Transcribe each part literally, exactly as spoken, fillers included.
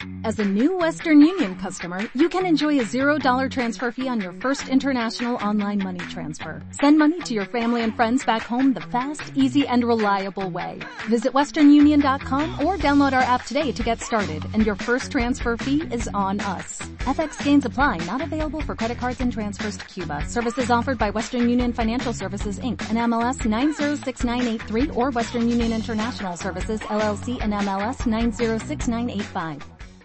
As a new Western Union customer, you can enjoy a zero dollar transfer fee on your first international online money transfer. Send money to your family and friends back home the fast, easy, and reliable way. Visit western union dot com or download our app today to get started, and your first transfer fee is on us. F X gains apply, not available for credit cards and transfers to Cuba. Services offered by Western Union Financial Services, Incorporated and M L S nine zero six nine eight three or Western Union International Services, L L C and M L S nine zero six nine eight five.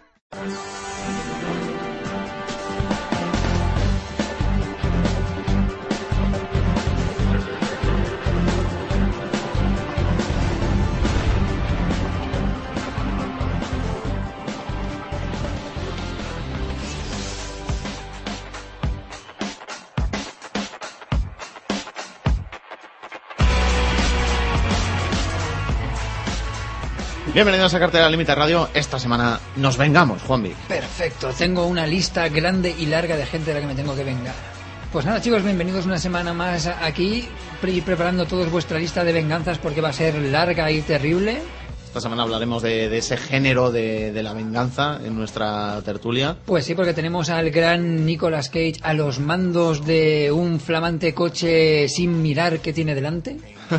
Bienvenidos a Cartera Límite Radio. Esta semana nos vengamos, Juanvi. Perfecto, tengo una lista grande y larga de gente de la que me tengo que vengar. Pues nada, chicos, bienvenidos una semana más aquí, pre- preparando todos vuestra lista de venganzas porque va a ser larga y terrible. Esta semana hablaremos de, de ese género de, de la venganza en nuestra tertulia. Pues sí, porque tenemos al gran Nicolas Cage a los mandos de un flamante coche sin mirar que tiene delante.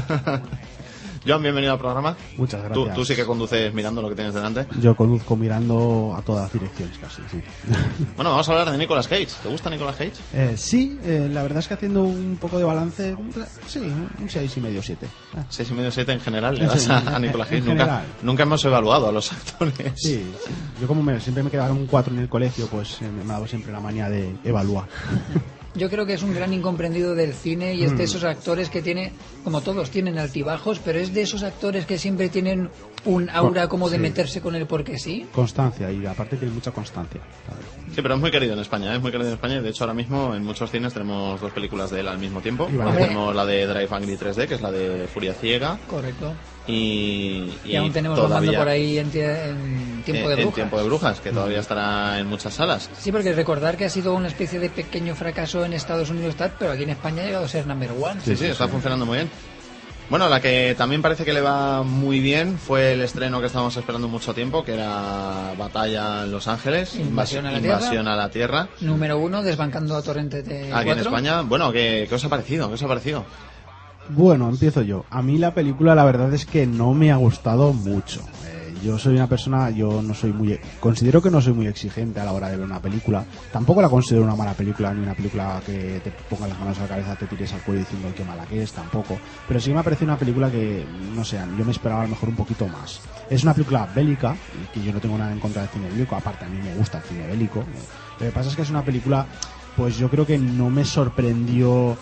Joan, bienvenido al programa. Muchas gracias. Tú, tú sí que conduces mirando lo que tienes delante. Yo conduzco mirando a todas direcciones casi, sí. Bueno, vamos a hablar de Nicolas Cage. ¿Te gusta Nicolas Cage? Eh, sí, eh, la verdad es que haciendo un poco de balance, sí, un seis y medio, siete. Ah. seis y medio, siete en general le das a, a Nicolas Cage. En Nunca, general. nunca hemos evaluado a los actores. Sí, sí. Yo como me, siempre me quedaba un cuatro en el colegio, pues eh, me ha dado siempre la manía de evaluar. Yo creo que es un gran incomprendido del cine y es de esos actores que tiene, como todos, tienen altibajos, pero es de esos actores que siempre tienen un aura como de sí. meterse con el porque sí. Constancia, y aparte tiene mucha constancia. Sí, pero es muy querido en España, ¿eh? Es muy querido en España. De hecho, ahora mismo en muchos cines tenemos dos películas de él al mismo tiempo. Hombre. Tenemos la de Drive Angry tres D, que es la de Furia Ciega. Correcto. Y, Y, aún tenemos todavía, Romando por ahí en, tie- en Tiempo de en, en Brujas. Tiempo de Brujas, que todavía estará en muchas salas. Sí, porque recordar que ha sido una especie de pequeño fracaso en Estados Unidos, tal, pero aquí en España ha llegado a ser number one. Sí, sí, está funcionando muy bien. Bueno, la que también parece que le va muy bien fue el estreno que estábamos esperando mucho tiempo, que era Batalla en Los Ángeles, Invasión a la Invasión Tierra. a la Tierra. Número uno, desbancando a Torrente de Aquí cuatro. en España. Bueno, ¿qué, ¿qué os ha parecido? ¿Qué os ha parecido? Bueno, empiezo yo. A mí la película la verdad es que no me ha gustado mucho. Eh, yo soy una persona, yo no soy muy... Considero que no soy muy exigente a la hora de ver una película. Tampoco la considero una mala película, ni una película que te ponga las manos a la cabeza, te tires al cuello diciendo qué mala que es, tampoco. Pero sí me ha parecido una película que, no sé, yo me esperaba a lo mejor un poquito más. Es una película bélica, que yo no tengo nada en contra del cine bélico, aparte a mí me gusta el cine bélico. Lo que pasa es que es una película, pues yo creo que no me sorprendió...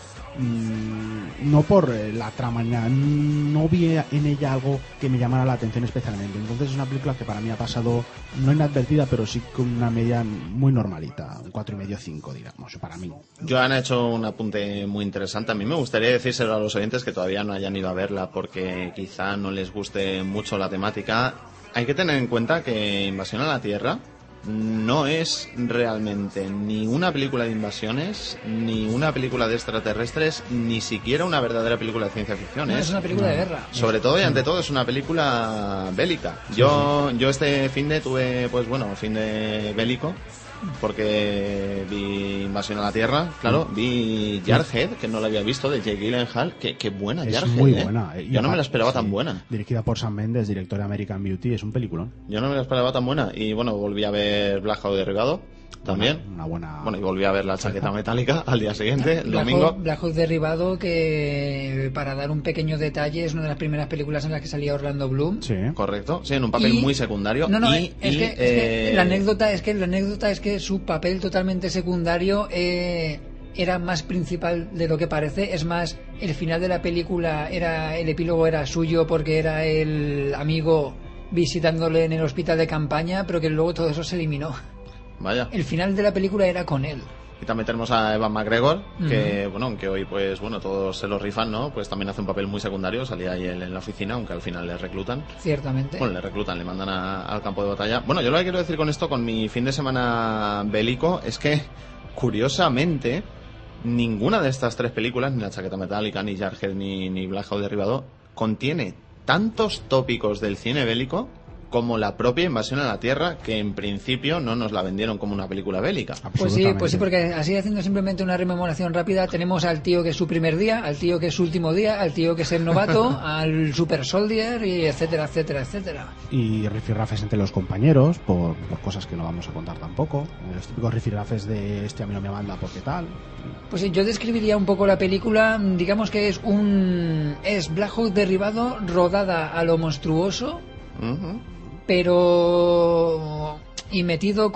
no por la trama, no vi en ella algo que me llamara la atención especialmente. Entonces es una película que para mí ha pasado no inadvertida, pero sí con una media muy normalita, un cuatro y medio, cinco, digamos, para mí. Joan ha hecho un apunte muy interesante. A mí me gustaría decírselo a los oyentes que todavía no hayan ido a verla porque quizá no les guste mucho la temática. Hay que tener en cuenta que Invasión a la Tierra no es realmente ni una película de invasiones, ni una película de extraterrestres, ni siquiera una verdadera película de ciencia ficción. No, ¿eh? es una película de guerra. Sobre todo y ante todo es una película bélica. Yo, yo este fin de tuve, pues bueno, fin de bélico, porque vi Invasión a la Tierra, claro, vi Jarhead, que no la había visto, de Jake Gyllenhaal, que, que buena Es Jarhead, muy ¿eh? buena. Y Yo no me la aparte, esperaba sí, tan buena. Dirigida por Sam Mendes, director de American Beauty, es un peliculón. Yo no me la esperaba tan buena. Y bueno, volví a ver Black Hawk Derribado también. Buena, una buena... Bueno, y volví a ver la chaqueta metálica al día siguiente, el Black domingo. Hawk, Black Hawk Derribado, que para dar un pequeño detalle es una de las primeras películas en las que salía Orlando Bloom. Sí. Correcto, sí, en un papel Y- muy secundario. No, no, y, es, y, que, es que eh, la anécdota es que la anécdota es que su papel totalmente secundario eh, era más principal de lo que parece. Es más, el final de la película era el epílogo era suyo porque era el amigo visitándole en el hospital de campaña, pero que luego todo eso se eliminó. Vaya. El final de la película era con él. Y también tenemos a Evan McGregor, que Ujú. bueno, aunque hoy pues bueno, todos se lo rifan, ¿no? Pues también hace un papel muy secundario, salía ahí él en la oficina, aunque al final le reclutan. Ciertamente. Bueno, le reclutan, le mandan a- al campo de batalla. Bueno, yo lo que quiero decir con esto, con mi fin de semana bélico, es que, curiosamente, ninguna de estas tres películas, ni La chaqueta metálica, ni Jarhead, ni, ni Black Hawk Derribado, contiene tantos tópicos del cine bélico como la propia Invasión a la Tierra, que en principio no nos la vendieron como una película bélica. Pues sí, pues sí, porque así haciendo simplemente una rememoración rápida, tenemos al tío que es su primer día, al tío que es su último día, al tío que es el novato, al super soldier, y etcétera, etcétera, etcétera. Y rifirrafes entre los compañeros, por, por cosas que no vamos a contar tampoco. Los típicos rifirrafes de este a mí no me manda porque tal. Pues sí, yo describiría un poco la película, digamos que es un... es Black Hawk derribado, rodada a lo monstruoso, Uh-huh. pero... y metido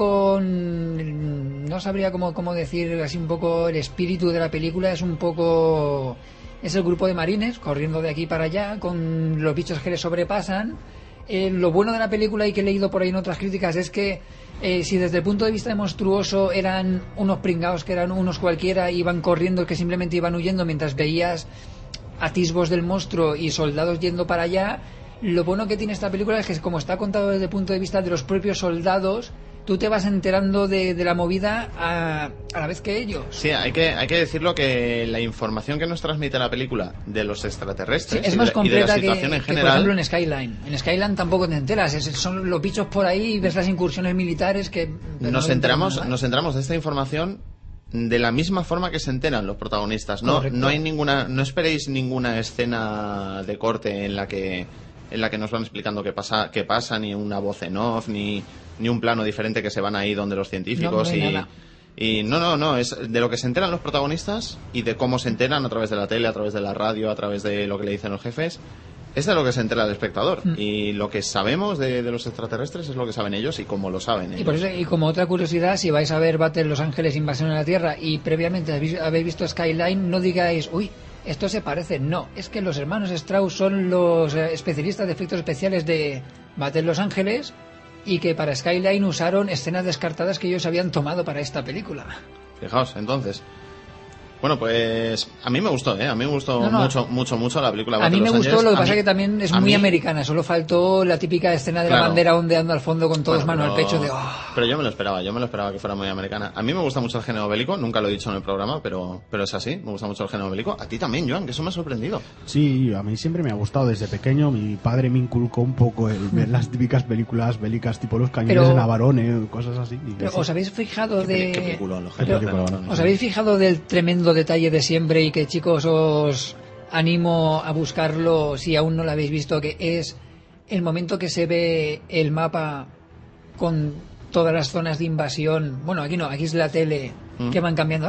con... no sabría cómo, cómo decir así un poco el espíritu de la película, es un poco... es el grupo de marines corriendo de aquí para allá con los bichos que les sobrepasan. Eh, lo bueno de la película y que he leído por ahí en otras críticas es que eh, si desde el punto de vista de monstruoso eran unos pringados que eran unos cualquiera, iban corriendo, que simplemente iban huyendo mientras veías atisbos del monstruo y soldados yendo para allá, lo bueno que tiene esta película es que como está contado desde el punto de vista de los propios soldados, tú te vas enterando de, de la movida a, a la vez que ellos. Sí, hay que, hay que decirlo que la información que nos transmite la película de los extraterrestres sí, es y, más de, completa y de la que, situación en que, general... por ejemplo, en Skyline. En Skyline tampoco te enteras, es, son los bichos por ahí, ves las incursiones militares que... Nos, no enteramos, nos enteramos de esta información de la misma forma que se enteran los protagonistas. No, no hay ninguna, no esperéis ninguna escena de corte en la que... en la que nos van explicando qué pasa, qué pasa, ni una voz en off, ni, ni un plano diferente que se van ahí donde los científicos no, no y, nada. y no, no, no, es de lo que se enteran los protagonistas y de cómo se enteran a través de la tele, a través de la radio, a través de lo que le dicen los jefes, es de lo que se entera el espectador. Mm. Y lo que sabemos de, de los extraterrestres es lo que saben ellos y cómo lo saben ellos. Y por eso, y como otra curiosidad, si vais a ver Battle Los Ángeles, Invasión a la Tierra y previamente habéis, habéis visto Skyline, no digáis, uy, esto se parece. No, es que los hermanos Strauss son los especialistas de efectos especiales de Battle Los Ángeles y que para Skyline usaron escenas descartadas que ellos habían tomado para esta película. Fijaos, entonces... Bueno, pues a mí me gustó, ¿eh? A mí me gustó no, no. mucho, mucho, mucho la película. A mí me gustó, lo que pasa es que también es muy mí... americana. Solo faltó la típica escena de claro. la bandera ondeando al fondo con todos bueno, manos pero... al pecho de... Oh. Pero yo me lo esperaba, yo me lo esperaba que fuera muy americana. A mí me gusta mucho el género bélico, nunca lo he dicho en el programa, pero, pero es así, me gusta mucho el género bélico. A ti también, Joan, que eso me ha sorprendido. Sí, a mí siempre me ha gustado desde pequeño. Mi padre me inculcó un poco el ver las típicas películas bélicas tipo Los Cañones pero... de Navarone, cosas así. Pero ¿os habéis fijado ¿Qué, de...? Qué película, los pero, de ¿Os habéis fijado del tremendo detalle de siempre y que, chicos, os animo a buscarlo si aún no lo habéis visto, que es el momento que se ve el mapa con todas las zonas de invasión? Bueno, aquí no, aquí es la tele, ¿Mm? que van cambiando.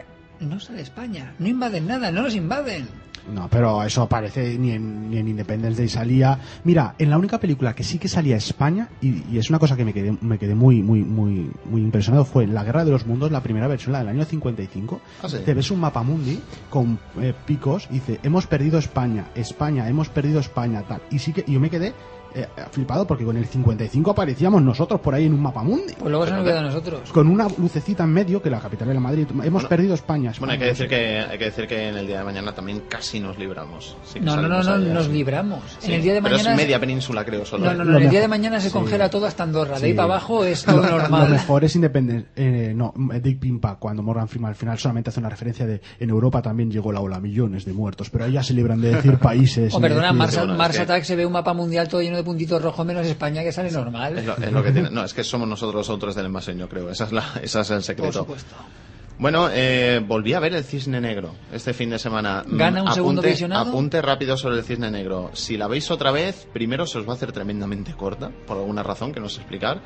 No sale España, no invaden nada, no nos invaden. No, pero eso aparece ni en, ni en Independence Day salía. Mira, en la única película que sí que salía España, y, y es una cosa que me quedé, me quedé muy, muy, muy, muy impresionado, fue La Guerra de los Mundos, la primera versión, la del año cincuenta y cinco. ¿Ah, sí? Te ves un mapa mundi con eh, picos y dice, hemos perdido España, España, hemos perdido España, tal. Y sí que y yo me quedé eh, flipado porque con el cincuenta y cinco aparecíamos nosotros por ahí en un mapa mundi. Pues luego se nos queda a nosotros. Con una lucecita en medio, que la capital era Madrid. Hemos bueno, perdido España, España. Bueno, hay que decir que hay que decir que en el día de mañana también casi nos libramos. Sí, no, no, no, no, nos sí. libramos. Sí, en el día de pero mañana es media península, creo, solo. No, no, no, en el día de mañana se sí. congela todo hasta Andorra. Sí. De ahí para abajo es todo normal. Lo mejor es Independence. Eh, no, Dick Pimpa, cuando Morgan Freeman al final solamente hace una referencia de en Europa también llegó la ola, millones de muertos. Pero ahí ya se libran de decir países. O oh, perdona, decir, Mars, bueno, Mars es Attack que... se ve un mapa mundial todo lleno de puntitos rojos menos España, que sale normal. Es lo, es lo que tiene. No, es que somos nosotros los autores del invasión, yo creo. Esa es la, esa es el secreto. Por supuesto. Bueno, eh, volví a ver el Cisne Negro este fin de semana. ¿Gana un apunte, segundo visionado? Apunte rápido sobre el Cisne Negro. Si la veis otra vez, primero se os va a hacer tremendamente corta, por alguna razón que no sé explicar,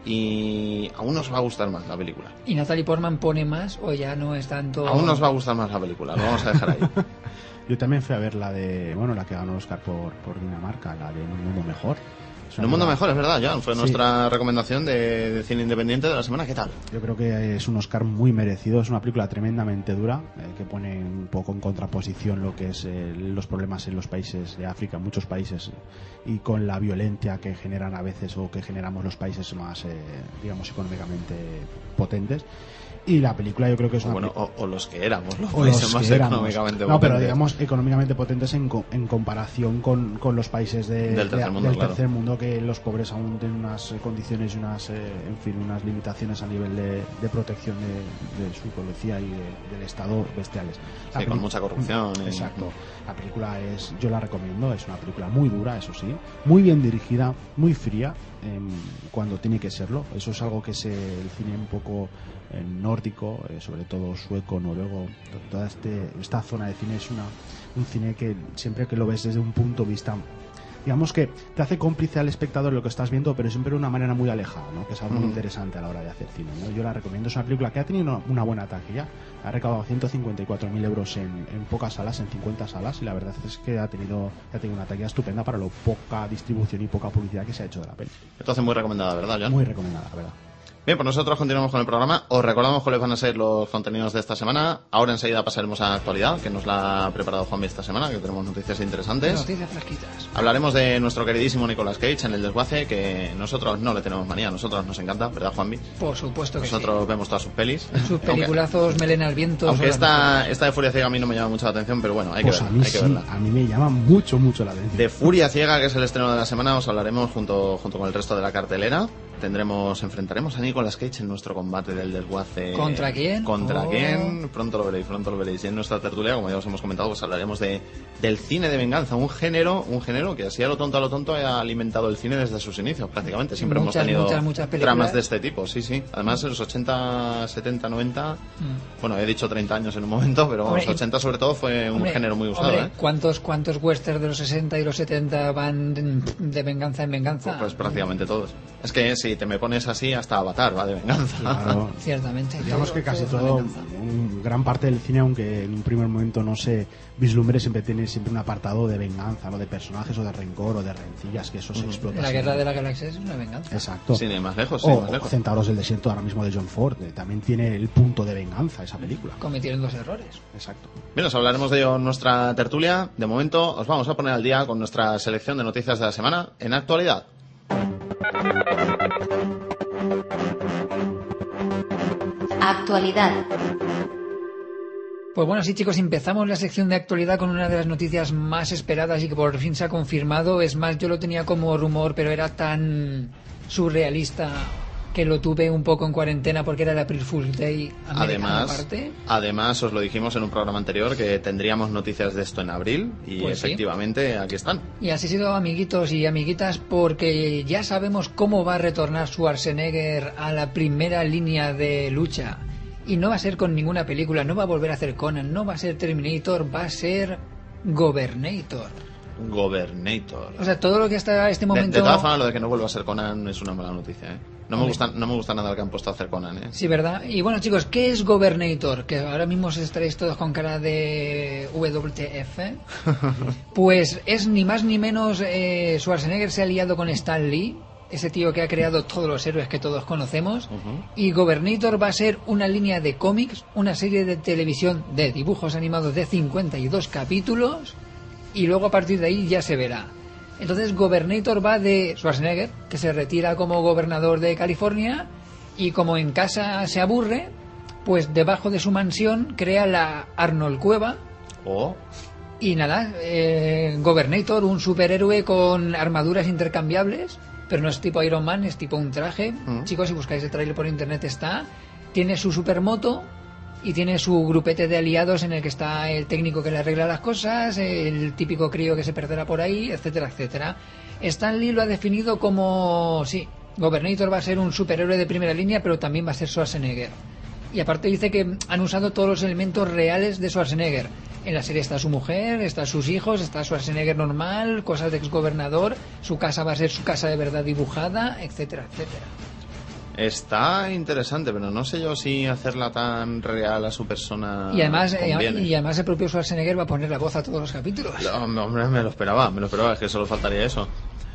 y aún os va a gustar más la película. ¿Y Natalie Portman pone más o ya no es tanto...? Aún nos va a gustar más la película, lo vamos a dejar ahí. Yo también fui a ver la de, bueno, la que ganó Oscar por, por Dinamarca, la de Un Mundo Mejor. En un mundo mejor, es verdad, Joan. Fue sí. nuestra recomendación de, de cine independiente de la semana. ¿Qué tal? Yo creo que es un Oscar muy merecido. Es una película tremendamente dura, eh, que pone un poco en contraposición lo que es eh, los problemas en los países de África, en muchos países, y con la violencia que generan a veces o que generamos los países más, eh, digamos, económicamente potentes. Y la película yo creo que es una... O bueno, o, o los que éramos, los o países los más éramos. económicamente no, potentes. pero digamos económicamente potentes en, co en comparación con, con los países de, del tercer de, mundo, del claro. tercer mundo entiendo que los pobres aún tienen unas eh, condiciones y unas, eh, en fin, unas limitaciones a nivel de, de protección de, de su policía y de, del Estado bestiales. La sí, con mucha corrupción. Y... Exacto. La película es, yo la recomiendo, es una película muy dura, eso sí, muy bien dirigida, muy fría, eh, cuando tiene que serlo. Eso es algo que se, el cine un poco eh, nórdico, eh, sobre todo sueco, noruego, toda este, esta zona de cine es una, un cine que siempre que lo ves desde un punto de vista, digamos que te hace cómplice al espectador lo que estás viendo, pero siempre de una manera muy alejada, ¿no? Que es algo muy interesante a la hora de hacer cine, ¿no? Yo la recomiendo, es una película que ha tenido una, una buena taquilla, ha recaudado ciento cincuenta y cuatro mil euros en, en pocas salas, en cincuenta salas, y la verdad es que ha tenido, ha tenido una taquilla estupenda para lo poca distribución y poca publicidad que se ha hecho de la peli. Entonces muy recomendada, ¿verdad, John? Muy recomendada, la verdad. Bien, pues nosotros continuamos con el programa. Os recordamos cuáles van a ser los contenidos de esta semana. Ahora enseguida pasaremos a actualidad, que nos la ha preparado Juanmi esta semana, que tenemos noticias interesantes. Noticias fresquitas. Hablaremos de nuestro queridísimo Nicolas Cage en El Desguace, que nosotros no le tenemos manía, a nosotros nos encanta, ¿verdad, Juanmi? Por supuesto que nosotros sí. vemos todas sus pelis. Sus peliculazos, aunque, Melena al viento. Aunque esta, esta de Furia Ciega a mí no me llama mucho la atención, pero bueno, hay pues que, a verla, mí hay que sí, verla. A mí me llama mucho, mucho la atención. De Furia Ciega, que es el estreno de la semana, os hablaremos junto, junto con el resto de la cartelera. Tendremos, enfrentaremos a Nicolas Cage en nuestro combate del desguace. ¿Contra quién? ¿Contra oh. quién? Pronto lo veréis, pronto lo veréis. Y en nuestra tertulia, como ya os hemos comentado, pues hablaremos de del cine de venganza, un género, un género que así a lo tonto a lo tonto ha alimentado el cine desde sus inicios, prácticamente. Siempre muchas, hemos tenido muchas, muchas tramas de este tipo, sí, sí. Además en los ochenta, setenta, noventa, mm. bueno, he dicho treinta años en un momento, pero hombre, los ochenta sobre todo fue un hombre, género muy usado, hombre, ¿eh? ¿Cuántos, cuántos westerns de los sesenta y los setenta van de venganza en venganza? Pues, pues prácticamente todos. Es que si te me pones así, hasta Avatar va de venganza. Claro. Ciertamente. Digamos que casi todo, un, gran parte del cine, aunque en un primer momento no se vislumbre, siempre tiene siempre un apartado de venganza, ¿no? De personajes o de rencor o de rencillas, que eso se explota. La siempre. Guerra de la Galaxia es una venganza. Exacto. Sí, más lejos, sí, o, más lejos. O Centauros del Desierto, ahora mismo de John Ford, eh, también tiene el punto de venganza esa película. Cometieron dos errores. Exacto. Bien, os hablaremos de ello en nuestra tertulia. De momento os vamos a poner al día con nuestra selección de noticias de la semana en actualidad. Actualidad. Pues bueno, sí, chicos, empezamos la sección de actualidad con una de las noticias más esperadas y que por fin se ha confirmado. Es más, yo lo tenía como rumor, pero era tan surrealista que lo tuve un poco en cuarentena porque era el April Fool's Day americano. Además, aparte. además, os lo dijimos en un programa anterior que tendríamos noticias de esto en abril y pues efectivamente sí. Aquí están. Y así ha sido, amiguitos y amiguitas, porque ya sabemos cómo va a retornar Schwarzenegger a la primera línea de lucha. Y no va a ser con ninguna película, no va a volver a hacer Conan, no va a ser Terminator, va a ser Gobernator. Gobernator. O sea, todo lo que hasta este momento... De, de todas formas, lo de que no vuelva a ser Conan es una mala noticia, ¿eh? No me, gusta, no me gusta nada lo que han puesto a hacer Conan, ¿eh? Sí, ¿verdad? Y bueno, chicos, ¿qué es Gobernator? Que ahora mismo os estaréis todos con cara de W T F. Pues es ni más ni menos... Eh, Schwarzenegger se ha liado con Stan Lee, ese tío que ha creado todos los héroes que todos conocemos. Uh-huh. Y Gobernator va a ser una línea de cómics, una serie de televisión de dibujos animados de cincuenta y dos capítulos... Y luego a partir de ahí ya se verá. Entonces Gobernator va de Schwarzenegger, que se retira como gobernador de California, y como en casa se aburre, pues debajo de su mansión crea la Arnold Cueva. Oh. Y nada, eh, Gobernator, un superhéroe con armaduras intercambiables, pero no es tipo Iron Man, es tipo un traje. Mm. Chicos, si buscáis el trailer por internet está. Tiene su supermoto y tiene su grupete de aliados en el que está el técnico que le arregla las cosas, el típico crío que se perderá por ahí, etcétera, etcétera. Stan Lee lo ha definido como, sí, Gobernator va a ser un superhéroe de primera línea, pero también va a ser Schwarzenegger. Y aparte dice que han usado todos los elementos reales de Schwarzenegger. En la serie está su mujer, está sus hijos, está Schwarzenegger normal, cosas de exgobernador, su casa va a ser su casa de verdad dibujada, etcétera, etcétera. Está interesante, pero no sé yo si hacerla tan real a su persona. Y además, conviene. y además el propio Schwarzenegger va a poner la voz a todos los capítulos. No, hombre, me lo esperaba, me lo esperaba, es que solo faltaría eso.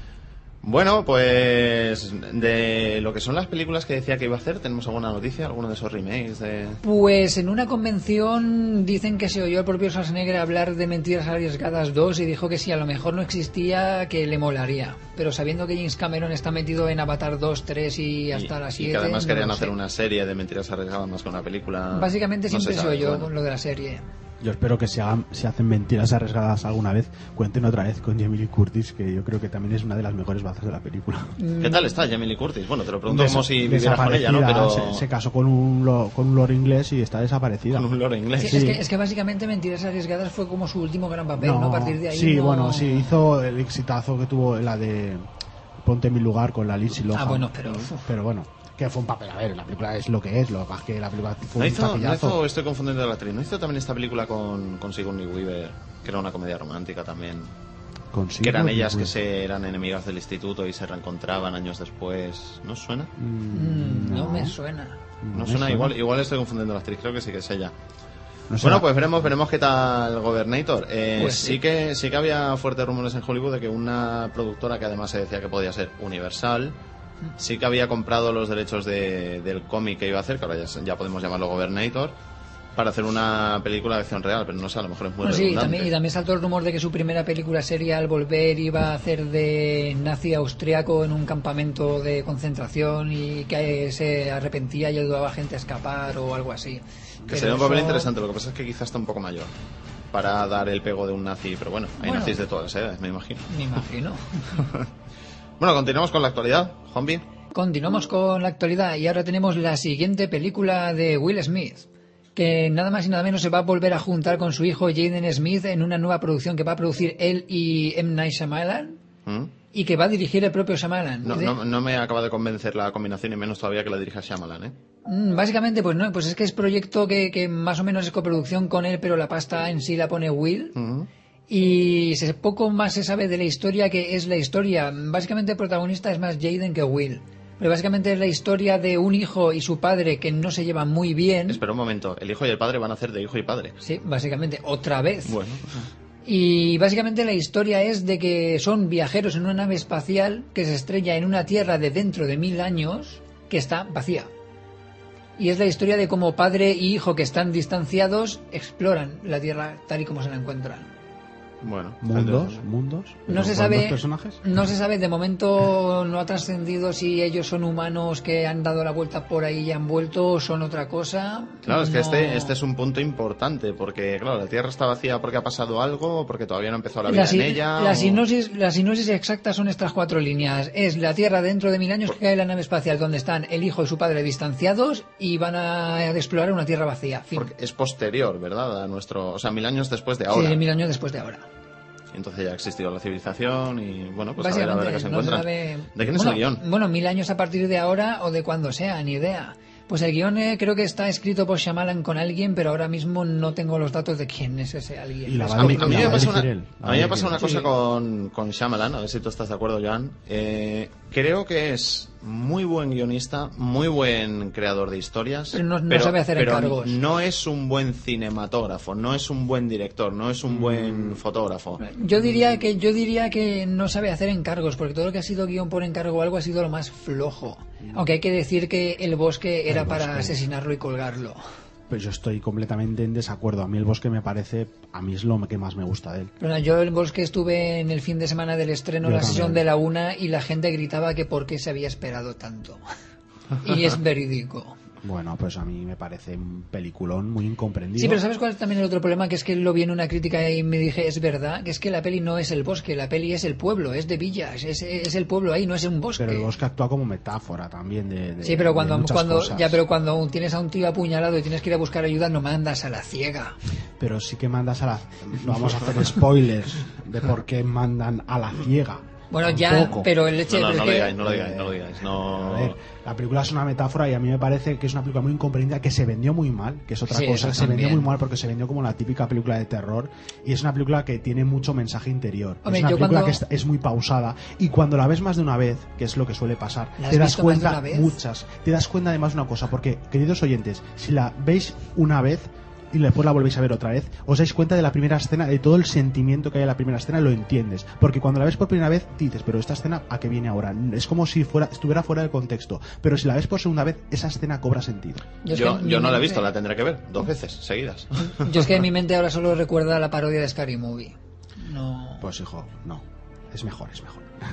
Bueno, pues de lo que son las películas que decía que iba a hacer, ¿tenemos alguna noticia? ¿Alguno de esos remakes? De... Pues en una convención dicen que se oyó al propio Schwarzenegger hablar de Mentiras Arriesgadas dos y dijo que si a lo mejor no existía, que le molaría. Pero sabiendo que James Cameron está metido en Avatar dos, tres y hasta las siete... Y que además no querían no hacer sé. una serie de Mentiras Arriesgadas más que una película... Básicamente siempre no se, se oyó bueno. lo de la serie. Yo espero que si, hagan, si hacen mentiras arriesgadas alguna vez, cuenten otra vez con Jamie Lee Curtis, que yo creo que también es una de las mejores bazas de la película. ¿Qué tal está Jamie Lee Curtis? Bueno, te lo pregunto Des- como si vivieras con ella, ¿no? Pero... Se, se casó con un, lo- con un lord inglés y está desaparecida. Con un loro inglés. Sí, Sí. Es, que, es que básicamente Mentiras Arriesgadas fue como su último gran papel, ¿no? A partir de ahí sí, no... bueno, sí, hizo el exitazo que tuvo la de Ponte en mi lugar con la Lindsay Lohan. Ah, bueno, pero... uf. Pero bueno, que fue un papel, a ver, la película es lo que es, lo que pasa es que la película fue ¿No un hizo, no taquillazo. hizo, estoy confundiendo la actriz, ¿no hizo también esta película con, con Sigourney Weaver, que era una comedia romántica también? Consigo, Que eran ellas pues, que se eran enemigas del instituto y se reencontraban años después. ¿No os suena? Mm, no. no. me suena. No me suena, igual igual estoy confundiendo la actriz, creo que sí que es ella. No sé, Bueno, pues veremos veremos qué tal Governator. Eh, Pues sí. sí. que sí que había fuertes rumores en Hollywood de que una productora que además se decía que podía ser Universal sí que había comprado los derechos de, del cómic que iba a hacer, que ahora ya, ya podemos llamarlo Governator, para hacer una película de acción real, pero no sé, a lo mejor es muy Bueno, sí, y redundante. también, y también saltó el rumor de que su primera película seria al volver iba a hacer de nazi austriaco en un campamento de concentración y que se arrepentía y ayudaba a gente a escapar o algo así. Que Pero sería un papel eso- interesante, lo que pasa es que quizás está un poco mayor para dar el pego de un nazi, pero bueno, hay Bueno. nazis de todas las edades, me imagino. Me imagino. Bueno, continuamos con la actualidad, Juanvi. Continuamos con la actualidad y ahora tenemos la siguiente película de Will Smith, que nada más y nada menos se va a volver a juntar con su hijo Jaden Smith en una nueva producción que va a producir él y M. Night Shyamalan ¿Mm? y que va a dirigir el propio Shyamalan. No, Y de- no, no me acaba de convencer la combinación y menos todavía que la dirija Shyamalan, ¿eh? Mm, Básicamente, pues no, pues es que es proyecto que, que más o menos es coproducción con él, pero la pasta en sí la pone Will. Ujú. Y se, poco más se sabe de la historia que es la historia. Básicamente el protagonista es más Jaden que Will. Pero básicamente es la historia de un hijo y su padre que no se llevan muy bien. Espera un momento, el hijo y el padre van a hacer de hijo y padre. Sí, básicamente, otra vez. Bueno, Y básicamente la historia es de que son viajeros en una nave espacial que se estrella en una tierra de dentro de mil años que está vacía. Y es la historia de cómo padre y hijo que están distanciados exploran la tierra tal y como se la encuentran. bueno. mundos, mundos. No se ¿Con sabe, dos personajes? no se sabe, de momento no ha trascendido si ellos son humanos que han dado la vuelta por ahí y han vuelto o son otra cosa. Claro, es que No- este, este es un punto importante, porque claro, la Tierra está vacía porque ha pasado algo, o porque todavía no ha empezado la vida La, si- en ella. la o- sinopsis, la sinopsis exacta son estas cuatro líneas. Es la Tierra dentro de mil años que cae la nave espacial donde están el hijo y su padre distanciados y van a explorar una Tierra vacía. Fin. Porque es posterior, ¿verdad? A nuestro, o sea, mil años después de ahora. Sí, mil años después de ahora. Entonces ya ha existido la civilización y bueno, pues a ver, a ver a qué se no se encuentran. sabe- ¿De quién es bueno, el guión? Bueno, mil años a partir de ahora o de cuando sea, ni idea. Pues el guión eh, creo que está escrito por Shyamalan con alguien, pero ahora mismo no tengo los datos de quién es ese alguien. Y la Es va A mí, como- a mí me la va a pasa una, dirigir él, la a va mí a me pasa dirigir una él. cosa Sí. con, con Shyamalan, a ver si tú estás de acuerdo, Joan. Eh, creo que es muy buen guionista, muy buen creador de historias. Pero no- no sabe hacer pero encargos. no es un buen cinematógrafo, no es un buen director, no es un Mm. buen fotógrafo. Yo diría que yo diría que no sabe hacer encargos, porque todo lo que ha sido guión por encargo o algo ha sido lo más flojo. Aunque hay que decir que el bosque era El para Bosque. asesinarlo y colgarlo. Pues yo estoy completamente en desacuerdo. A mí el bosque me parece, a mí es lo que más me gusta de él. Pero yo el bosque estuve en el fin de semana del estreno, Yo la sesión también. de la una, y la gente gritaba que por qué se había esperado tanto. Y es verídico. Bueno, pues a mí me parece un peliculón muy incomprendido. Sí, pero ¿sabes cuál es también el otro problema? Que es que lo vi en una crítica y me dije, es verdad, que es que la peli no es el bosque, la peli es el pueblo, es de villas, es, es el pueblo ahí, no es un bosque. Pero el bosque actúa como metáfora también de, de- Sí, pero de cuando, muchas cuando cosas. ya, pero cuando tienes a un tío apuñalado y tienes que ir a buscar ayuda, no mandas a la ciega. Pero sí que mandas a la... No vamos a hacer spoilers de por qué mandan a la ciega. Bueno, ya, Tampoco. pero el hecho No, no, es no que- lo digáis, no lo digáis, no lo digáis. No... A ver, la película es una metáfora y a mí me parece que es una película muy incomprendida, que se vendió muy mal, que es otra Sí, cosa. eso Se vendió también. muy mal porque se vendió como la típica película de terror y es una película que tiene mucho mensaje interior. Hombre, es una yo película cuando- que es, es muy pausada y cuando la ves más de una vez, que es lo que suele pasar, ¿La has te das visto más de cuenta una vez? muchas, te das cuenta además de una cosa, porque queridos oyentes, si la veis una vez y después la volvéis a ver otra vez, os dais cuenta de la primera escena, de todo el sentimiento que hay en la primera escena, lo entiendes. Porque cuando la ves por primera vez, dices, pero esta escena, ¿a qué viene ahora? Es como si fuera estuviera fuera del contexto. Pero si la ves por segunda vez, esa escena cobra sentido. Yo, es Yo, que en yo mi no la he mente- visto, la tendré que ver dos veces seguidas. Yo es que en mi mente ahora solo recuerda la parodia de Scary Movie. No. Pues hijo, no. Es mejor, es mejor.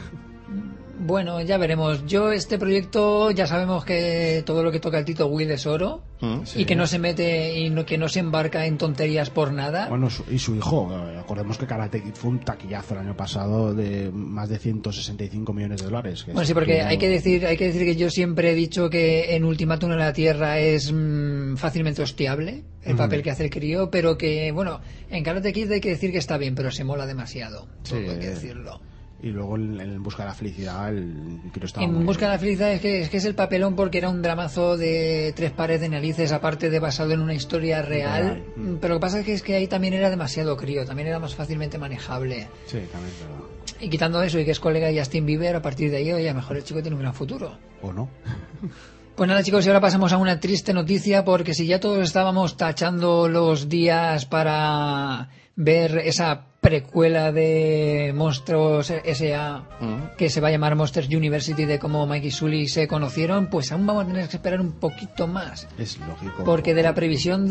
Bueno, ya veremos. Yo este proyecto ya sabemos que todo lo que toca el Tito Will es oro Mm, sí. y que no se mete y no, que no se embarca en tonterías por nada. Bueno, su- y su hijo, eh, acordemos que Karate Kid fue un taquillazo el año pasado de más de ciento sesenta y cinco millones de dólares. que Bueno, es- sí, porque tuvo- hay que decir, hay que decir que yo siempre he dicho que en Ultimátum en la Tierra es mm, fácilmente hostiable el Ujú. papel que hace el crío, pero que, bueno, en Karate Kid hay que decir que está bien, pero se mola demasiado. Sí, todo hay que eh, decirlo. Y luego en, en Busca de la Felicidad, el creo estaba muy En Busca de bien. la Felicidad es que, es que es el papelón porque era un dramazo de tres pares de narices, aparte de basado en una historia real. Real. Mm. Pero lo que pasa es que, es que ahí también era demasiado crío, también era más fácilmente manejable. Sí, también es verdad. Y quitando eso y que es colega de Justin Bieber, a partir de ahí, oye, a lo mejor el chico tiene un gran futuro. ¿O no? Pues nada, chicos, y ahora pasamos a una triste noticia, porque si ya todos estábamos tachando los días para ver esa precuela de Monstruos S A Mm. que se va a llamar Monsters University, de cómo Mike y Sully se conocieron, pues aún vamos a tener que esperar un poquito más, Es lógico. porque de la previsión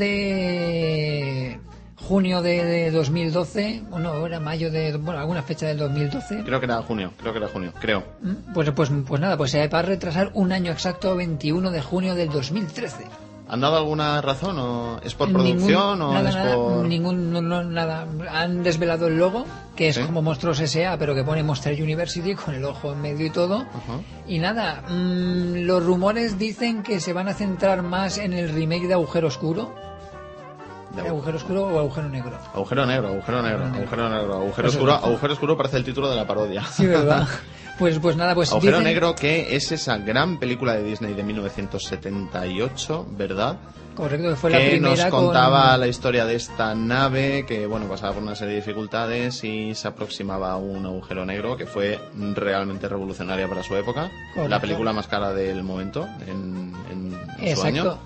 de junio de, de dos mil doce, o no, era mayo de, bueno, alguna fecha del dos mil doce, Creo que era junio, creo que era junio, creo. pues, pues, pues nada, pues se va a retrasar un año exacto, veintiuno de junio del dos mil trece. ¿Han dado alguna razón o es por Ningún- producción o nada, es nada, por...? ningún, no, no, nada. Han desvelado el logo, que es ¿Sí? como Monstruos S A, pero que pone Monster University con el ojo en medio y todo. Ajá. Y nada, mm, los rumores dicen que se van a centrar más en el remake de Agujero Oscuro. De ¿Era Agujero Oscuro o Agujero Negro? Agujero negro, agujero negro, agujero negro, agujero Eso oscuro, es. agujero oscuro parece el título de la parodia. Sí, ¿verdad? Pues, pues nada, pues Agujero dicen- negro, que es esa gran película de Disney de mil novecientos setenta y ocho, ¿verdad? Correcto, que fue la Que primera nos contaba con... la historia de esta nave que, bueno, pasaba por una serie de dificultades y se aproximaba a un agujero negro que fue realmente revolucionaria para su época. Correcto. La película más cara del momento en, en- en su año. Exacto.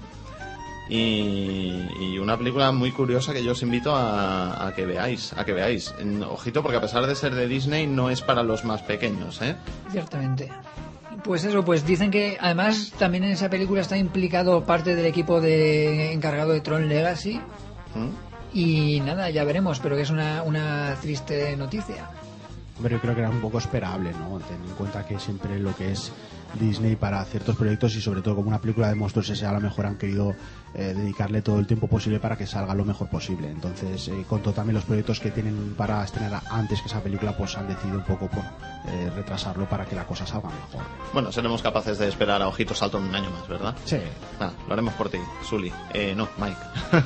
Y, y una película muy curiosa que yo os invito a, a que veáis, a que veáis. En- ojito, porque a pesar de ser de Disney, no es para los más pequeños, ¿eh? Ciertamente. Pues eso, pues dicen que además también en esa película está implicado parte del equipo de encargado de Tron Legacy. ¿Mm? Y nada, ya veremos, pero que es una, una triste noticia. Pero yo creo que era un poco esperable, ¿no? Ten en cuenta que siempre lo que es Disney para ciertos proyectos, y sobre todo como una película de monstruos S A, a lo mejor han querido eh, dedicarle todo el tiempo posible para que salga lo mejor posible. Entonces, eh, con todo también los proyectos que tienen para estrenar antes que esa película, pues han decidido un poco por, eh, retrasarlo para que la cosa salga mejor. Bueno, seremos capaces de esperar a Ojitos Saltón un año más, ¿verdad? Sí. Ah, lo haremos por ti, Sully. Eh, no, Mike.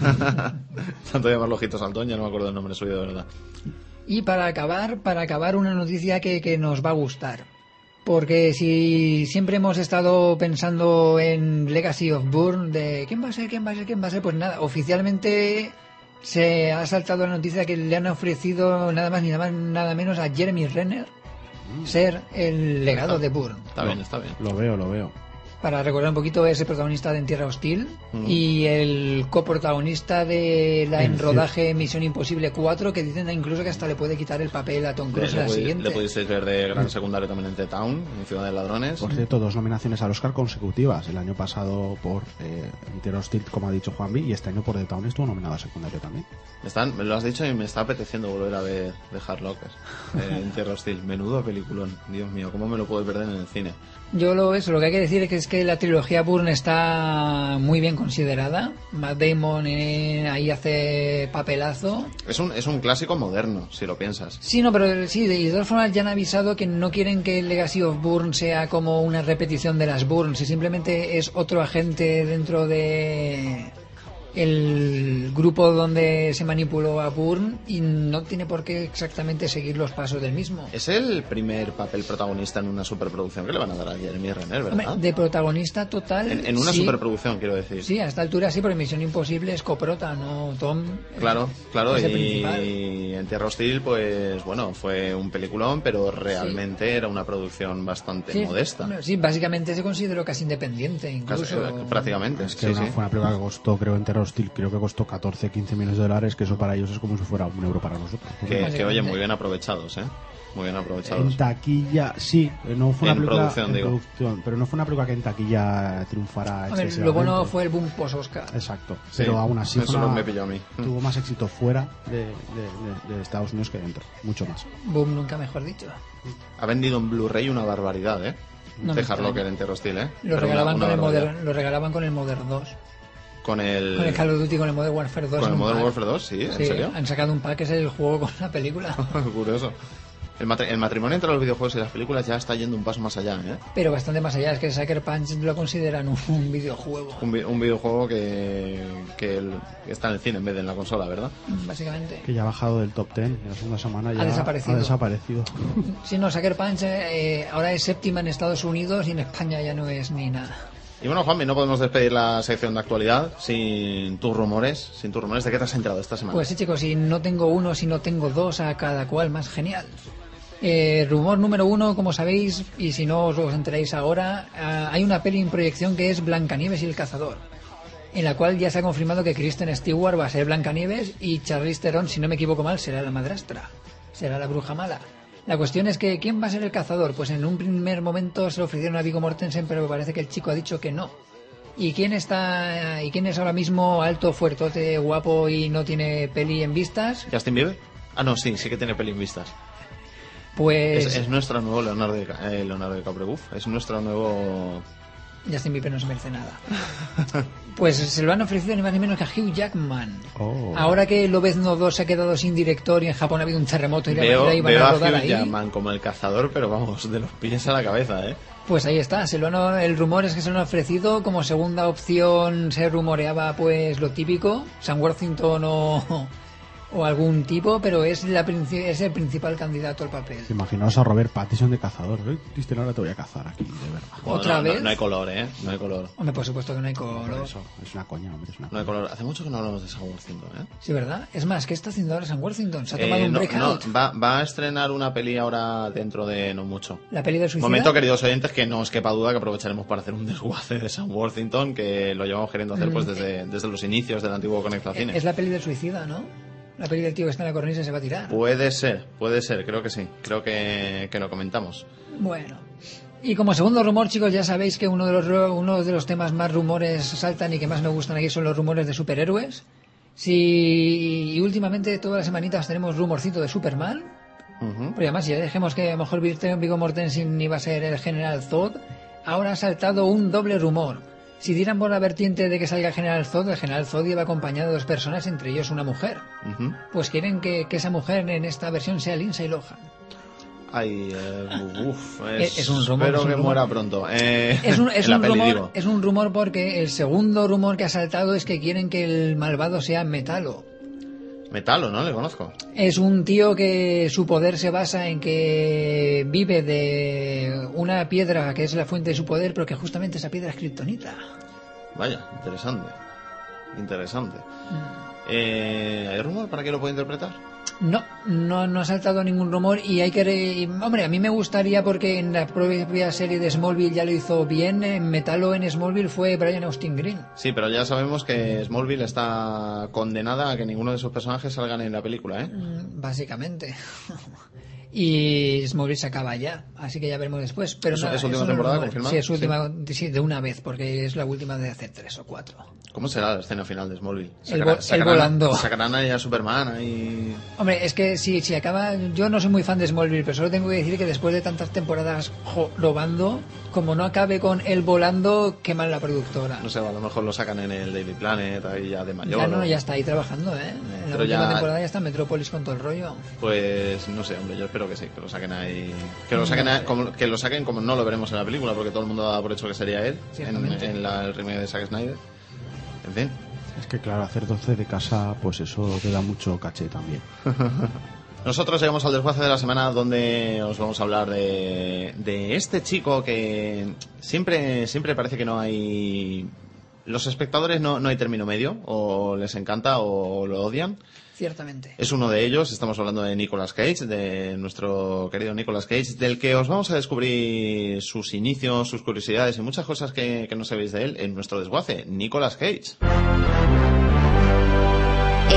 Tanto llamarlo Ojitos Saltón, ya no me acuerdo el nombre suyo de verdad. Y para acabar, para acabar una noticia que, que nos va a gustar. Porque si siempre hemos estado pensando en Legacy of Bourne, de quién va a ser, quién va a ser, quién va a ser, pues nada, oficialmente se ha saltado la noticia que le han ofrecido nada más ni nada más nada menos a Jeremy Renner ser el legado de Bourne. Está bien, está bien. Lo veo, lo veo. Para recordar un poquito, es el protagonista de En Tierra Hostil Mm. y el coprotagonista de la en El rodaje Misión Imposible cuatro, que dicen incluso que hasta le puede quitar el papel a Tom Le, Cruise en le la pudi- siguiente. le pudisteis ver de gran secundario también en The Town, en Ciudad de Ladrones. Por cierto, dos nominaciones al Oscar consecutivas. El año pasado por eh, Entero Hostil, como ha dicho Juanvi, y este año por The Town estuvo nominado a secundario también. Me, están, me lo has dicho y me está apeteciendo volver a ver The Hard Lockers eh, en Tierra Hostil. Menudo peliculón. Dios mío, ¿cómo me lo puedo perder en el cine? Yo lo eso, lo que hay que decir es que, es que la trilogía Bourne está muy bien considerada. Matt Damon eh, ahí hace papelazo. Es un, es un clásico moderno, si lo piensas. Sí, no, pero sí, de, de todas formas ya han avisado que no quieren que el Legacy of Bourne sea como una repetición de las Bourne, si simplemente es otro agente dentro de el grupo donde se manipuló a Bourne y no tiene por qué exactamente seguir los pasos del mismo. Es el primer papel protagonista en una superproducción que le van a dar a Jeremy Renner, Hombre, ¿verdad? de protagonista total. En, en una sí. superproducción, quiero decir. Sí, a esta altura sí, porque Misión Imposible es coprota, no Tom. Claro, claro, es el y principal. en Tierra Hostil, pues bueno, fue un peliculón, pero realmente era una producción bastante Sí, modesta. sí, básicamente se consideró casi independiente, incluso. Casi- eh, prácticamente, Es que sí, una- sí. fue una película que costó, creo, Entero of Steel creo que costó catorce, quince millones de dólares, que eso para ellos es como si fuera un euro para nosotros. Que, que oye, muy bien aprovechados, ¿eh? Muy bien aprovechados. En taquilla, sí, no fue una en película producción, en digo. producción, pero no fue una película que en taquilla triunfara A ver, excesivamente. lo bueno fue el boom post-Oscar. Exacto, Sí, pero aún así eso fue no una- me pilló a mí. tuvo más éxito fuera de, de- de- de Estados Unidos que dentro, mucho más. Boom, nunca mejor dicho. Ha vendido en Blu-ray una barbaridad, ¿eh? No me Dejar extraña. lo que era entero Steel, ¿eh? Lo Pero regalaban, una- una con el barbaridad. Modern, lo regalaban con el Modern dos. Con el... Con el Call of Duty, con el Modern Warfare dos. ¿Con el en un Modern pack. Warfare dos? Sí, ¿en Sí, serio? han sacado un pack que es el juego con la película. Curioso. El, matri- el matrimonio entre los videojuegos y las películas ya está yendo un paso más allá, ¿eh? Pero bastante más allá, es que Sucker Punch lo consideran un, un videojuego, Un, vi- un videojuego que, que, el- que está en el cine en vez de en la consola, ¿verdad? básicamente. Que ya ha bajado del top ten, en la segunda semana ya Ha desaparecido. ha desaparecido. Si no, Sucker Punch eh, ahora es séptima en Estados Unidos y en España ya no es ni nada. Y bueno, Juanmi, no podemos despedir la sección de actualidad sin tus rumores, sin tus rumores. ¿De qué te has enterado esta semana? Pues sí, chicos, si no tengo uno, si no tengo dos, a cada cual más genial. Eh, rumor número uno, como sabéis, y si no os os enteráis ahora, ah, hay una peli en proyección que es Blancanieves y el cazador, en la cual ya se ha confirmado que Kristen Stewart va a ser Blancanieves y Charlize Theron, si no me equivoco mal, será la madrastra, será la bruja mala. La cuestión es que, ¿quién va a ser el cazador? Pues en un primer momento se lo ofrecieron a Viggo Mortensen, pero me parece que el chico ha dicho que no. ¿Y quién está, y quién es ahora mismo alto, fuertote, guapo y no tiene peli en vistas? ¿Justin Bieber? Ah, no, sí, sí que tiene peli en vistas. Pues Es, es nuestro nuevo Leonardo, Di- eh, Leonardo DiCaprio. Uf, es nuestro nuevo... Justin Bieber no se merece nada. Pues se lo han ofrecido ni más ni menos que a Hugh Jackman. Oh. Ahora que Lobezno dos se ha quedado sin director y en Japón ha habido un terremoto y la Veo, manera iban veo a a rodar Hugh ahí, Jackman como el cazador, pero vamos, de los pies a la cabeza, ¿eh? pues ahí está. Se lo han- el rumor es que se lo han ofrecido como segunda opción. Se rumoreaba pues lo típico, Sam Worthington o, o algún tipo, pero es, la, princi- es el principal candidato al papel. Imaginaos a Robert Pattinson de cazador. ¿Eh? Cristian, ahora te voy a cazar aquí, de verdad. Bueno, ¿Otra no, vez? No, no hay color, ¿eh? No hay color. Hombre, por supuesto que no hay Por color. eso, es una coña, hombre, es una No hay coña. color. Hace mucho que no hablamos de Sam Worthington, ¿eh? Sí, ¿verdad? Es más, ¿qué está haciendo ahora Sam Worthington? Se ha tomado Eh, un no, breakout. no, va, va a estrenar una peli ahora dentro de no mucho. La peli del suicida. Momento, queridos oyentes, que no os quepa duda que aprovecharemos para hacer un desguace de Sam Worthington, que lo llevamos queriendo hacer pues desde, desde los inicios del antiguo Conecta Cine. Es la peli del suicida, ¿no? La peli del tío que está en la cornisa y se va a tirar. Puede ser, puede ser, creo que sí. Creo que, que lo comentamos. Bueno. Y como segundo rumor, chicos, ya sabéis que uno de los ru- uno de los temas más rumores saltan y que más me gustan aquí son los rumores de superhéroes. Sí, y últimamente todas las semanitas tenemos rumorcito de Superman. Ujú. Pero además, ya dejemos que a lo mejor Viggo Mortensen iba a ser el General Zod. Ahora ha saltado un doble rumor. Si dieran por la vertiente de que salga el General Zod, el General Zod iba acompañado de dos personas, entre ellos una mujer. Ujú. Pues quieren que, que esa mujer en esta versión sea Lindsay Lohan. Ay, eh, uf, Es- es un rumor, espero es un que rumor. muera pronto. Eh, Es un, es, en la un peli, rumor, digo. es un rumor porque el segundo rumor que ha saltado es que quieren que el malvado sea Metalo. Metalo, ¿no? Le conozco. Es un tío que su poder se basa en que vive de una piedra que es la fuente de su poder, pero que justamente esa piedra es kriptonita. Vaya, interesante. Interesante. Mm. Eh, ¿Hay rumor para qué lo puede interpretar? No, no, no ha saltado ningún rumor y hay que... re- Hombre, a mí me gustaría porque en la propia serie de Smallville ya lo hizo bien, en Metalo en Smallville fue Brian Austin Green. Sí, pero ya sabemos que Smallville está condenada a que ninguno de sus personajes salgan en la película, ¿eh? Mm, Básicamente. Y Smallville se acaba ya, así que ya veremos después. Pero ¿Es- nada, es última eso no temporada rumor. confirmada? Sí, es última, sí, de una vez, porque es la última de hace tres o cuatro. ¿Cómo será la escena final de Smallville? El vo- el volando. Sacarán ahí a Superman ahí... Hombre, es que si, si acaba... Yo no soy muy fan de Smallville, pero solo tengo que decir que después de tantas temporadas jo- robando, como no acabe con él volando, queman la productora. No sé, a lo mejor lo sacan en el Daily Planet, ahí ya de mayor. Ya no, o- ya está ahí trabajando, ¿eh? En la Pero última ya- temporada ya está en Metrópolis con todo el rollo. Pues no sé, hombre, yo espero que sí, que lo saquen ahí. Que lo saquen, ahí- como, que lo saquen como no lo veremos en la película, porque todo el mundo da por hecho que sería él en, Ciertamente. en la, el remake de Zack Snyder. En fin. Es que claro, hacer doce de casa, pues eso te da mucho caché también. Nosotros llegamos al desguace de la semana donde os vamos a hablar de, de este chico que siempre, siempre parece que no hay... Los espectadores no, no hay término medio, o les encanta o lo odian. Ciertamente. Es uno de ellos, estamos hablando de Nicolas Cage, de nuestro querido Nicolas Cage, del que os vamos a descubrir sus inicios, sus curiosidades y muchas cosas que, que no sabéis de él en nuestro desguace, Nicolas Cage.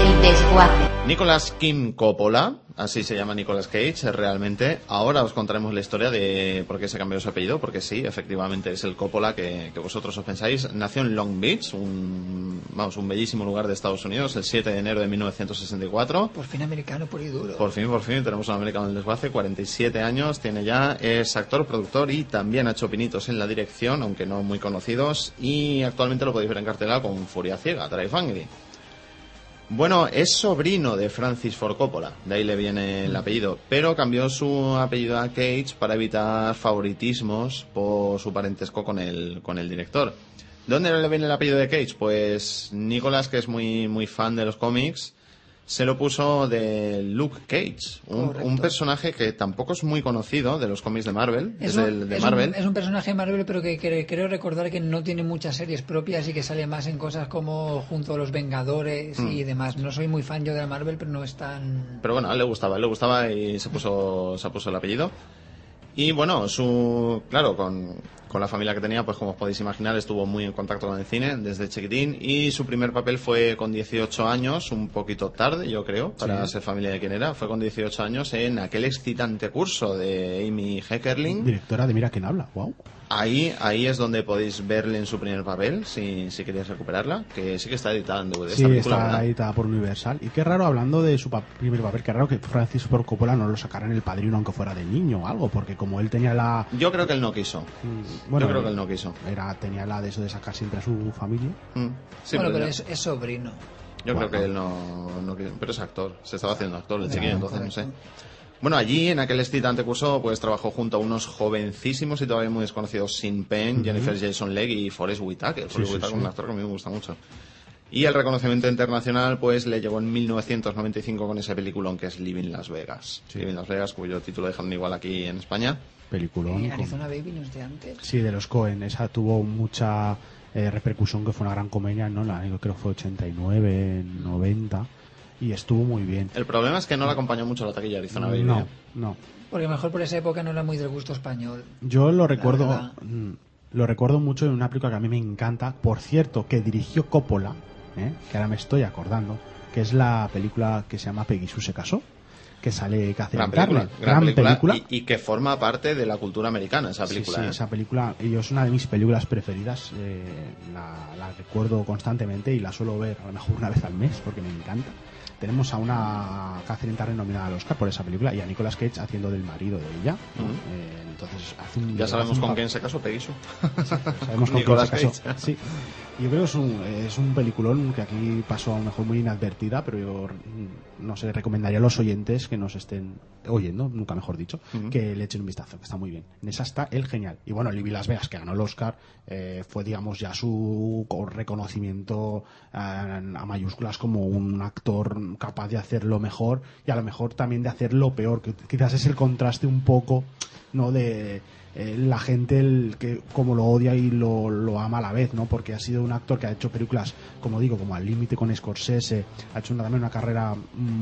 El desguace. Nicolas Kim Coppola, así se llama Nicolas Cage realmente. Ahora os contaremos la historia de por qué se cambió su apellido, porque sí, efectivamente es el Coppola que, que vosotros os pensáis. Nació en Long Beach, un, vamos, un bellísimo lugar de Estados Unidos, el siete de enero de mil novecientos sesenta y cuatro. Por fin americano, por y duro. Por fin, por fin, tenemos un americano en el desguace, cuarenta y siete años tiene ya, es actor, productor y también ha hecho pinitos en la dirección, aunque no muy conocidos, y actualmente lo podéis ver en cartelera con Furia Ciega, Drive Angry. Bueno, es sobrino de Francis Ford Coppola, de ahí le viene el apellido, pero cambió su apellido a Cage para evitar favoritismos por su parentesco con el, con el director. ¿De dónde le viene el apellido de Cage? Pues Nicolas, que es muy, muy fan de los cómics, se lo puso de Luke Cage, un, un personaje que tampoco es muy conocido de los cómics de Marvel, es, es un, el de es Marvel. Un, es un personaje de Marvel, pero que, que creo recordar que no tiene muchas series propias y que sale más en cosas como junto a los Vengadores mm. y demás. No soy muy fan yo de la Marvel, pero no es tan... Pero bueno, a él le gustaba, a él le gustaba y se puso, se puso el apellido. Y bueno, su claro, con, con la familia que tenía, pues como os podéis imaginar, estuvo muy en contacto con el cine desde chiquitín, y su primer papel fue con dieciocho años, un poquito tarde, yo creo, para sí. ser familia de quien era. Fue con dieciocho años en aquel excitante curso de Amy Heckerling. Directora de Mira quién habla, wow. Ahí, ahí es donde podéis verle en su primer papel, si, si queréis recuperarla, que sí que está editada en D V D. Sí, esta película, está ¿verdad? editada por Universal. Y qué raro, hablando de su pa- primer papel, qué raro que Francis Ford Coppola no lo sacara en El Padrino, aunque fuera de niño o algo, porque como él tenía la... Yo creo que él no quiso. Mm, bueno, Yo creo que él no quiso. Era, tenía la de eso de sacar siempre a su familia. Mm. Sí, bueno, pero ya... es, es sobrino. Yo bueno. creo que él no, no quiso. Pero es actor, se estaba haciendo actor el Ya, chiquillo, entonces correcto. no sé. Bueno, allí en aquel excitante curso pues trabajó junto a unos jovencísimos y todavía muy desconocidos Sean Penn, uh-huh. Jennifer Jason Leigh y Forest Whitaker. Sí, Forest sí, Whitaker es sí. un actor que a mí me gusta mucho. Y el reconocimiento internacional pues le llegó en mil novecientos noventa y cinco con ese peliculón que es Living Las Vegas. Sí. Living Las Vegas, cuyo título dejaron igual aquí en España. Peliculón. Eh, con- Arizona Baby no es de antes. Sí, de los Coen. Esa tuvo mucha eh, repercusión, que fue una gran comedia, ¿no? La, creo que fue ochenta y nueve, noventa. Y estuvo muy bien. El problema es que no le acompañó mucho la taquilla Arizona Baby. No, ¿eh? no. Porque mejor por esa época no era muy del gusto español. Yo lo recuerdo, verdad. mm, lo recuerdo mucho en una película que a mí me encanta, por cierto, que dirigió Coppola, ¿eh? Que ahora me estoy acordando, que es la película que se llama Peggy Sue se casó, que sale Catherine Gran película, Carney. gran película, película. Y, y que forma parte de la cultura americana esa película. Sí, sí, ¿eh? esa película, y es una de mis películas preferidas, eh, la, la recuerdo constantemente y la suelo ver a lo mejor una vez al mes porque me encanta. Tenemos a una Catherine Carney nominada al Oscar por esa película y a Nicolas Cage haciendo del marido de ella, ¿no? Uh-huh. Eh, entonces hace un, Ya sabemos hace un con pa- quién se casó Peggy Sue. Sabemos con Nicolas quién se casó. Cage. Sí. Yo creo que es un, es un peliculón que aquí pasó a lo mejor muy inadvertida, pero yo mm, no sé, recomendaría a los oyentes que nos estén oyendo, nunca mejor dicho, Uh-huh. que le echen un vistazo, que está muy bien. En esa está el genial. Y bueno, Living Las Vegas, que ganó el Oscar, eh, fue digamos ya su co- reconocimiento eh, a mayúsculas como un actor capaz de hacerlo mejor y a lo mejor también de hacerlo peor, que quizás es el contraste un poco, ¿no? De eh, la gente el que como lo odia y lo, lo ama a la vez, ¿no? Porque ha sido un actor que ha hecho películas, como digo, como Al Límite con Scorsese, ha hecho una, también una carrera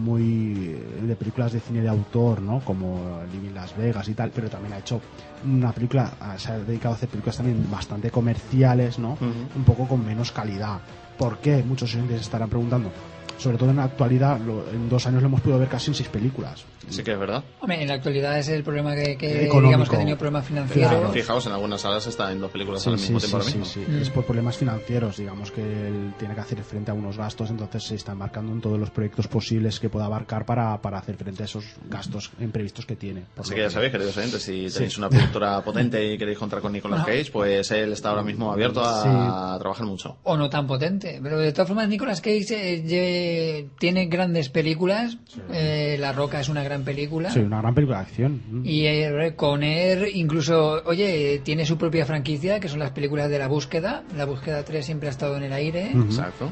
muy eh, de películas de cine de autor, ¿no? Como Living Las Vegas y tal, pero también ha hecho una película, ah, se ha dedicado a hacer películas también bastante comerciales, ¿no? Uh-huh. Un poco con menos calidad. ¿Por qué? Muchos oyentes se estarán preguntando. Sobre todo en la actualidad, lo- en dos años lo hemos podido ver casi en seis películas. Sí que es verdad. Hombre, en la actualidad es el problema que, que Económico. digamos que ha tenido problemas financieros. Claro. Fijaos, en algunas salas está en dos películas Sí, al sí, mismo sí, tiempo ahora sí, mismo. sí. Mm. Es por problemas financieros, digamos que él tiene que hacer frente a unos gastos, entonces se está embarcando en todos los proyectos posibles que pueda abarcar para, para hacer frente a esos gastos imprevistos que tiene. Por Así lo que ya sabéis, queridos oyentes, si Sí. tenéis una productora potente y queréis contar con Nicolas Ajá. Cage, pues él está ahora mismo abierto a trabajar mucho. O no tan potente. Pero de todas formas, Nicolas Cage eh, lle- tiene grandes películas. Eh, La Roca es una gran película. Sí, una gran película de acción. Mm. Y eh, Conner incluso, oye, tiene su propia franquicia, que son las películas de La Búsqueda. La Búsqueda tres siempre ha estado en el aire. Ujú. Exacto.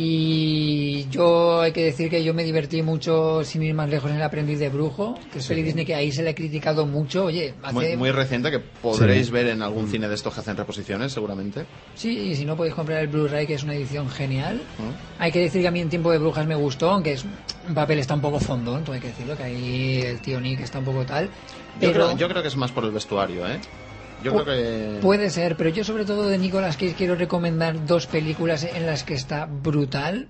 Y yo hay que decir que yo me divertí mucho, sin ir más lejos, en El Aprendiz de Brujo, que es peli Disney que ahí se le ha criticado mucho. Oye, hace... Muy, muy reciente, que podréis Sí. ver en algún cine de estos que hacen reposiciones, seguramente. Sí, y si no podéis comprar el Blu-ray, que es una edición genial. ¿Mm? Hay que decir que a mí en Tiempo de Brujas me gustó, aunque es un papel está un poco fondón, todo hay que decirlo, que ahí el tío Nick está un poco tal. Yo, Pero creo, yo creo que es más por el vestuario, ¿eh? Yo Pu- creo que... puede ser, pero yo sobre todo de Nicolas Cage quiero recomendar dos películas en las que está brutal,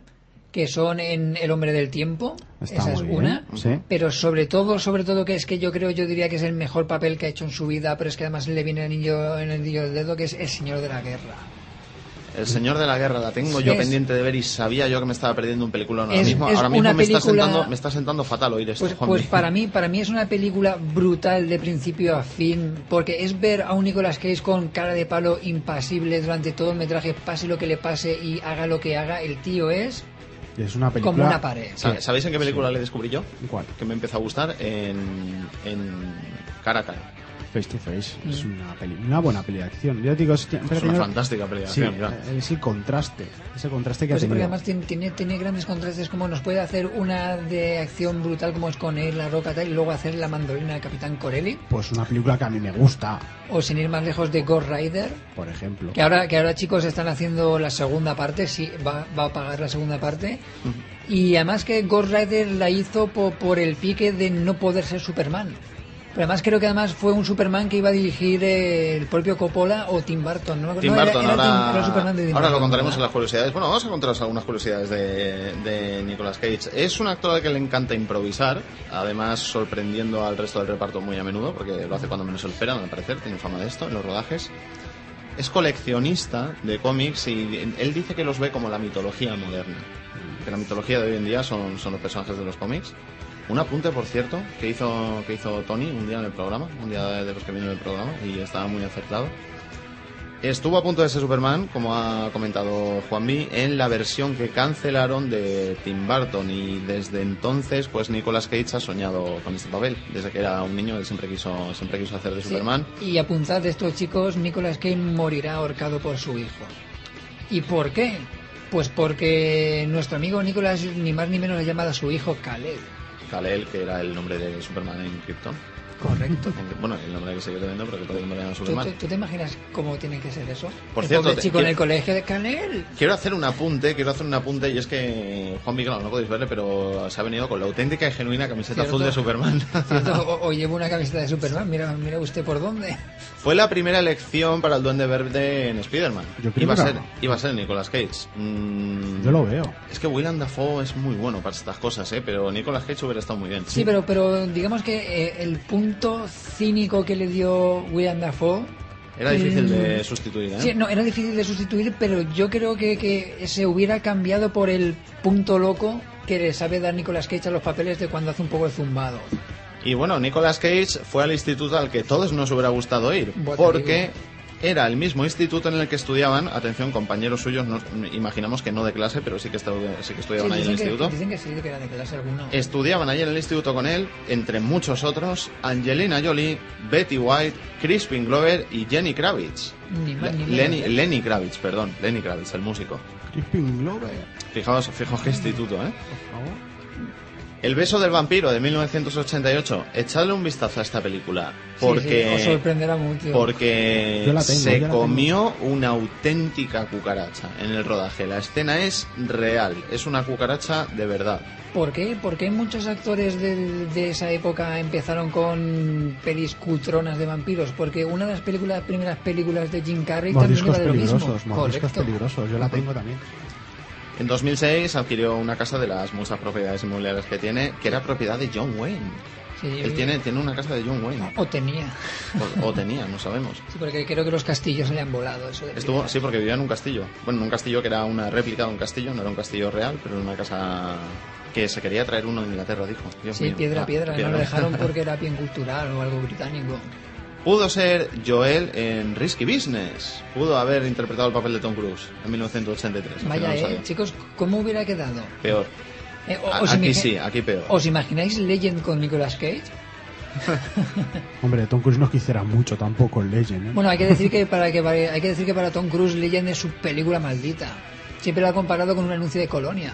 que son en El hombre del tiempo. Está Esa es muy una. bien, sí. Pero sobre todo, sobre todo que es que yo creo, yo diría que es el mejor papel que ha hecho en su vida, pero es que además le viene el anillo en el anillo del dedo, que es El señor de la guerra. El señor de la guerra la tengo Sí, yo es- pendiente de ver y sabía yo que me estaba perdiendo un película ahora Es- mismo. es Ahora mismo una me, está película- sentando, me está sentando fatal oír esto, Pues, Juanmi. pues para mí, para mí es una película brutal de principio a fin, porque es ver a un Nicolas Cage con cara de palo impasible durante todo el metraje, pase lo que le pase y haga lo que haga, el tío es Es una película... como una pared. Sa- ¿Sabéis en qué película le descubrí yo? ¿Cuál? Que me empezó a gustar en, en Cara a Cara. Face to Face. Es Mm. una, peli, una buena peli de acción. Yo digo, es, que- Es pero una tiene- fantástica película. Sí, ya. eh, es el contraste. Ese contraste que Pues sí, ha porque tenido. además tiene, tiene, tiene grandes contrastes, como nos puede hacer una de acción brutal como es con él, La Roca tal, y luego hacer La mandolina de Capitán Corelli, Pues una película que a mí me gusta, o sin ir más lejos de Ghost Rider, por ejemplo. que ahora, que ahora chicos están haciendo la segunda parte, sí, va, va a pagar la segunda parte. Y además que Ghost Rider la hizo po- por el pique de no poder ser Superman. Pero además creo que además fue un Superman que iba a dirigir eh, el propio Coppola o Tim Burton. ¿no? Tim No, era- Burton, era ahora, Tim- era el Superman de Tim ahora lo Burton, contaremos ¿verdad? en las curiosidades. Bueno, vamos a contaros algunas curiosidades de, de Nicolas Cage. Es un actor al que le encanta improvisar, además sorprendiendo al resto del reparto muy a menudo, porque lo hace cuando menos se lo esperan, al parecer, tiene fama de esto en los rodajes. Es coleccionista de cómics y él dice que los ve como la mitología moderna. Que la mitología de hoy en día son, son los personajes de los cómics. Un apunte, por cierto, que hizo, que hizo Tony un día en el programa, un día de los que vino en el programa, y estaba muy acertado. Estuvo a punto de ser Superman, como ha comentado Juanvi, en la versión que cancelaron de Tim Burton, y desde entonces pues Nicolas Cage ha soñado con este papel. Desde que era un niño él siempre quiso, siempre quiso hacer de Sí, Superman. Y apuntad estos chicos, Nicolas Cage morirá ahorcado por su hijo. ¿Y por qué? Pues porque nuestro amigo Nicolas ni más ni menos le llama a su hijo Kal-El. Kal-El, que era el nombre de Superman en Krypton. Correcto. Aunque, bueno, el nombre que sigue teniendo, pero que puede nombre a ¿Tú, Superman. tú, tú te imaginas cómo tiene que ser eso? Por el cierto, pobre te- chico en quiero- el colegio de Kal-El. Quiero hacer un apunte, quiero hacer un apunte, y es que Juan Miguel, no podéis verle, pero se ha venido con la auténtica y genuina camiseta Cierto. azul de Superman. ¿Cierto? O, o llevo una camiseta de Superman, mira, mira usted por dónde. Fue la primera elección para el Duende Verde en Spider-Man. Yo creo Iba a que ser, no. iba a ser Nicolas Cage. Mm, Yo lo veo. Es que Willem Dafoe es muy bueno para estas cosas, ¿eh? Pero Nicolas Cage hubiera estado muy bien. Sí, pero, pero digamos que eh, el punto cínico que le dio William Dafoe... Era difícil mm, de sustituir, ¿eh? Sí, no, era difícil de sustituir, pero yo creo que, que se hubiera cambiado por el punto loco que le sabe dar Nicolas Cage a los papeles de cuando hace un poco de zumbado. Y bueno, Nicolas Cage fue al instituto al que todos nos hubiera gustado ir, Buah, te porque digo. era el mismo instituto en el que estudiaban, atención, compañeros suyos, no- imaginamos que no de clase, pero sí que, estu- sí que estudiaban Sí, ahí en el dicen, que, instituto. dicen que sí, que era de clase alguno. Estudiaban allí en el instituto con él, entre muchos otros, Angelina Jolie, Betty White, Crispin Glover y Jenny Kravitz. Ni más ni menos, Lenny, ¿eh? Lenny Kravitz, perdón, Lenny Kravitz, el músico. Crispin Glover, Fijaos, fijaos qué instituto, ¿eh? por favor. El beso del vampiro de mil novecientos ochenta y ocho. Echadle un vistazo a esta película, Sí, porque sí, os sorprenderá mucho. porque Yo la tengo, se yo la comió una auténtica cucaracha en el rodaje. La escena es real, es una cucaracha de verdad. ¿Por qué? ¿Por qué muchos actores de, de esa época empezaron con pelis cutronas de vampiros? Porque una de las películas, las primeras películas de Jim Carrey también Mordiscos iba de lo mismo. peligrosos, mordiscos Correcto. peligrosos. Yo la tengo también. En dos mil seis adquirió una casa de las muchas propiedades inmobiliarias que tiene, que era propiedad de John Wayne. Sí, Él tiene, tiene una casa de John Wayne. O tenía. O, o tenía, no sabemos. Sí, porque creo que los castillos se le han volado. Eso de Estuvo, sí, porque vivía en un castillo. Bueno, en un castillo que era una réplica de un castillo, no era un castillo real, pero era una casa que se quería traer uno de Inglaterra, dijo. Dios Sí, mío. piedra, Ah, piedra. No lo dejaron porque era bien cultural o algo británico. Pudo ser Joel en Risky Business. Pudo haber interpretado el papel de Tom Cruise en mil novecientos ochenta y tres. al Vaya, final lo eh, sabía. chicos, ¿cómo hubiera quedado? Peor. Eh, o- A- os aquí imagi- sí, aquí peor. ¿Os imagináis Legend con Nicolas Cage? Hombre, Tom Cruise no quisiera mucho tampoco el Legend, ¿eh? Bueno, hay que decir que para que hay que decir que para Tom Cruise Legend es su película maldita. Siempre lo ha comparado con un anuncio de Colonia.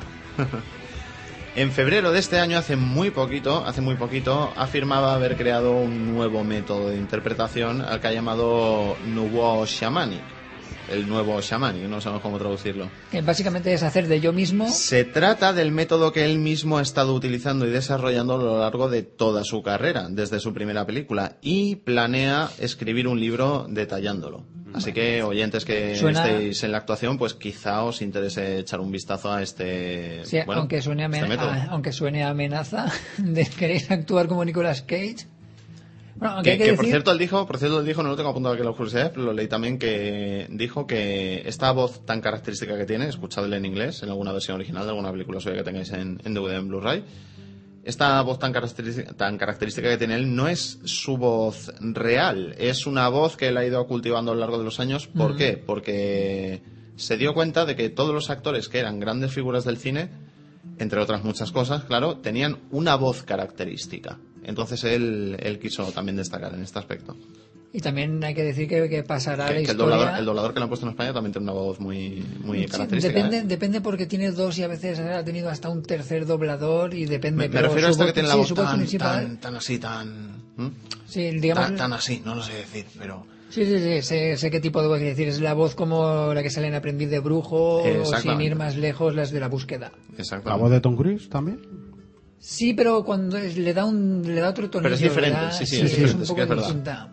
En febrero de este año, hace muy poquito, hace muy poquito, afirmaba haber creado un nuevo método de interpretación al que ha llamado Nouveau Shamanic. El nuevo Shamanic, no sabemos cómo traducirlo. Que básicamente es hacer de yo mismo. Se trata del método que él mismo ha estado utilizando y desarrollando a lo largo de toda su carrera, desde su primera película, y planea escribir un libro detallándolo. Así que, oyentes que Suena... estéis en la actuación, pues quizá os interese echar un vistazo a este... Sí, bueno, aunque, suene amen... este método. a... aunque suene a amenaza de queréis actuar como Nicolas Cage. Bueno, aunque que, hay que, que decir... por cierto él dijo, por cierto él dijo, no lo tengo apuntado aquí en la curiosidad, pero lo leí también, que dijo que esta voz tan característica que tiene, escuchadle en inglés, en alguna versión original de alguna película suya que tengáis en, en D V D en Blu-ray, esta voz tan característica, tan característica que tiene él no es su voz real, es una voz que él ha ido cultivando a lo largo de los años. ¿Por mm. qué? Porque se dio cuenta de que todos los actores que eran grandes figuras del cine, entre otras muchas cosas, claro, tenían una voz característica. Entonces él, él quiso también destacar en este aspecto. Y también hay que decir que, que pasará que, la que historia... el doblador, el doblador que le han puesto en España también tiene una voz muy, muy sí, característica. Depende, ¿eh? depende porque tiene dos y a veces ha tenido hasta un tercer doblador y depende. Me, me refiero a este que tiene la sí, voz tan, principal... tan, tan así, tan... ¿hmm? Sí, digamos... Tan, tan así, no lo sé decir, pero... Sí, sí, sí, sé, sé qué tipo de voz quiere decir. Es la voz como la que sale en Aprendiz de Brujo o sin ir más lejos, las de La Búsqueda. ¿La voz de Tom Cruise también? Sí, pero cuando es, le da un le da otro tonillo. Pero es diferente, da, sí, sí, sí, es, sí, diferente, es un poco distinta.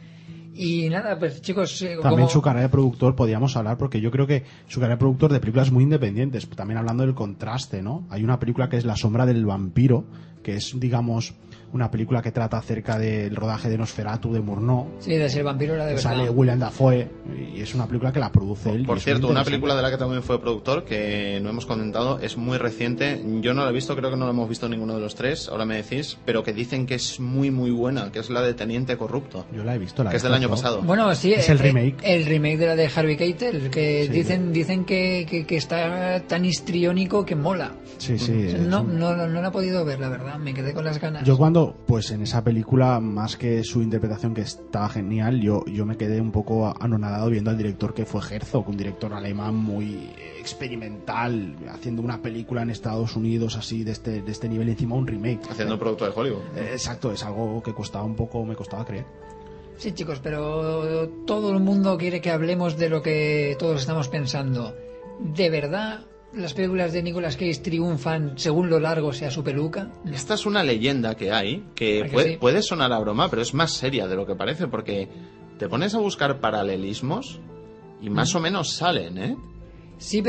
Y nada, pues chicos... Eh, también como... su carrera de productor podíamos hablar, porque yo creo que su carrera de productor de películas muy independientes, también hablando del contraste, ¿no? Hay una película que es La sombra del vampiro, que es, digamos, una película que trata acerca del rodaje de Nosferatu de Murnau. Sí, de ser vampiro era de verdad. Sale William Dafoe y es una película que la produce él. Por cierto, una película de la que también fue productor, que no hemos comentado, es muy reciente. Yo no la he visto, creo que no la hemos visto ninguno de los tres, ahora me decís, pero que dicen que es muy muy buena, que es la de Teniente Corrupto. Yo la he visto, la que es del año pasado. Bueno, sí, es el remake. El, el remake de la de Harvey Keitel, que sí, dicen sí. dicen que, que, que está tan histriónico que mola. Sí, sí. No, no, no, no la he podido ver, la verdad, me quedé con las ganas. Yo cuando, pues en esa película, más que su interpretación que está genial, yo, yo me quedé un poco anonadado viendo al director que fue Herzog, un director alemán muy experimental, haciendo una película en Estados Unidos así de este, de este nivel, encima un remake. Haciendo un producto de Hollywood. Eh, exacto, es algo que costaba un poco, me costaba creer. Sí, chicos, pero todo el mundo quiere que hablemos de lo que todos estamos pensando. ¿De verdad las películas de Nicolas Cage triunfan según lo largo sea su peluca? Esta es una leyenda que hay, que, puede, sí? puede sonar a broma, pero es más seria de lo que parece, porque te pones a buscar paralelismos y más mm. o menos salen, ¿eh? Sí,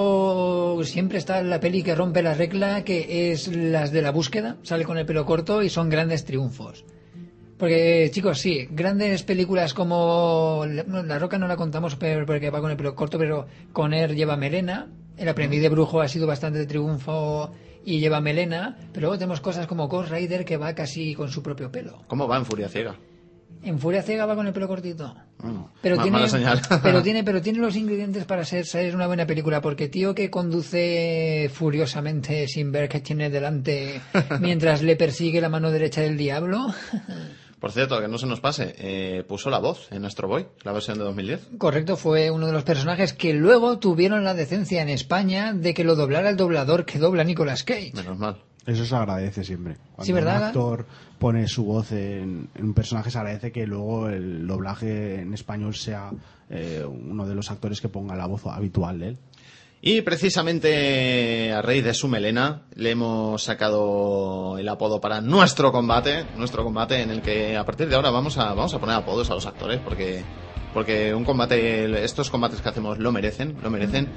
pero siempre está la peli que rompe la regla, que es las de La Búsqueda, sale con el pelo corto y son grandes triunfos. Porque, chicos, sí, grandes películas como La Roca no la contamos porque va con el pelo corto, pero Conner lleva melena, El Aprendiz de Brujo ha sido bastante triunfo y lleva melena, pero luego tenemos cosas como Ghost Rider que va casi con su propio pelo. ¿Cómo va en Furia Ciega? En Furia Ciega va con el pelo cortito. Mm, pero, ma- tiene, mala señal. pero tiene pero tiene los ingredientes para ser, ser una buena película, porque tío que conduce furiosamente sin ver que tiene delante mientras le persigue la mano derecha del diablo. Por cierto, que no se nos pase, eh, puso la voz en Astro Boy, la versión de dos mil diez. Correcto, fue uno de los personajes que luego tuvieron la decencia en España de que lo doblara el doblador que dobla Nicolas Cage. Menos mal. Eso se agradece siempre. Cuando sí, ¿verdad? un actor pone su voz en, en un personaje, se agradece que luego el doblaje en español sea eh, uno de los actores que ponga la voz habitual de él. Y precisamente a raíz de su melena le hemos sacado el apodo para nuestro combate, nuestro combate en el que a partir de ahora vamos a vamos a poner apodos a los actores porque porque un combate, estos combates que hacemos lo merecen, lo merecen.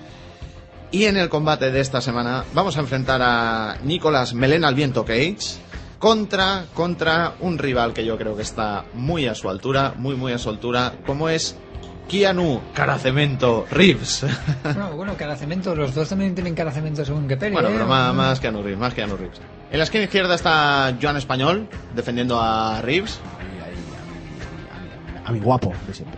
Y en el combate de esta semana vamos a enfrentar a Nicolas Melena al viento Cage contra contra un rival que yo creo que está muy a su altura, muy muy a su altura, como es Keanu Caracemento Reeves. Bueno, bueno, Caracemento, los dos también tienen Caracemento según qué peli. Bueno, ¿eh? pero más, más Keanu Reeves, más Keanu Reeves. En la esquina izquierda está Joan Español, defendiendo a Reeves. Ahí, ahí, a, mi, a mi guapo de siempre.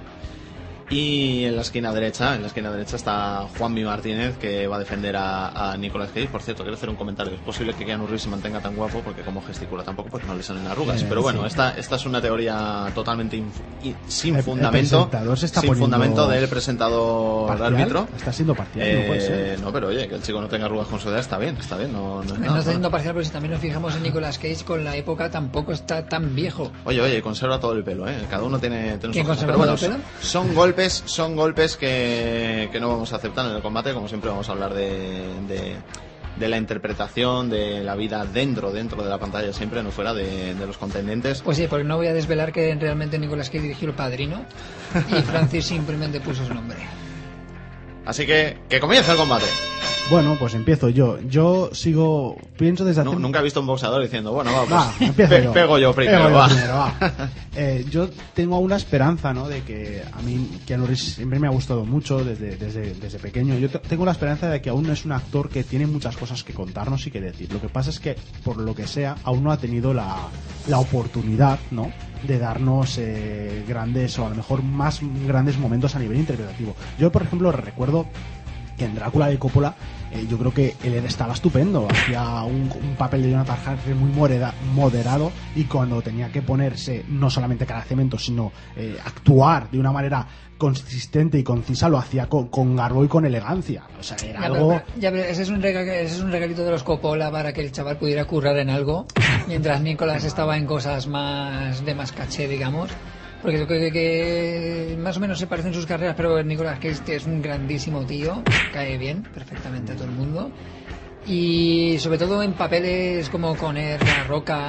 Y en la esquina derecha, en la esquina derecha está Juanmi Martínez, que va a defender a, a Nicolas Cage. Por cierto, quiero hacer un comentario. Es posible que Keanu Reeves se mantenga tan guapo porque como gesticula tampoco, pues no le salen arrugas. Eh, Pero bueno, sí. esta, esta es una teoría totalmente inf- y, sin El- fundamento. el presentador se está sin poniendo fundamento del presentador ¿Parcial? árbitro. Está siendo parcial, Eh, no puede ser. no, pero oye, que el chico no tenga arrugas con su edad está bien, está bien. No, no, es No nada, está ¿no? siendo parcial, pero si también nos fijamos en Nicolas Cage, con la época tampoco está tan viejo. Oye, oye, conserva todo el pelo, ¿eh? Cada uno tiene, tiene ¿Quién sus cosas. conserva Pero bueno, todo el pelo? son, son golpes, son golpes que, que no vamos a aceptar en el combate. Como siempre vamos a hablar de, de, de la interpretación de la vida dentro, dentro de la pantalla siempre, no fuera de, de los contendientes. Pues sí, porque no voy a desvelar que realmente Nicolas Cage dirigió El Padrino y Francis simplemente puso su nombre. Así que, que comience el combate. Bueno, pues empiezo yo. Yo sigo, pienso desde hace... No, nunca he visto un boxeador diciendo, bueno, va, pues va, empiezo pe- yo. pego yo primero, Pego yo va. primero, va. Eh, yo tengo una esperanza, ¿no? De que a mí Keanu Reeves siempre me ha gustado mucho desde, desde, desde pequeño. Yo t- tengo la esperanza de que aún no es un actor que tiene muchas cosas que contarnos y que decir. Lo que pasa es que, por lo que sea, aún no ha tenido la, la oportunidad, ¿no?, de darnos eh, grandes, o a lo mejor más grandes momentos a nivel interpretativo. Yo, por ejemplo, recuerdo que en Drácula de Coppola eh, yo creo que él estaba estupendo, hacía un, un papel de Jonathan Harker muy moreda, moderado, y cuando tenía que ponerse no solamente cara a cemento, sino eh, actuar de una manera consistente y concisa, lo hacía con, con garbo y con elegancia. O sea, era ya, algo... pero, ya, pero ese, es un regal, ese es un regalito de los Coppola para que el chaval pudiera currar en algo, mientras Nicolas estaba en cosas más de más caché, digamos. Porque yo creo que, que más o menos se parecen sus carreras, pero Nicolas Cage es un grandísimo tío, cae bien perfectamente a todo el mundo. Y sobre todo en papeles como Conner, La Roca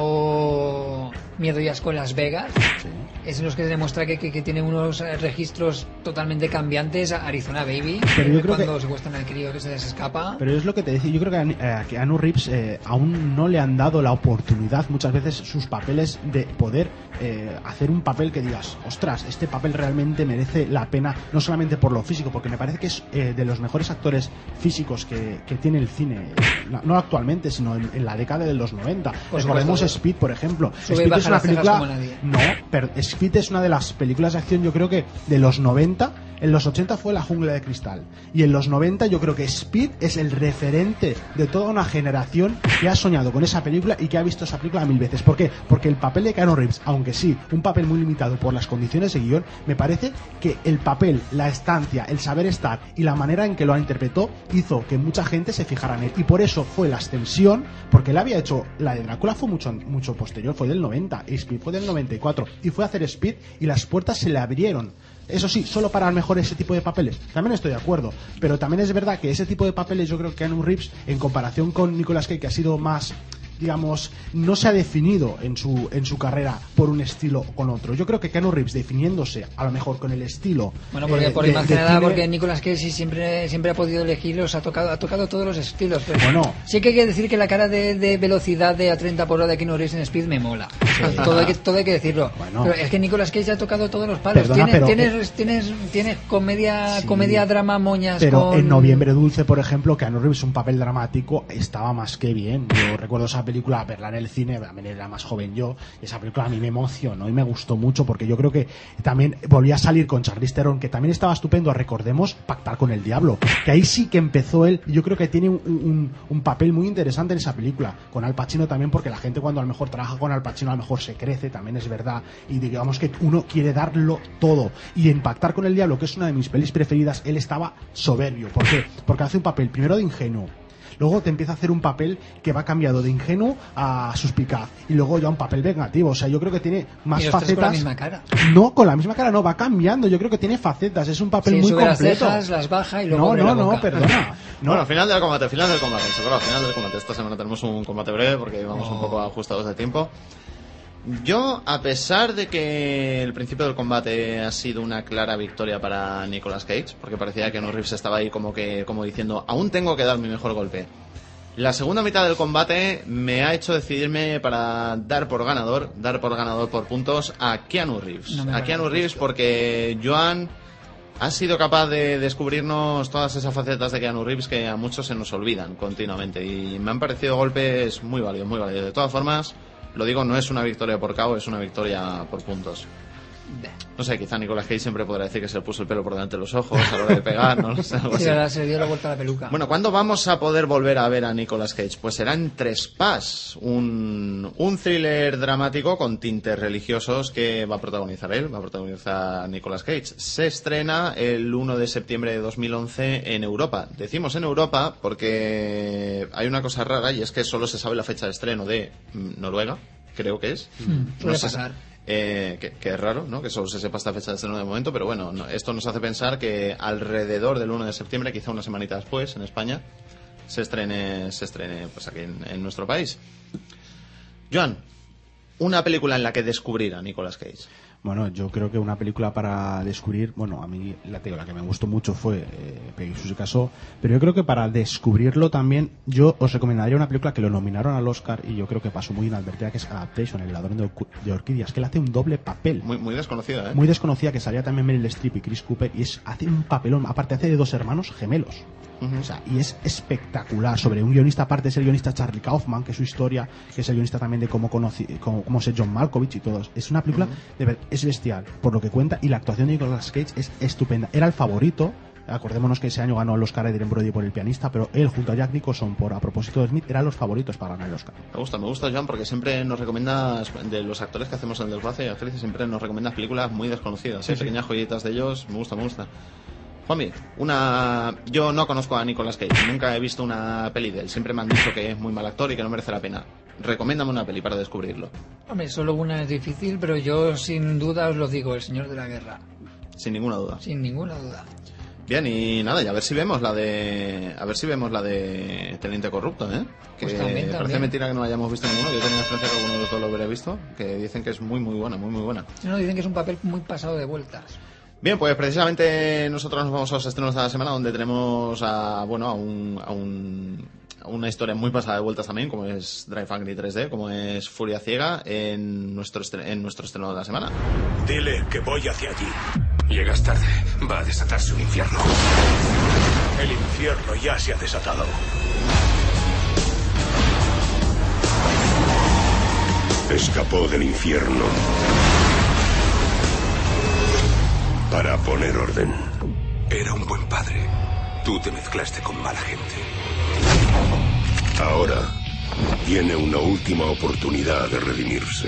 o Miedo y Asco en Las Vegas, sí, es en los que se demuestra que, que, que tiene unos registros totalmente cambiantes. Arizona Baby, pero yo creo cuando que... secuestran al crío que se les escapa. Pero es lo que te decía, yo creo que a, a Keanu Reeves eh, aún no le han dado la oportunidad, muchas veces, sus papeles, de poder eh, hacer un papel que digas, ostras, este papel realmente merece la pena, no solamente por lo físico, porque me parece que es eh, de los mejores actores físicos que, que tiene el cine, no, no actualmente, sino en, en la década de los noventa. Pues Recordemos supuesto. Speed, por ejemplo. Sube Speed es una película... nadie. No, pero Speed es una de las películas de acción, yo creo que de los noventa. En los ochenta fue La Jungla de Cristal, y en los noventa yo creo que Speed es el referente de toda una generación que ha soñado con esa película y que ha visto esa película mil veces. ¿Por qué? Porque el papel de Keanu Reeves, aunque sí, un papel muy limitado por las condiciones de guión, me parece que el papel, la estancia, el saber estar y la manera en que lo ha interpretado hizo que mucha gente se fijara en él, y por eso fue la ascensión, porque él había hecho, la de Drácula fue mucho, mucho posterior, fue del noventa, y Speed fue del noventa y cuatro, y fue a hacer Speed y las puertas se le abrieron. Eso sí, solo para mejor ese tipo de papeles. También estoy de acuerdo. Pero también es verdad que ese tipo de papeles, yo creo que Keanu Reeves, en comparación con Nicolas Cage, que ha sido más, digamos, no se ha definido en su en su carrera por un estilo o con otro. Yo creo que Keanu Reeves, definiéndose a lo mejor con el estilo, bueno, porque eh, por de, más de que nada, cine... porque Nicolas Cage sí siempre siempre ha podido elegirlos, ha tocado ha tocado todos los estilos. Pero bueno, sí que hay que decir que la cara de, de velocidad de a treinta por hora de Keanu Reeves en Speed me mola. Sí. Todo hay que todo hay que decirlo. Bueno, pero es que Nicolas Cage ha tocado todos los palos. Perdona, tienes, pero, tienes, eh, tienes tienes comedia sí, comedia drama moñas. Pero con... en Noviembre Dulce, por ejemplo, Keanu Reeves, un papel dramático, estaba más que bien. Yo recuerdo esa película, verla en el cine, también era más joven yo, y esa película a mí me emocionó y me gustó mucho, porque yo creo que también volvía a salir con Charlize Theron, que también estaba estupendo. Recordemos Pactar con el Diablo, que ahí sí que empezó él, y yo creo que tiene un, un, un papel muy interesante en esa película, con Al Pacino también, porque la gente cuando a lo mejor trabaja con Al Pacino a lo mejor se crece, también es verdad, y digamos que uno quiere darlo todo. Y en Pactar con el Diablo, que es una de mis pelis preferidas, él estaba soberbio. ¿Por qué? Porque hace un papel primero de ingenuo, luego te empieza a hacer un papel que va cambiado de ingenuo a suspicaz, y luego ya un papel vengativo. O sea, yo creo que tiene más ¿Y los facetas. tres con la misma cara? No, con la misma cara no, va cambiando. Yo creo que tiene facetas, es un papel sí, muy sube completo. Las cejas, las baja y luego no, abre no, la no, boca. perdona. No. Bueno, final del combate, final del combate, seguro, final del combate. Esta semana tenemos un combate breve porque vamos oh. un poco ajustados de tiempo. Yo, a pesar de que el principio del combate ha sido una clara victoria para Nicolas Cage, porque parecía que Keanu Reeves estaba ahí como que como diciendo, aún tengo que dar mi mejor golpe, la segunda mitad del combate me ha hecho decidirme para dar por ganador, dar por ganador por puntos a Keanu Reeves. No a Keanu Reeves porque Joan ha sido capaz de descubrirnos todas esas facetas de Keanu Reeves que a muchos se nos olvidan continuamente, y me han parecido golpes muy válidos, muy válidos. De todas formas, lo digo, no es una victoria por K O, es una victoria por puntos. No sé, quizá Nicolas Cage siempre podrá decir que se le puso el pelo por delante de los ojos a la hora de pegar, no, no sé, algo sí, así. ahora se le dio la vuelta a la peluca. Bueno, ¿cuándo vamos a poder volver a ver a Nicolas Cage? Pues será en Trespass, un, un thriller dramático con tintes religiosos que va a protagonizar él, va a protagonizar Nicolas Cage. Se estrena el uno de septiembre de dos mil once en Europa. Decimos en Europa porque hay una cosa rara, y es que solo se sabe la fecha de estreno de Noruega, creo que es. Mm, no puede se pasar. Eh, que, que es raro, ¿no? Que solo se sepa esta fecha de estreno de momento, pero bueno, no, esto nos hace pensar que alrededor del uno de septiembre, quizá una semanita después, en España, se estrene, se estrene pues aquí en, en nuestro país. Joan, una película en la que descubrir a Nicolas Cage. Bueno, yo creo que una película para descubrir, bueno, a mí la, la que me gustó mucho fue eh, Peggy Sue se casó, pero yo creo que para descubrirlo también, yo os recomendaría una película que lo nominaron al Oscar y yo creo que pasó muy inadvertida, que es Adaptation, el ladrón de, de orquídeas, que él hace un doble papel. Muy, muy desconocida, ¿eh? Muy desconocida, que salía también Meryl Streep y Chris Cooper, y es, hace un papelón, aparte hace de dos hermanos gemelos. Uh-huh. O sea, y es espectacular, sobre un guionista, aparte es el guionista Charlie Kaufman, que es su historia, que es el guionista también de cómo conocí, cómo, cómo ser John Malkovich y todo. Es una película, uh-huh. de ver, es bestial, por lo que cuenta, y la actuación de Nicolas Cage es estupenda. Era el favorito, acordémonos que ese año ganó el Oscar Adrien Brody por El pianista, pero él junto a Jack Nicholson, por A propósito de Smith, eran los favoritos para ganar el Oscar. Me gusta, me gusta, Joan, porque siempre nos recomiendas, de los actores que hacemos en el Desguace y actrices, siempre nos recomiendas películas muy desconocidas, sí, ¿eh? Sí. Pequeñas joyitas de ellos, me gusta, me gusta. Juanmi, una... yo no conozco a Nicolas Cage, nunca he visto una peli de él, siempre me han dicho que es muy mal actor y que no merece la pena. Recomiéndame una peli para descubrirlo. Hombre, solo una es difícil, pero yo sin duda os lo digo, El Señor de la Guerra. Sin ninguna duda. Sin ninguna duda. Bien, y nada, y a ver si vemos la de... A ver si vemos la de Teniente Corrupto, ¿eh? Que pues también, parece también. mentira que no hayamos visto ninguno. Yo tenía esperanza que alguno de los dos lo hubiera visto, que dicen que es muy, muy buena, muy, muy buena. No, dicen que es un papel muy pasado de vueltas. Bien, pues precisamente nosotros nos vamos a los estrenos de la semana, donde tenemos a, bueno, a un, a un, a una historia muy pasada de vueltas también, como es Drive Angry tres D, como es Furia Ciega, en nuestro estreno, en nuestro estreno de la semana. Dile que voy hacia allí. Llegas tarde. Va a desatarse un infierno. El infierno ya se ha desatado. Escapó del infierno para poner orden. Era un buen padre. Tú te mezclaste con mala gente. Ahora tiene una última oportunidad de redimirse.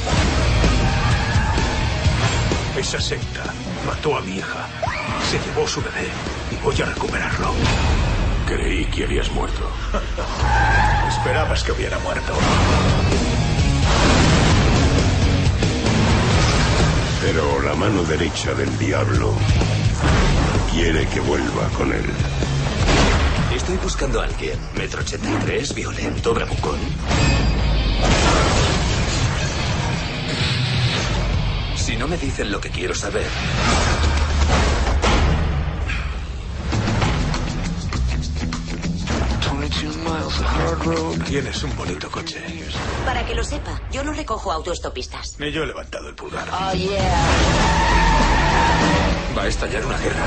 Esa secta mató a mi hija, se llevó su bebé y voy a recuperarlo. Creí que habías muerto. Esperabas que hubiera muerto. Pero la mano derecha del diablo quiere que vuelva con él. Estoy buscando a alguien. Metro ochenta y tres, violento, bravucón. Si no me dicen lo que quiero saber... Tienes un bonito coche. Para que lo sepa, yo no recojo autoestopistas. Ni yo he levantado el pulgar. Oh, yeah. Va a estallar una guerra.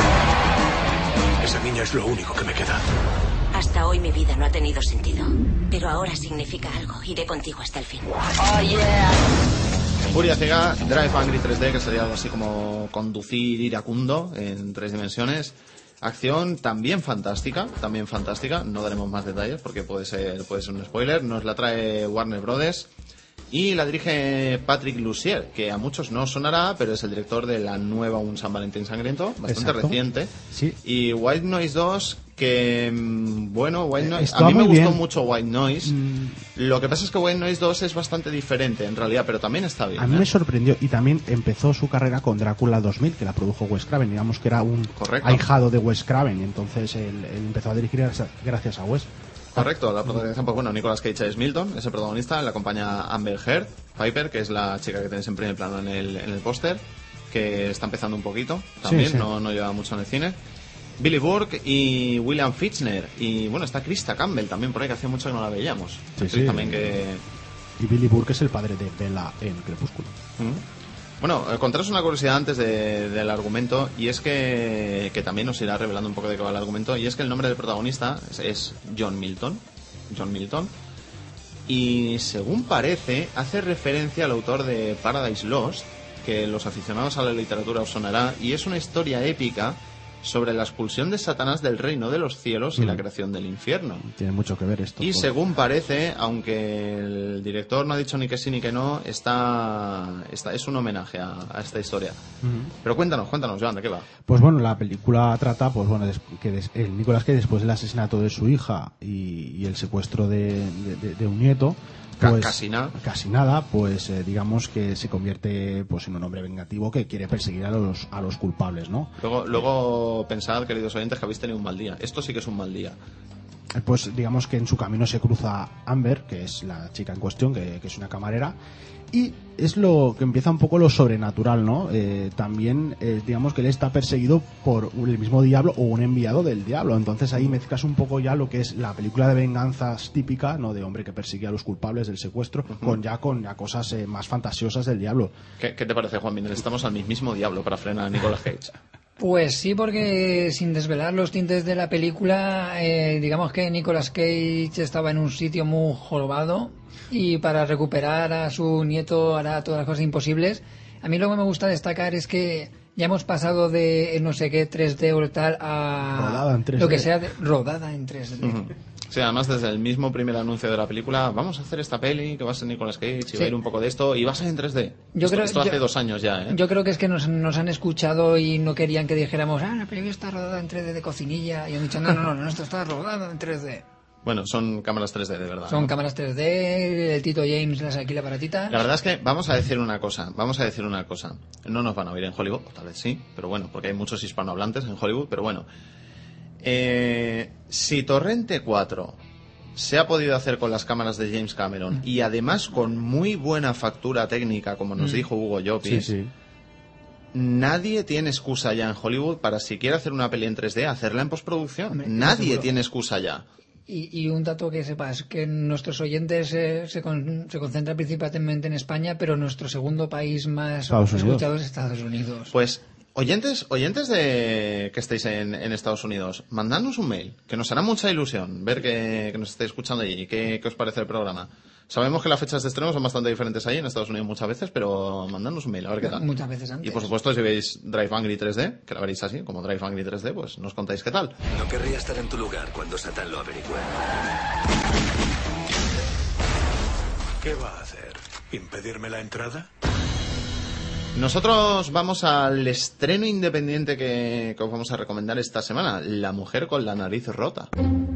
Esa niña es lo único que me queda. Hasta hoy mi vida no ha tenido sentido. Pero ahora significa algo. Iré contigo hasta el fin. Oh, yeah. Furia Ciega, Drive Angry tres D, que sería algo así como conducir iracundo en tres dimensiones. Acción también fantástica, también fantástica. No daremos más detalles porque puede ser, puede ser un spoiler. Nos la trae Warner Brothers y la dirige Patrick Lussier, que a muchos no sonará, pero es el director de la nueva Un San Valentín Sangriento, bastante Exacto. reciente. Sí. Y White Noise dos, que bueno, White Noise, Estaba a mí me muy gustó bien. mucho White Noise. Mm. Lo que pasa es que White Noise dos es bastante diferente en realidad, pero también está bien. A mí ¿eh? me sorprendió, y también empezó su carrera con Drácula dos mil, que la produjo Wes Craven, digamos que era un Correcto. ahijado de Wes Craven, y entonces él, él empezó a dirigir gracias- gracias a Wes. Correcto, la protagonización, pues bueno, Nicolas Cage es Milton, es el protagonista, le acompaña Amber Heard, Piper, que es la chica que tenéis en primer plano en el, en el póster, que está empezando un poquito, también, Sí, sí. No, no lleva mucho en el cine. Billy Burke y William Fichtner, y bueno, está Krista Campbell también por ahí, que hacía mucho que no la veíamos. Sí, Actriz sí. también que... Y Billy Burke es el padre de Bella en Crepúsculo. ¿Mm? Bueno, eh, contaros una curiosidad antes de- del argumento, y es que, que también nos irá revelando un poco de qué va el argumento, y es que el nombre del protagonista es, es John Milton, John Milton, y según parece, hace referencia al autor de Paradise Lost, que los aficionados a la literatura os sonará, y es una historia épica sobre la expulsión de Satanás del reino de los cielos y Mm. la creación del infierno. Tiene mucho que ver esto. Y con- según parece, aunque el director no ha dicho ni que sí ni que no, está, está es un homenaje a, a esta historia. Ujú. Pero cuéntanos, cuéntanos, Joan, ¿de qué va? Pues bueno, la película trata, pues bueno, des- que des- el Nicolas Cage, después del asesinato de su hija y, y el secuestro de, de- de- de un nieto, Ca- pues, casi nada. casi nada, pues eh, digamos que se convierte pues en un hombre vengativo que quiere perseguir a los a los culpables, ¿no? Luego, luego pensad, queridos oyentes, que habéis tenido un mal día. Esto sí que es un mal día. pues digamos que en su camino se cruza Amber, que es la chica en cuestión, que, que es una camarera, y es lo que empieza un poco lo sobrenatural, ¿no? Eh, también eh, digamos que él está perseguido por el mismo diablo o un enviado del diablo, entonces ahí mezclas un poco ya lo que es la película de venganzas típica, ¿no? De hombre que persigue a los culpables del secuestro, uh-huh. con ya con ya cosas eh, más fantasiosas del diablo. ¿Qué, qué te parece, Juan? Necesitamos al mismísimo diablo para frenar a Nicolas Cage. Pues sí, porque sin desvelar los tintes de la película, eh, digamos que Nicolas Cage estaba en un sitio muy jorobado y para recuperar a su nieto hará todas las cosas imposibles. A mí lo que me gusta destacar es que ya hemos pasado de no sé qué tres D o tal a rodada en tres D. Lo que sea de, rodada en tres D. Uh-huh. Sí, además desde el mismo primer anuncio de la película, vamos a hacer esta peli que va a ser Nicolas Cage y sí. va a ir un poco de esto y va a ser en tres D. Yo esto creo, esto hace yo, dos años ya, ¿eh? Yo creo que es que nos, nos han escuchado y no querían que dijéramos, ah, la película está rodada en tres D de cocinilla, y han dicho, no, no, no, no, esto está rodada en tres D. Bueno, son cámaras tres D, de verdad. Son ¿no? cámaras tres D, el Tito James las alquila baratita. La verdad es que vamos a decir una cosa, vamos a decir una cosa. No nos van a oír en Hollywood, o tal vez sí, pero bueno, porque hay muchos hispanohablantes en Hollywood, pero bueno. Eh, si Torrente cuatro se ha podido hacer con las cámaras de James Cameron y además con muy buena factura técnica, como nos dijo Hugo Llopis, sí, sí. nadie tiene excusa ya en Hollywood para si quiere hacer una peli en tres D, hacerla en postproducción. Hombre, nadie seguro. tiene excusa ya. Y, y un dato que sepas, que nuestros oyentes eh, se, con, se concentran principalmente en España, pero nuestro segundo país más Estados escuchado Unidos. es Estados Unidos. Pues oyentes oyentes de que estéis en, en Estados Unidos, mandadnos un mail, que nos hará mucha ilusión ver que, que nos estáis escuchando allí y qué os parece el programa. Sabemos que las fechas de estreno son bastante diferentes ahí en Estados Unidos muchas veces, pero mandadnos un mail a ver qué tal. Muchas veces antes. Y por supuesto, si veis Drive Angry tres D, que la veréis así, como Drive Angry tres D, pues nos contáis qué tal. No querría estar en tu lugar cuando Satán lo averigüe. ¿Qué va a hacer? ¿Impedirme la entrada? Nosotros vamos al estreno independiente que, que os vamos a recomendar esta semana, La mujer con la nariz rota.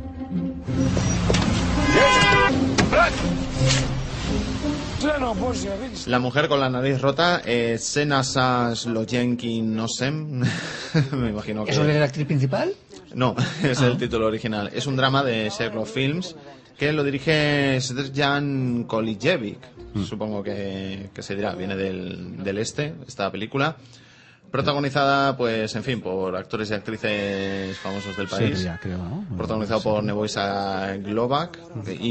La mujer con la nariz rota, eh, Sena Slojenkin Nosem, me imagino que... ¿Eso es la actriz principal? No, es ah. el título original. Es un drama de Sherlock Films que lo dirige Srdjan Kolijevic. Mm. Supongo que, que se dirá, viene del, del este, esta película. Protagonizada, pues, en fin, por actores y actrices famosos del país. Serbia, creo, ¿no? Protagonizado por Nebojša Glovac.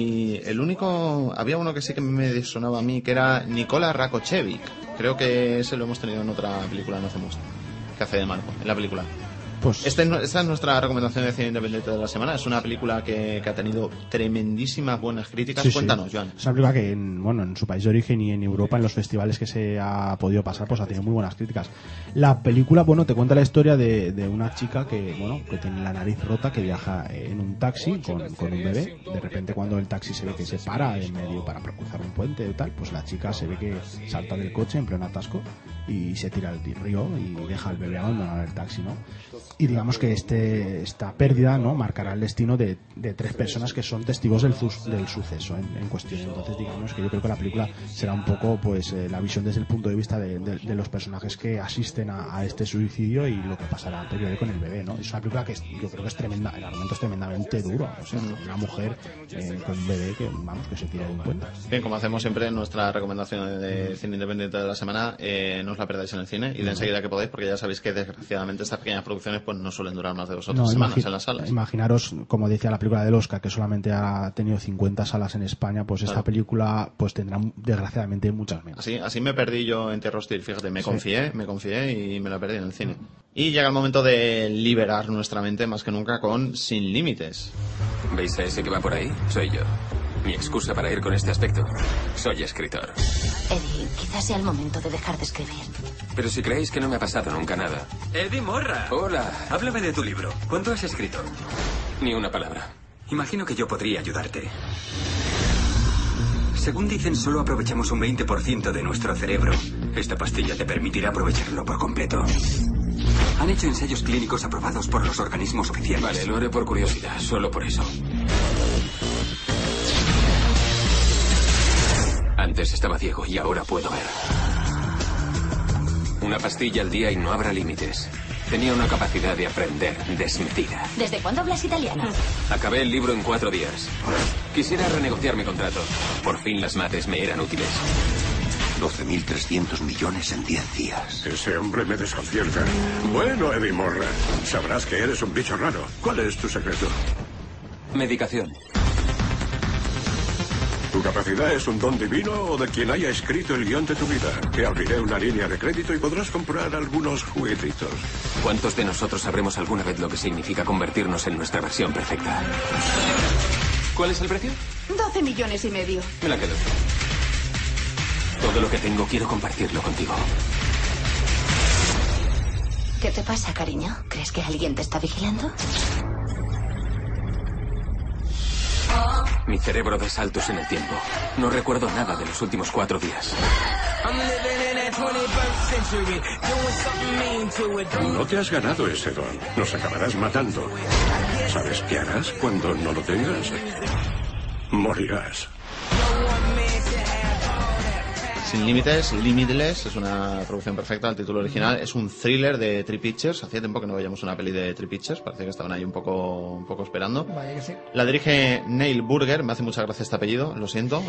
Y el único... Había uno que sí que me sonaba a mí, que era Nikola Rakočević. Creo que ese lo hemos tenido en otra película no hace mucho. Que hace de Marco, en la película. Pues... Este, esta es nuestra recomendación de cine independiente de la semana. Es una película que, que ha tenido tremendísimas buenas críticas. Sí, Cuéntanos, sí. Joan. Es una película que en, bueno, en su país de origen y en Europa, en los festivales que se ha podido pasar, pues ha tenido muy buenas críticas. La película, bueno, te cuenta la historia de, de una chica que, bueno, que tiene la nariz rota, que viaja en un taxi con, con un bebé. De repente, cuando el taxi se ve que se para en medio para cruzar un puente y tal, pues la chica se ve que salta del coche en pleno atasco y se tira al río y deja al bebé abandonado en el taxi, ¿no? Y digamos que este, esta pérdida, ¿no?, marcará el destino de, de tres personas que son testigos del, del suceso en, en cuestión. Entonces, digamos que yo creo que la película será un poco, pues, eh, la visión desde el punto de vista de, de, de los personajes que asisten a, a este suicidio y lo que pasará anterior con el bebé, ¿no? Es una película que es, yo creo que es tremenda, el argumento es tremendamente duro. O sea, una mujer eh, con un bebé que, vamos, que se tira de un puente. Bien, como hacemos siempre en nuestra recomendación de cine independiente de la semana, eh, no os la perdáis en el cine y de enseguida que podéis, porque ya sabéis que desgraciadamente estas pequeñas producciones pues no suelen durar más de dos o tres no, semanas en las salas. Imaginaros, como decía la película del Oscar, que solamente ha tenido cincuenta salas en España, pues claro. Esta película pues tendrá desgraciadamente muchas menos. Así, así me perdí yo en Tierra Hostil, fíjate, me sí. confié, me confié y me la perdí en el cine. Y llega el momento de liberar nuestra mente más que nunca con Sin Límites. ¿Veis a ese que va por ahí? Soy yo. Mi excusa para ir con este aspecto. Soy escritor. Eddie, quizás sea el momento de dejar de escribir. Pero si creéis que no me ha pasado nunca nada. Eddie Morra. Hola. Háblame de tu libro. ¿Cuánto has escrito? Ni una palabra. Imagino que yo podría ayudarte. Según dicen, solo aprovechamos un veinte por ciento de nuestro cerebro. Esta pastilla te permitirá aprovecharlo por completo. Han hecho ensayos clínicos aprobados por los organismos oficiales. Vale, lo haré por curiosidad, solo por eso. Antes estaba ciego y ahora puedo ver. Una pastilla al día y no habrá límites. Tenía una capacidad de aprender desmedida. ¿Desde cuándo hablas italiano? Acabé el libro en cuatro días. Quisiera renegociar mi contrato. Por fin las mates me eran útiles. doce mil trescientos millones en diez días. Ese hombre me desconcierta. Bueno, Eddie Morra, sabrás que eres un bicho raro. ¿Cuál es tu secreto? Medicación. ¿Tu capacidad es un don divino o de quien haya escrito el guión de tu vida? Te abriré una línea de crédito y podrás comprar algunos juguetitos. ¿Cuántos de nosotros sabremos alguna vez lo que significa convertirnos en nuestra versión perfecta? ¿Cuál es el precio? doce millones y medio. Me la quedo. Todo lo que tengo quiero compartirlo contigo. ¿Qué te pasa, cariño? ¿Crees que alguien te está vigilando? Mi cerebro da saltos en el tiempo. No recuerdo nada de los últimos cuatro días. No te has ganado ese don. Nos acabarás matando. ¿Sabes qué harás cuando no lo tengas? Morirás. Sin límites, Limitless, es una producción perfecta, el título original es un thriller de Three Pictures. Hacía tiempo que no veíamos una peli de Three Pictures, parece que estaban ahí un poco, un poco esperando. Vaya que sí. La dirige Neil Burger, me hace mucha gracia este apellido, lo siento,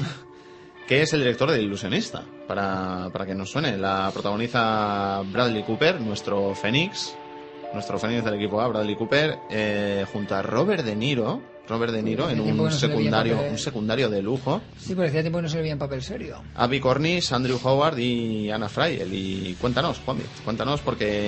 que es el director de Ilusionista, para, para que nos suene. La protagoniza Bradley Cooper, nuestro Fénix, nuestro Fénix del equipo A, Bradley Cooper, eh, junto a Robert De Niro. Robert De Niro en un secundario, un secundario de lujo. Sí, pero hacía tiempo que no se le veía en papel serio. Abby Cornish, Andrew Howard y Anna Friel. Y cuéntanos, Juanmi, cuéntanos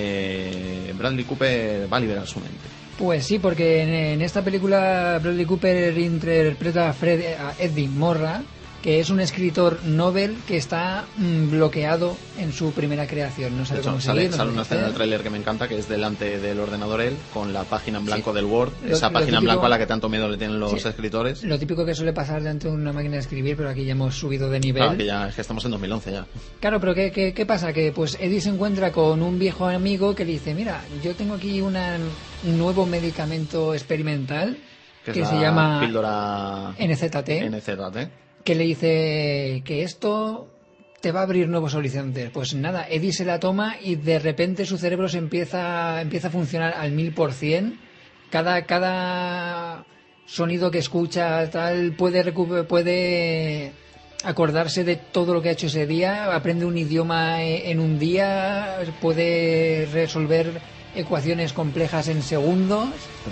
porque Bradley Cooper va a liberar su mente. Pues sí, porque en, en esta película Bradley Cooper interpreta a, Fred, a Eddie Morra, que es un escritor novel que está mmm, bloqueado en su primera creación. No sabe de hecho, cómo sale, seguir, sale no una hacer. escena del tráiler que me encanta, que es delante del ordenador él, con la página en blanco Sí. del Word, Lo- esa lo página en típico- blanco a la que tanto miedo le tienen los Sí. escritores. Lo típico que suele pasar delante de una máquina de escribir, pero aquí ya hemos subido de nivel. Claro, que ya es que estamos en dos mil once ya. Claro, pero ¿qué, qué, qué pasa? Que pues Eddie se encuentra con un viejo amigo que le dice, mira, yo tengo aquí una, un nuevo medicamento experimental Que, que, es se la llama píldora N Z T, N Z T. que le dice que esto te va a abrir nuevos horizontes. Pues nada, Eddie se la toma y de repente su cerebro se empieza, empieza a funcionar al mil por cien. Cada, cada sonido que escucha tal puede recu- puede acordarse de todo lo que ha hecho ese día, aprende un idioma en un día, puede resolver ecuaciones complejas en segundos.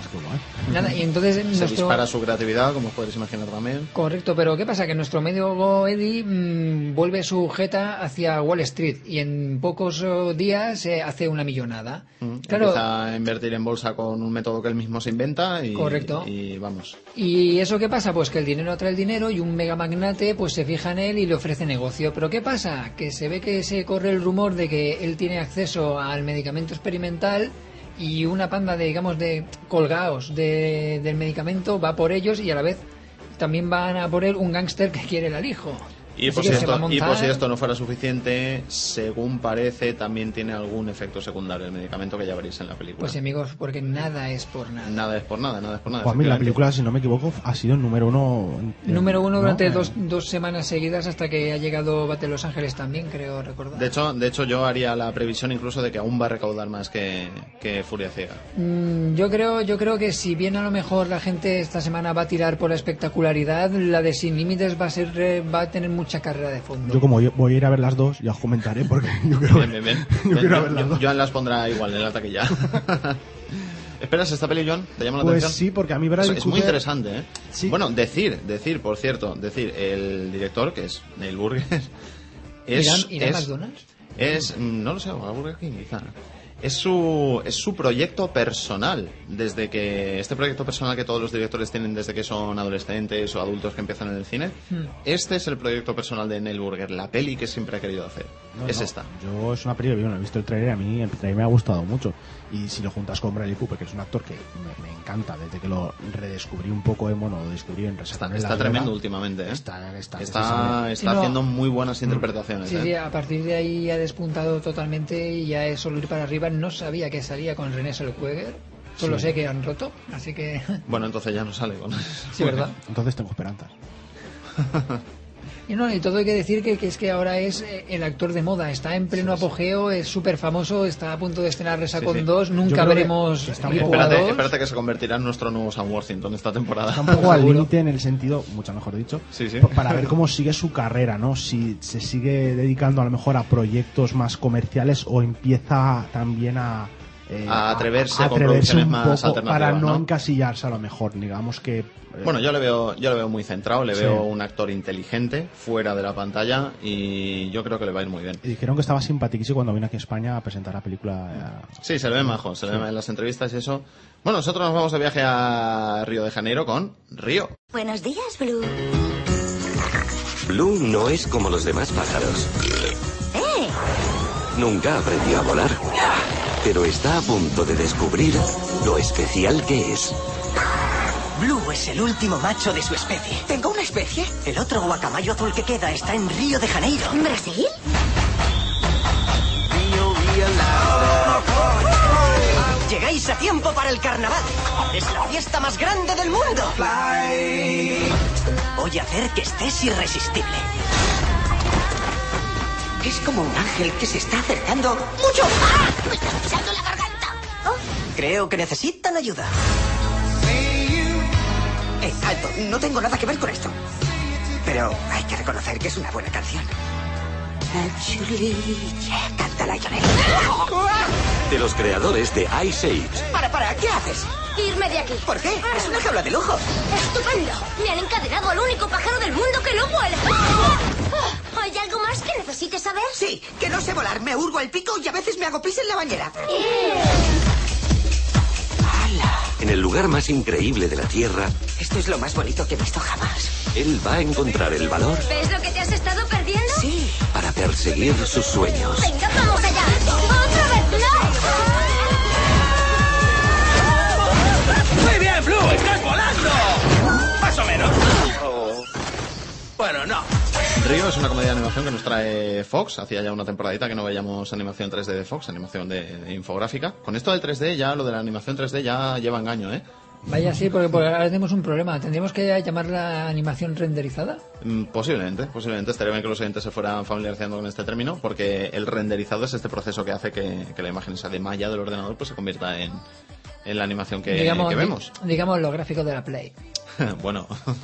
Nada, y entonces Se nuestro... dispara su creatividad, como podéis imaginar también. Correcto, pero ¿qué pasa? Que nuestro medio Eddie mmm, vuelve su jeta hacia Wall Street y en pocos oh, días eh, hace una millonada. Mm. Claro. Empieza a invertir en bolsa con un método que él mismo se inventa y, Correcto. y vamos. ¿Y eso qué pasa? Pues que el dinero atrae el dinero y un mega magnate pues se fija en él y le ofrece negocio. ¿Pero qué pasa? Que se ve que se corre el rumor de que él tiene acceso al medicamento experimental y una panda de, digamos, de colgados de, del medicamento va por ellos y a la vez también van a por él un gángster que quiere el alijo. Y Así por, que si se va a esto, y por montar- si esto no fuera suficiente, según parece, también tiene algún efecto secundario el medicamento que ya veréis en la película. Pues amigos, porque nada es por nada. Nada es por nada, nada es por nada. Juanmi, la efectivamente. película, si no me equivoco, ha sido el número uno. en- Número uno ¿no? durante Eh, dos, dos semanas seguidas hasta que ha llegado Bate Los Ángeles también, creo recordar. De hecho, de hecho, yo haría la previsión incluso de que aún va a recaudar más que, que Furia Ciega. Mm, yo creo yo creo que si bien a lo mejor la gente esta semana va a tirar por la espectacularidad, la de Sin Límites va a ser eh, va a tener mucha carrera de fondo. Yo, como yo voy a ir a ver las dos, ya os comentaré porque yo quiero Bien, ver, bien, bien. yo Bien, quiero yo- ver las yo- dos. Joan las pondrá igual en la taquilla. ¿Esperas esta peli, John? ¿Te llama la Pues atención? sí, porque a mí Es, Bradley es muy Cooper- interesante, ¿eh? Sí. Bueno, decir, decir, por cierto, decir, el director, que es Neil Burger, es... ¿Irán, irán es, McDonald's? es no lo sé, o a Burger King quizá. Es su, es su proyecto personal, desde que este proyecto personal que todos los directores tienen desde que son adolescentes o adultos que empiezan en el cine. Hmm. Este es el proyecto personal de Neil Burger, la peli que siempre ha querido hacer. No, es no, esta. Yo es una peli, bueno, he visto el trailer, a mí el trailer me ha gustado mucho. Y si lo juntas con Bradley Cooper, que es un actor que me, me encanta, desde que lo redescubrí un poco, en, bueno, lo descubrí en Está, Reservoir está en la tremendo Vega. últimamente, ¿eh? Está, está, está, está- está Sí, no. haciendo muy buenas interpretaciones. Sí, ¿eh? sí, a partir de ahí ha despuntado totalmente y ya es solo ir para arriba. No sabía que salía con René Zellweger, solo Sí. sé que han roto, así que Bueno, entonces ya no sale con sí, ¿verdad? Entonces tengo esperanzas. Y no, y todo hay que decir que, que es que ahora es el actor de moda, está en pleno sí, apogeo, es súper famoso, está a punto de estrenar Resacon sí, sí. dos, nunca veremos... Está espérate, espérate que se convertirá en nuestro nuevo Sam Worthington esta temporada. Está un poco al límite en el sentido, mucho mejor dicho, sí, sí. para ver cómo sigue su carrera, ¿no? Si se sigue dedicando a lo mejor a proyectos más comerciales o empieza también a... Eh, a atreverse, a, a con atreverse producciones un más poco alternativas, para no, ¿no? encasillarse a lo mejor, digamos que... Eh, bueno, yo le veo yo le veo muy centrado, le sí. veo un actor inteligente, fuera de la pantalla, y yo creo que le va a ir muy bien. Y dijeron que estaba simpaticísimo cuando vino aquí a España a presentar la película. Eh, sí, se le ve majo, se le sí. ve en las entrevistas y eso. Bueno, nosotros nos vamos de viaje a Río de Janeiro con Río. Buenos días, Blue. Blue no es como los demás pájaros. ¡Eh! Nunca aprendió a volar, pero está a punto de descubrir lo especial que es. Blue es el último macho de su especie. ¿Tengo una especie? El otro guacamayo azul que queda está en Río de Janeiro. ¿En Brasil? Llegáis a tiempo para el carnaval. Es la fiesta más grande del mundo. Voy a hacer que estés irresistible. Es como un ángel que se está acercando mucho. ¡Ah! ¡Me estás pisando la garganta! ¿Oh? Creo que necesitan ayuda. Eh, alto, no tengo nada que ver con esto. Pero hay que reconocer que es una buena canción. Actually, cántala, Jonel. De los creadores de Ice Age. Para, para, ¿qué haces? Irme de aquí. ¿Por qué? Es una jaula de lujo. ¡Estupendo! Me han encadenado al único pájaro del mundo que no vuela. ¿Hay algo más que necesites saber? Sí, que no sé volar, me hurgo el pico y a veces me hago pis en la bañera. En el lugar más increíble de la Tierra, esto es lo más bonito que he visto jamás. Él va a encontrar el valor. ¿Ves lo que te has estado perdiendo? Sí. Para perseguir sus sueños. Venga, vamos allá. ¡Otra vez no! ¡Muy bien, Blue! ¡Estás volando! Más o menos. Oh. Bueno, no. Río es una comedia de animación que nos trae Fox. Hacía ya una temporadita que no veíamos animación tres D de Fox, animación de, de infográfica. Con esto del tres D, ya lo de la animación tres D ya lleva engaño, ¿eh? Vaya, sí, porque, porque ahora tenemos un problema. ¿Tendríamos que llamarla animación renderizada? Mm, posiblemente, posiblemente. Estaría bien que los oyentes se fueran familiarizando con este término, porque el renderizado es este proceso que hace que, que la imagen esa de malla del ordenador pues se convierta en, en la animación que, digamos, que vemos. Digamos los gráficos de la Play. Bueno,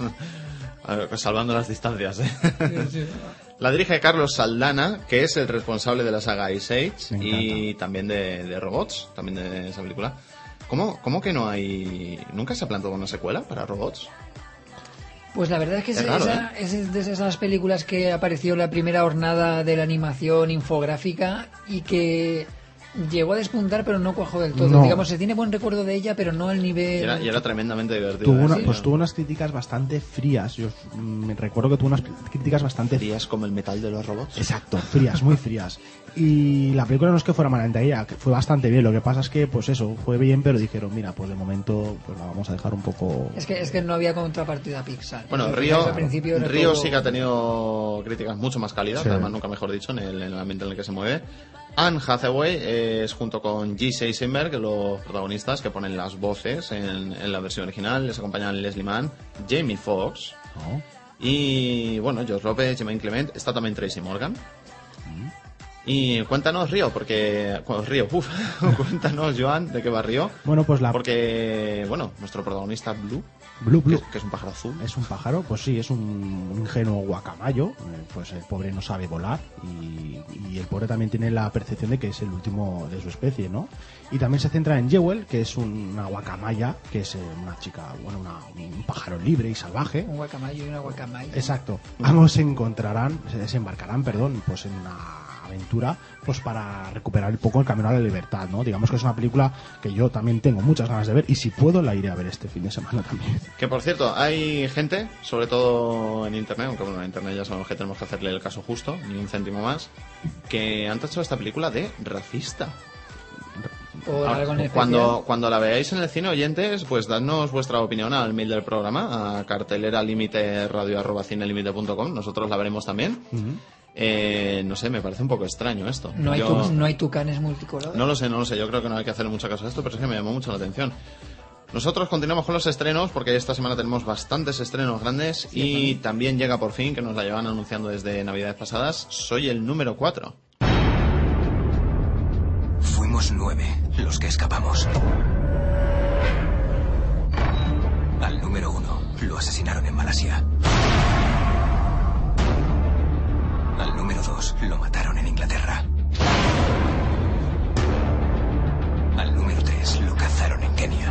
a ver, salvando las distancias, ¿eh? Sí, sí. La dirige Carlos Saldana, que es el responsable de la saga Ice Age y también de, de Robots, también de esa película. ¿Cómo, ¿Cómo que no hay...? ¿Nunca se ha planteado una secuela para Robots? Pues la verdad es que es, es, raro, esa, ¿eh? es de esas películas que apareció la primera hornada de la animación infográfica y que llegó a despuntar pero no cuajó del todo. No. Digamos, se tiene buen recuerdo de ella pero no al nivel... Y era, y era tremendamente divertido. Tuvo una, ¿sí? pues tuvo unas críticas bastante frías. Yo me recuerdo que tuvo unas críticas bastante... ¿Frías como el metal de los robots? Exacto, frías, muy frías. Y la película no es que fuera mala en ella, fue bastante bien. Lo que pasa es que, pues eso, fue bien, pero dijeron, mira, pues de momento pues la vamos a dejar un poco... Es que, es que no había contrapartida Pixar. Bueno, Río, Río todo... sí que ha tenido críticas mucho más cálidas, sí. Además nunca mejor dicho, en el, en el ambiente en el que se mueve. Anne Hathaway es junto con Jesse Eisenberg los protagonistas que ponen las voces en, en la versión original. Les acompañan Leslie Mann, Jamie Foxx oh. y, bueno, George Lopez, Jermaine Clement. Está también Tracy Morgan. Mm. Y cuéntanos, Río, porque... Río, uff, cuéntanos, Joan, de qué va Río. Bueno, pues la... Porque, bueno, nuestro protagonista, Blue... Blue, Blue. Que, que es un pájaro azul. Es un pájaro, pues sí, es un, un ingenuo guacamayo. Eh, pues el pobre no sabe volar y, y el pobre también tiene la percepción de que es el último de su especie, ¿no? Y también se centra en Jewel, que es un, una guacamaya, que es eh, una chica, bueno, una, un pájaro libre y salvaje. Un guacamayo y una guacamaya. Exacto. Ambos se encontrarán, se desembarcarán, perdón, pues en una aventura pues para recuperar un poco el camino a la libertad, ¿no? Digamos que es una película que yo también tengo muchas ganas de ver y si puedo la iré a ver este fin de semana también. Que por cierto, hay gente, sobre todo en internet, aunque bueno, en internet ya sabemos que tenemos que hacerle el caso justo, ni un céntimo más, que han tachado esta película de racista. ¿O algo en cuando, cuando la veáis en el cine, oyentes, pues dadnos vuestra opinión al mail del programa, a cartelera límite radio arroba cine límite punto com. Nosotros la veremos también. Uh-huh. Eh, no sé, me parece un poco extraño esto. No hay, yo, tu, no hay tucanes multicolores. No lo sé, no lo sé. Yo creo que no hay que hacer mucho caso a esto, pero es que me llamó mucho la atención. Nosotros continuamos con los estrenos porque esta semana tenemos bastantes estrenos grandes y también llega por fin, que nos la llevan anunciando desde navidades pasadas, Soy el número cuatro. Fuimos nueve los que escapamos. Al número uno lo asesinaron en Malasia. Al número dos lo mataron en Inglaterra. Al número tres lo cazaron en Kenia.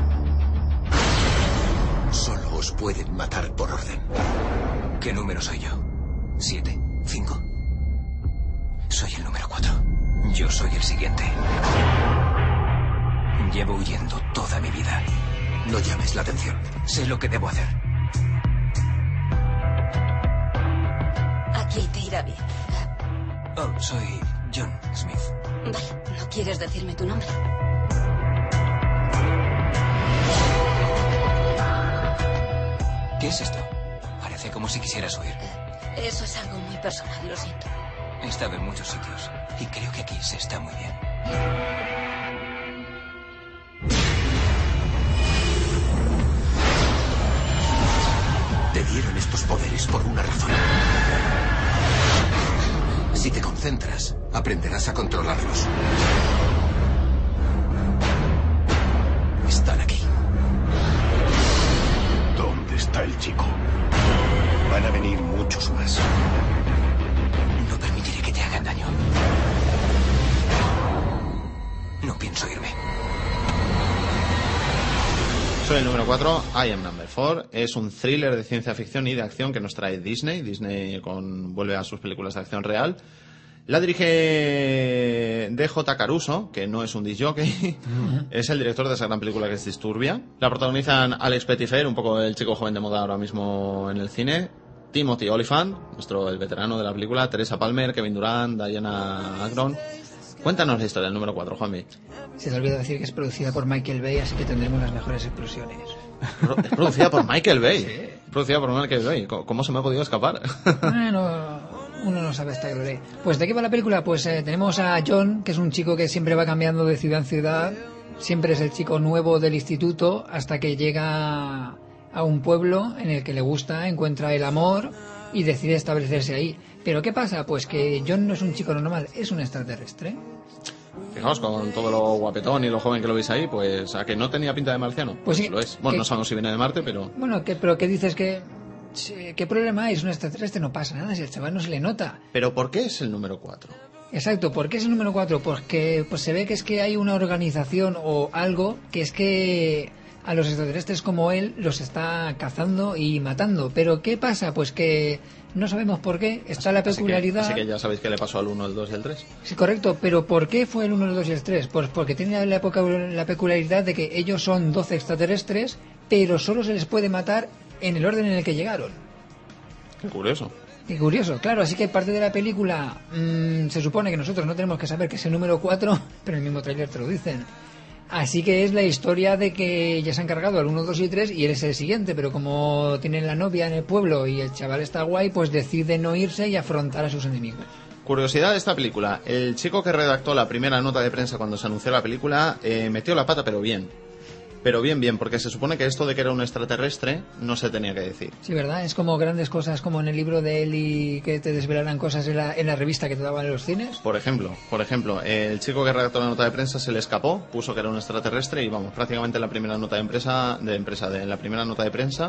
Solo os pueden matar por orden. ¿Qué número soy yo? ¿Siete? ¿Cinco? Soy el número cuatro. Yo soy el siguiente. Llevo huyendo toda mi vida. No llames la atención. Sé lo que debo hacer. Aquí te irá bien. Oh, soy John Smith. Vale, ¿no quieres decirme tu nombre? ¿Qué es esto? Parece como si quisieras huir. Eso es algo muy personal, lo siento. He estado en muchos sitios y creo que aquí se está muy bien. Te dieron estos poderes por una razón. Si te concentras, aprenderás a controlarlos. Están aquí. ¿Dónde está el chico? Van a venir muchos más. No permitiré que te hagan daño. No pienso irme. Soy el número cuatro, I Am Number cuatro. Es un thriller de ciencia ficción y de acción que nos trae Disney. Disney con, vuelve a sus películas de acción real. La dirige D J Caruso, que no es un disc jockey. Uh-huh. Es el director de esa gran película que es Disturbia. La protagonizan Alex Pettyfer, un poco el chico joven de moda ahora mismo en el cine. Timothy Olyphant, nuestro el veterano de la película. Teresa Palmer, Kevin Durant, Diana Agron. Cuéntanos la historia del número cuatro, Juanmi. Se te olvidó decir que es producida por Michael Bay, así que tendremos las mejores explosiones. Es producida por Michael Bay. Sí. Es producida por Michael Bay. ¿Cómo se me ha podido escapar? Bueno, uno no sabe hasta que lo lee. Pues ¿de qué va la película? Pues eh, tenemos a John, que es un chico que siempre va cambiando de ciudad en ciudad. Siempre es el chico nuevo del instituto hasta que llega a un pueblo en el que le gusta, encuentra el amor y decide establecerse ahí. Pero ¿qué pasa? Pues que John no es un chico normal, es un extraterrestre. Fijaos, con todo lo guapetón y lo joven que lo veis ahí, pues a que no tenía pinta de marciano. Pues sí, lo es. Bueno, que, no sabemos si viene de Marte, pero... Bueno, que, pero ¿qué dices que... ¿Qué problema hay? Es un extraterrestre, no pasa nada, si el chaval no se le nota. ¿Pero por qué es el número cuatro? Exacto, ¿por qué es el número cuatro? Porque pues se ve que es que hay una organización o algo que es que a los extraterrestres como él los está cazando y matando. ¿Pero qué pasa? Pues que no sabemos por qué, está la peculiaridad... Así que, así que ya sabéis qué le pasó al uno, el dos y el tres. Sí, correcto, pero ¿por qué fue el uno, el dos y el tres? Pues porque tiene la, la peculiaridad de que ellos son doce extraterrestres, pero solo se les puede matar en el orden en el que llegaron. Qué curioso. Qué curioso, claro, así que parte de la película mmm, se supone que nosotros no tenemos que saber que es el número cuatro, pero en el mismo tráiler te lo dicen. Así que es la historia de que ya se han cargado al uno, dos y tres y él es el siguiente, pero como tienen la novia en el pueblo y el chaval está guay, pues decide no irse y afrontar a sus enemigos. Curiosidad de esta película, el chico que redactó la primera nota de prensa cuando se anunció la película eh, metió la pata, pero bien. Pero bien, bien, porque se supone que esto de que era un extraterrestre no se tenía que decir. Sí, ¿verdad? Es como grandes cosas como en el libro de él y que te desvelaran cosas en la, en la revista que te daban en los cines. Por ejemplo, por ejemplo, el chico que redactó la nota de prensa se le escapó, puso que era un extraterrestre y vamos, prácticamente en la primera nota de empresa, de empresa, de en la primera nota de prensa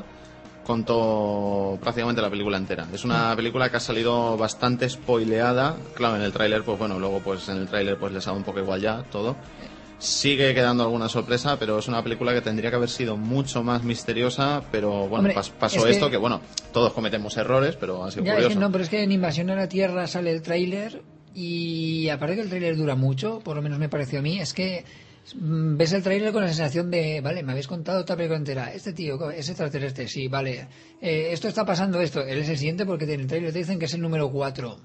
contó prácticamente la película entera. Es una película que ha salido bastante spoileada, claro, en el tráiler, pues bueno, luego pues en el tráiler pues les ha dado un poco igual ya todo. Sigue quedando alguna sorpresa, pero es una película que tendría que haber sido mucho más misteriosa, pero bueno, Hombre, pas pasó esto, que... que bueno, todos cometemos errores, pero ha sido ya, curioso. Es que no, pero es que en Invasión a la Tierra sale el tráiler y aparte que el tráiler dura mucho, por lo menos me pareció a mí, es que ves el tráiler con la sensación de, vale, me habéis contado otra película entera, este tío es extraterrestre, sí, vale, eh, esto está pasando esto, él es el siguiente porque en el tráiler te dicen que es el número cuatro.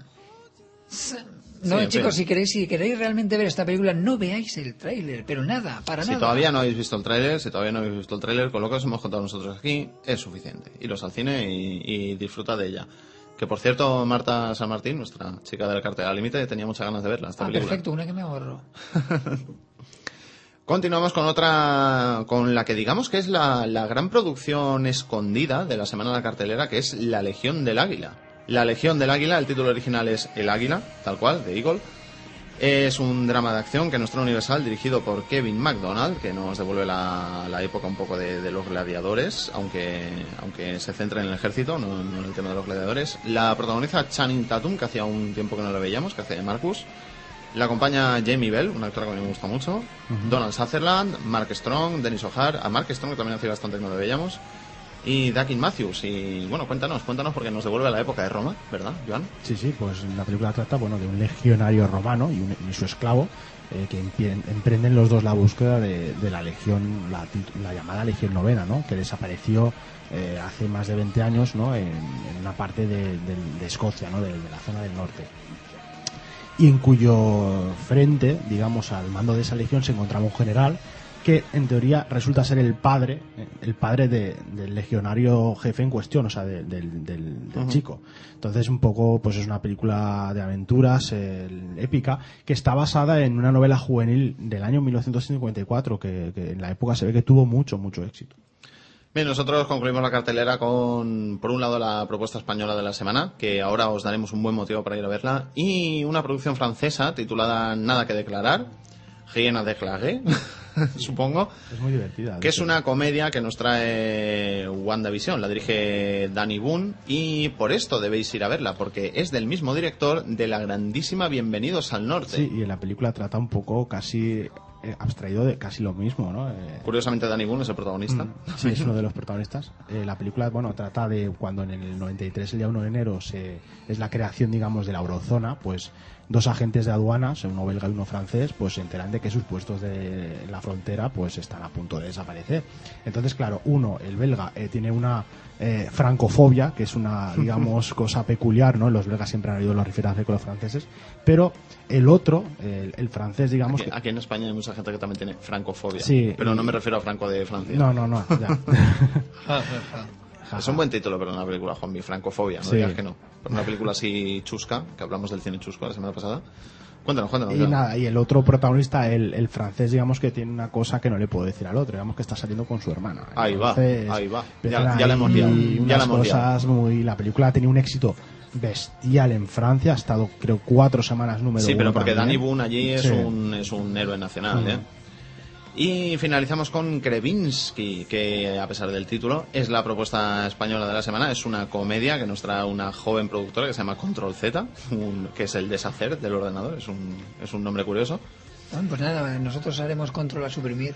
No, sí, chicos, sí. si queréis si queréis realmente ver esta película, no veáis el tráiler, pero nada, para si nada. Si todavía no habéis visto el tráiler, si todavía no habéis visto el tráiler, con lo que os hemos contado nosotros aquí, es suficiente. Iros al cine y, y disfrutad de ella. Que por cierto, Marta San Martín, nuestra chica del cartel al límite, tenía muchas ganas de verla, esta ah, película. Perfecto, una que me ahorro. Continuamos con otra, con la que digamos que es la, la gran producción escondida de la semana de la cartelera, que es La Legión del Águila. La Legión del Águila, el título original es El Águila, tal cual, de Eagle. Es un drama de acción que nos trae Universal, dirigido por Kevin MacDonald, que nos devuelve la, la época un poco de, de los gladiadores, aunque, aunque se centra en el ejército, no, no en el tema de los gladiadores. La protagoniza Channing Tatum, que hacía un tiempo que no lo veíamos, que hace de Marcus. La acompaña Jamie Bell, una actora que a mí me gusta mucho, uh-huh. Donald Sutherland, Mark Strong, Dennis O'Hare, a Mark Strong, que también hacía bastante que no lo veíamos, y Dakin Matthews. Y bueno, cuéntanos, cuéntanos porque nos devuelve a la época de Roma, ¿verdad, Joan? Sí, sí, pues la película trata, bueno, de un legionario romano y, un, y su esclavo, eh, que empie- emprenden los dos la búsqueda de, de la legión, la, la llamada Legión Novena, ¿no? Que desapareció eh, hace más de veinte años, ¿no? En, en una parte de, de, de Escocia, ¿no? De, de la zona del norte. Y en cuyo frente, digamos, al mando de esa legión se encontraba un general que en teoría resulta ser el padre, el padre de, del legionario jefe en cuestión, o sea, de, del, del, del uh-huh. chico. Entonces, un poco, pues es una película de aventuras eh, épica que está basada en una novela juvenil del año mil novecientos cincuenta y cuatro que, que en la época se ve que tuvo mucho, mucho éxito. Bien, nosotros concluimos la cartelera con, por un lado, la propuesta española de la semana, que ahora os daremos un buen motivo para ir a verla, y una producción francesa titulada Nada que declarar, Rien à déclarer, supongo. Es muy divertida. Que es una comedia que nos trae WandaVision, la dirige Danny Boone, y por esto debéis ir a verla, porque es del mismo director de la grandísima Bienvenidos al Norte. Sí, y en la película trata un poco casi... Eh, abstraído de casi lo mismo, ¿no? Eh, Curiosamente Danny Boone es el protagonista. Mm, sí, es uno de los protagonistas. Eh, la película, bueno, trata de cuando en el noventa y tres, el día uno de enero, se, es la creación, digamos, de la eurozona, pues dos agentes de aduanas, uno belga y uno francés, pues se enteran de que sus puestos de la frontera pues están a punto de desaparecer. Entonces, claro, uno, el belga, eh, tiene una eh, francofobia, que es una, digamos, cosa peculiar, ¿no? Los belgas siempre han habido los referencias con los franceses, pero el otro, el, el francés, digamos... Aquí, que... aquí en España hay mucha gente que también tiene francofobia, sí, pero y... no me refiero a Franco de Francia. No, no, no, ya. Es un buen título para una película, Juanmi, francofobia, no sí. digas que no. Para una película así chusca, que hablamos del cine chusco la semana pasada. Cuéntanos, cuéntanos. Y ya. nada, y el otro protagonista, el, el francés, digamos que tiene una cosa que no le puedo decir al otro, digamos que está saliendo con su hermana. Ahí Entonces, va, ahí va. Ya, ya la hemos liado. Y unas ya la hemos cosas liado. muy... La película ha tenido un éxito bestial en Francia, ha estado creo cuatro semanas número uno. Sí, pero porque también. Danny Boone allí es, sí. un, es un héroe nacional, Mm. ¿eh? Y finalizamos con Krevinsky, que a pesar del título es la propuesta española de la semana. Es una comedia que nos trae una joven productora que se llama Control Z, un, que es el deshacer del ordenador. Es un, es un nombre curioso. Bueno, pues nada, nosotros haremos Control a suprimir.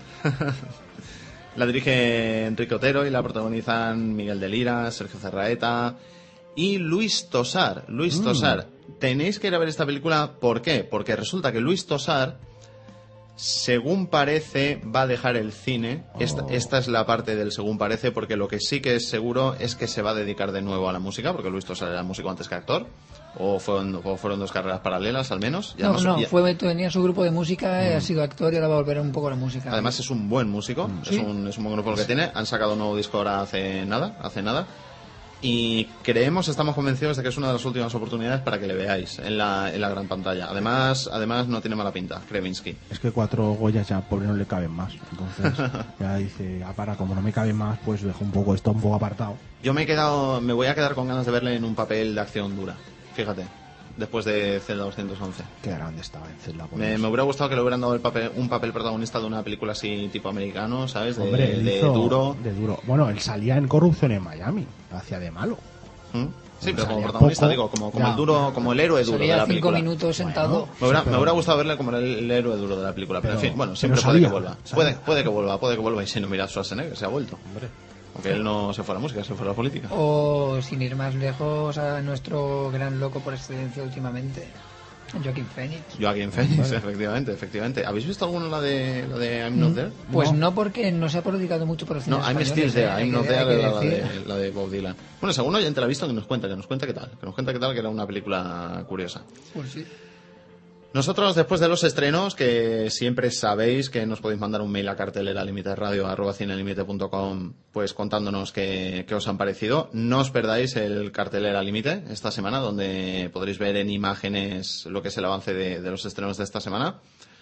La dirige Enrique Otero y la protagonizan Miguel de Lira, Sergio Cerraeta y Luis Tosar. Luis Mm. Tosar. Tenéis que ir a ver esta película. ¿Por qué? Porque resulta que Luis Tosar, según parece, va a dejar el cine. Esta, Oh. esta es la parte del según parece, porque lo que sí que es seguro es que se va a dedicar de nuevo a la música, porque Luis Tosar era músico antes que actor. O fueron, o fueron dos carreras paralelas, al menos. Ya no, no, no, ya... fue, tenía su grupo de música, Mm. ha sido actor y ahora va a volver un poco a la música. Además es un buen músico, ¿Sí? es, un, es un buen grupo lo que tiene. Han sacado un nuevo disco ahora hace nada, hace nada. Y creemos, estamos convencidos de que es una de las últimas oportunidades para que le veáis en la, en la gran pantalla. Además, además no tiene mala pinta, Krevinsky. Es que cuatro Goyas ya, pobre, no le caben más. Entonces, ya dice, ah, para, como no me caben más, pues dejo un poco esto un poco apartado. Yo me he quedado, me voy a quedar con ganas de verle en un papel de acción dura. Fíjate, después de Zelda doscientos once. Qué grande estaba en Zelda. Me, me hubiera gustado que le hubieran dado el papel, un papel protagonista de una película así tipo americano, ¿sabes? De, Hombre, él de hizo duro. de duro. Bueno, él salía en Corrupción en Miami, hacía de malo. ¿Mm? Sí, pero como Salía protagonista, poco, digo, como, como ya. el duro, como el héroe duro Salía de la cinco película. minutos sentado. Me hubiera, Sí, pero- me hubiera gustado verle como el, el héroe duro de la película, pero, Pero- en fin, bueno, pero siempre puede salía, que vuelva. salía. Puede, puede que vuelva, puede que vuelva y si no, mira Schwarzenegger, se ha vuelto. Hombre. Aunque él no se fue a la música, se fue a la política. O, sin ir más lejos, a nuestro gran loco por excelencia últimamente, Joaquin Phoenix. Joaquin Phoenix, Vale. efectivamente, efectivamente. ¿Habéis visto alguno la de, la de I'm Not There? Pues No. no, porque no se ha prodigado mucho por el cine No, I'm español, Still ¿eh? There, Hay I'm que- Not hay There que era la decir. de, la de Bob Dylan. Bueno, según oyente la ha visto, que nos cuenta, que nos cuenta qué tal. Que nos cuenta qué tal, que era una película curiosa. Pues sí. Nosotros, después de los estrenos, que siempre sabéis que nos podéis mandar un mail a cartelera límite radio arroba cinelimite punto com, pues contándonos qué, qué os han parecido. No os perdáis el cartelera límite esta semana, donde podréis ver en imágenes lo que es el avance de, de los estrenos de esta semana.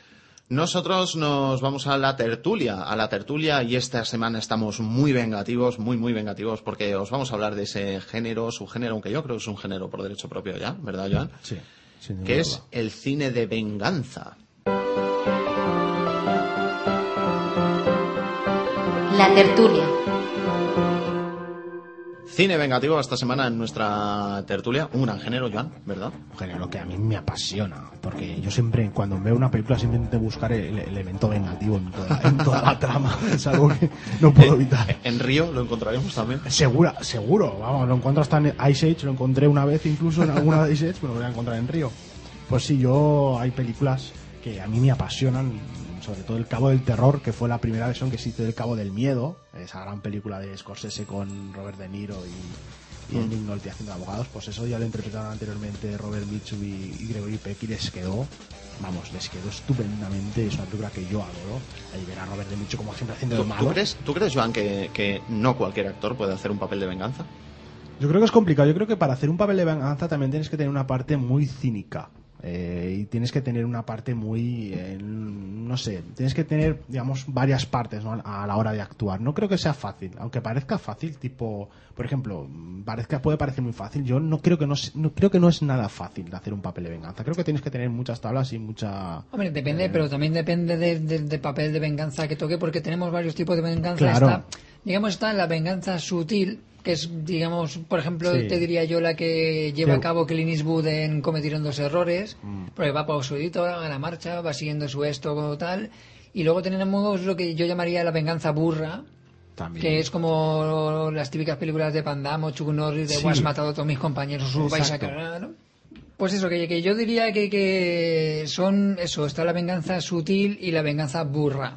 Nosotros nos vamos a la tertulia, a la tertulia y esta semana estamos muy vengativos, muy muy vengativos porque os vamos a hablar de ese género, subgénero, aunque yo creo que es un género por derecho propio ya, ¿verdad, Joan? Sí. Que es el cine de venganza. La tertulia. Cine vengativo esta semana en nuestra tertulia, un gran género, Joan, ¿verdad? Un género que a mí me apasiona, porque yo siempre, cuando veo una película, siempre intento buscar el, el elemento vengativo en toda, en toda la trama. Es algo que no puedo evitar. ¿En Río lo encontraremos también? Segura, seguro, vamos, lo encuentro hasta en Ice Age, lo encontré una vez incluso en alguna de Ice Age, pero lo voy a encontrar en Río. Pues sí, yo, hay películas que a mí me apasionan, sobre todo El Cabo del Terror, que fue la primera versión que existe del Cabo del Miedo, esa gran película de Scorsese con Robert De Niro y, y mm. Nick Nolte haciendo abogados. Pues eso ya lo interpretaron anteriormente Robert Mitchum y, y Gregory Peck y les quedó, vamos, les quedó estupendamente. Es una película que yo adoro. Ahí ver a Robert De Niro como siempre haciendo ¿Tú, el malo. ¿tú crees, ¿Tú crees, Joan, que, que no cualquier actor puede hacer un papel de venganza? Yo creo que es complicado. Yo creo que para hacer un papel de venganza también tienes que tener una parte muy cínica. Eh, y tienes que tener una parte muy eh, no sé, tienes que tener, digamos, varias partes, ¿no?, a la hora de actuar. No creo que sea fácil, aunque parezca fácil, tipo, por ejemplo, parezca, puede parecer muy fácil. Yo no creo que no, no creo que no es nada fácil de hacer un papel de venganza. Creo que tienes que tener muchas tablas y mucha... Hombre, depende, eh... pero también depende del de, de papel de venganza que toque, porque tenemos varios tipos de venganza. Claro. Está, digamos, está la venganza sutil, que es, digamos, por ejemplo, sí. te diría yo la que lleva sí. a cabo Clint Eastwood en Cometieron dos errores, mm. porque va pausadito a la marcha, va siguiendo su esto como tal, y luego tenemos lo que yo llamaría la venganza burra, también. Que es como las típicas películas de Van Damme o Chuck Norris de sí. has matado a todos mis compañeros, os vais a cagar, ¿no? Pues eso, que, que yo diría que, que son eso, está la venganza sutil y la venganza burra.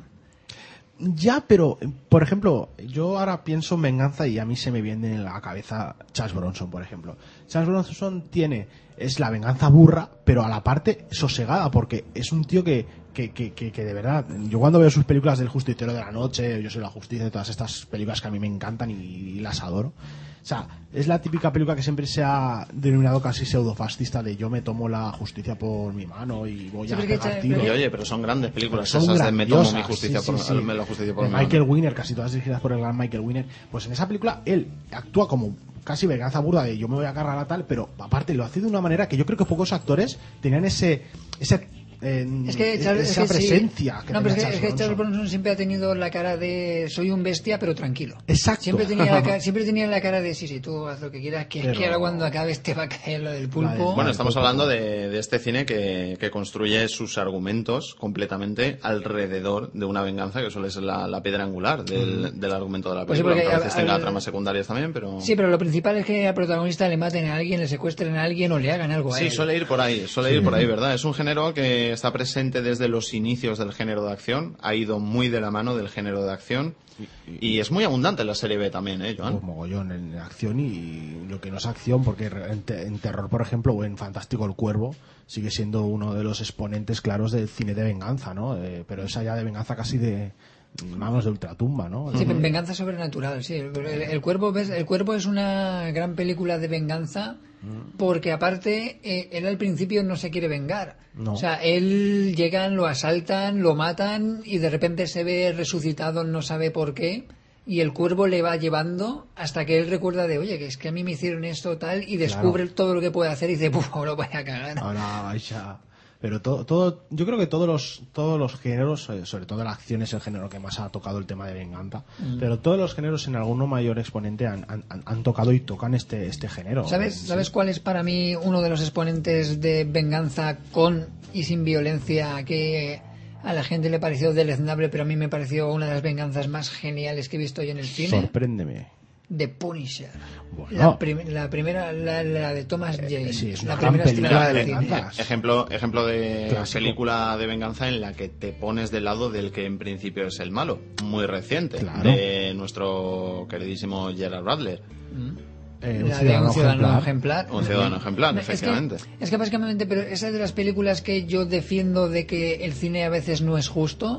Ya, pero, por ejemplo, yo ahora pienso en venganza y a mí se me viene en la cabeza Charles Bronson, por ejemplo. Charles Bronson tiene, es la venganza burra, pero a la parte sosegada, porque es un tío que, que, que, que, que de verdad, yo cuando veo sus películas del Justiciero de la Noche, Yo soy la justicia, de todas estas películas que a mí me encantan y, y las adoro. O sea, es la típica película que siempre se ha denominado casi pseudofascista, de yo me tomo la justicia por mi mano y voy sí, a pegar tiros. Y oye, pero son grandes películas son esas de me tomo mi justicia sí, por, sí, sí. la justicia por mi mano. Michael Winner, casi todas dirigidas por el gran Michael Winner. Pues en esa película él actúa como casi venganza burda de yo me voy a agarrar a tal, pero aparte lo hace de una manera que yo creo que pocos actores tenían ese... ese En, es que Charles, esa es que presencia sí. que no, pero es que, Charles, es que Charles Bronson. Bronson siempre ha tenido la cara de soy un bestia pero tranquilo. Exacto. Siempre tenía la cara, siempre tenía la cara de sí, sí, tú haz lo que quieras, que, pero... que ahora cuando acabes te va a caer lo del pulpo. Bueno, estamos hablando de, de este cine que, que construye sus argumentos completamente alrededor de una venganza que suele ser la, la piedra angular del, mm. del argumento de la película. Pues sí, a veces tenga tramas secundarias también, pero... Sí, pero lo principal es que al protagonista le maten a alguien, le secuestren a alguien o le hagan algo a sí, él. Sí, suele ir por ahí, suele sí. ir por ahí, ¿verdad? Es un género que está presente desde desde los inicios del género de acción, ha ido muy de la mano del género de acción y, y es muy abundante en la serie B también, ¿eh, Joan? Pues mogollón en acción y lo que no es acción, porque en, te, en terror, por ejemplo, o en Fantástico el Cuervo, sigue siendo uno de los exponentes claros del cine de venganza, ¿no? Eh, pero esa ya de venganza casi de... Vamos, de ultratumba, ¿no? Sí, uh-huh. venganza sobrenatural, sí. El, el, cuervo, ¿ves? El Cuervo es una gran película de venganza porque aparte eh, él al principio no se quiere vengar. No. O sea, él llegan, lo asaltan, lo matan y de repente se ve resucitado, no sabe por qué, y el cuervo le va llevando hasta que él recuerda de, oye, que es que a mí me hicieron esto tal, y descubre claro. todo lo que puede hacer y dice, puf, ahora voy a cagar. Ahora vaya... Pero todo, todo, yo creo que todos los, todos los géneros, sobre todo la acción es el género que más ha tocado el tema de venganza, mm. pero todos los géneros en alguno mayor exponente han, han, han tocado y tocan este, este género. ¿Sabes, sí. ¿Sabes cuál es para mí uno de los exponentes de venganza con y sin violencia que a la gente le pareció deleznable, pero a mí me pareció una de las venganzas más geniales que he visto yo en el cine? Sorpréndeme. The Punisher. Bueno. La, prim- la primera, la, la de Thomas Jane. Eh, sí, es una la gran primera película de cine. venganza. Ejemplo, ejemplo de Clásico. película de venganza en la que te pones del lado del que en principio es el malo. Muy reciente. Claro. De nuestro queridísimo Gerard Butler. Mm. Eh, un la de un ciudadano ejemplar. ejemplar. Un ciudadano ejemplar, es efectivamente. Que, es que básicamente, pero esa es de las películas que yo defiendo de que el cine a veces no es justo.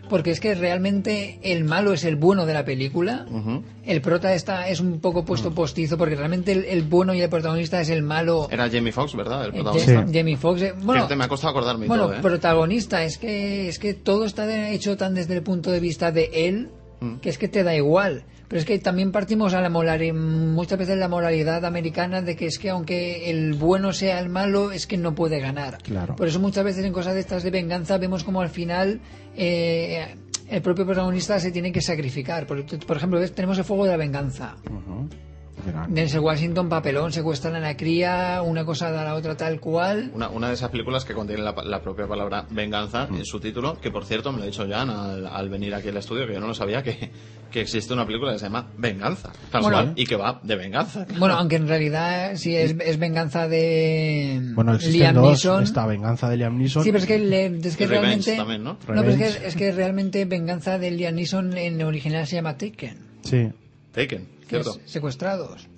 porque es que realmente el malo es el bueno de la película. Uh-huh. El prota está es un poco puesto uh-huh. postizo, porque realmente el, el bueno y el protagonista es el malo. Era Jamie Foxx, ¿verdad? El protagonista. Sí. Jamie Foxx. Eh, bueno, Fíjate, me ha costado acordarme. Bueno, todo, ¿eh? protagonista, es que es que todo está hecho tan desde el punto de vista de él, uh-huh. que es que te da igual. Pero es que también partimos a la moralidad, muchas veces la moralidad americana de que es que aunque el bueno sea el malo, es que no puede ganar. Claro. Por eso muchas veces en cosas de estas de venganza vemos como al final eh, el propio protagonista se tiene que sacrificar. Por, por ejemplo, ¿ves? Tenemos el fuego de la venganza. Uh-huh. Denzel Washington, papelón, secuestran a la cría, una cosa da la otra tal cual. Una, una de esas películas que contiene la, la propia palabra venganza mm. en su título, que por cierto me lo ha dicho Jan al, al venir aquí al estudio, que yo no lo sabía, que, que existe una película que se llama Venganza, tal bueno, cual, y que va de venganza. Claro. Bueno, aunque en realidad sí es, es venganza de bueno, existen Liam dos, Neeson. Esta venganza de Liam Neeson. Sí, pero es que, le, es que realmente... También, ¿no? No, pero es que, es que realmente venganza de Liam Neeson en original se llama Taken. Sí. Taken. ¿Cierto? Secuestrados.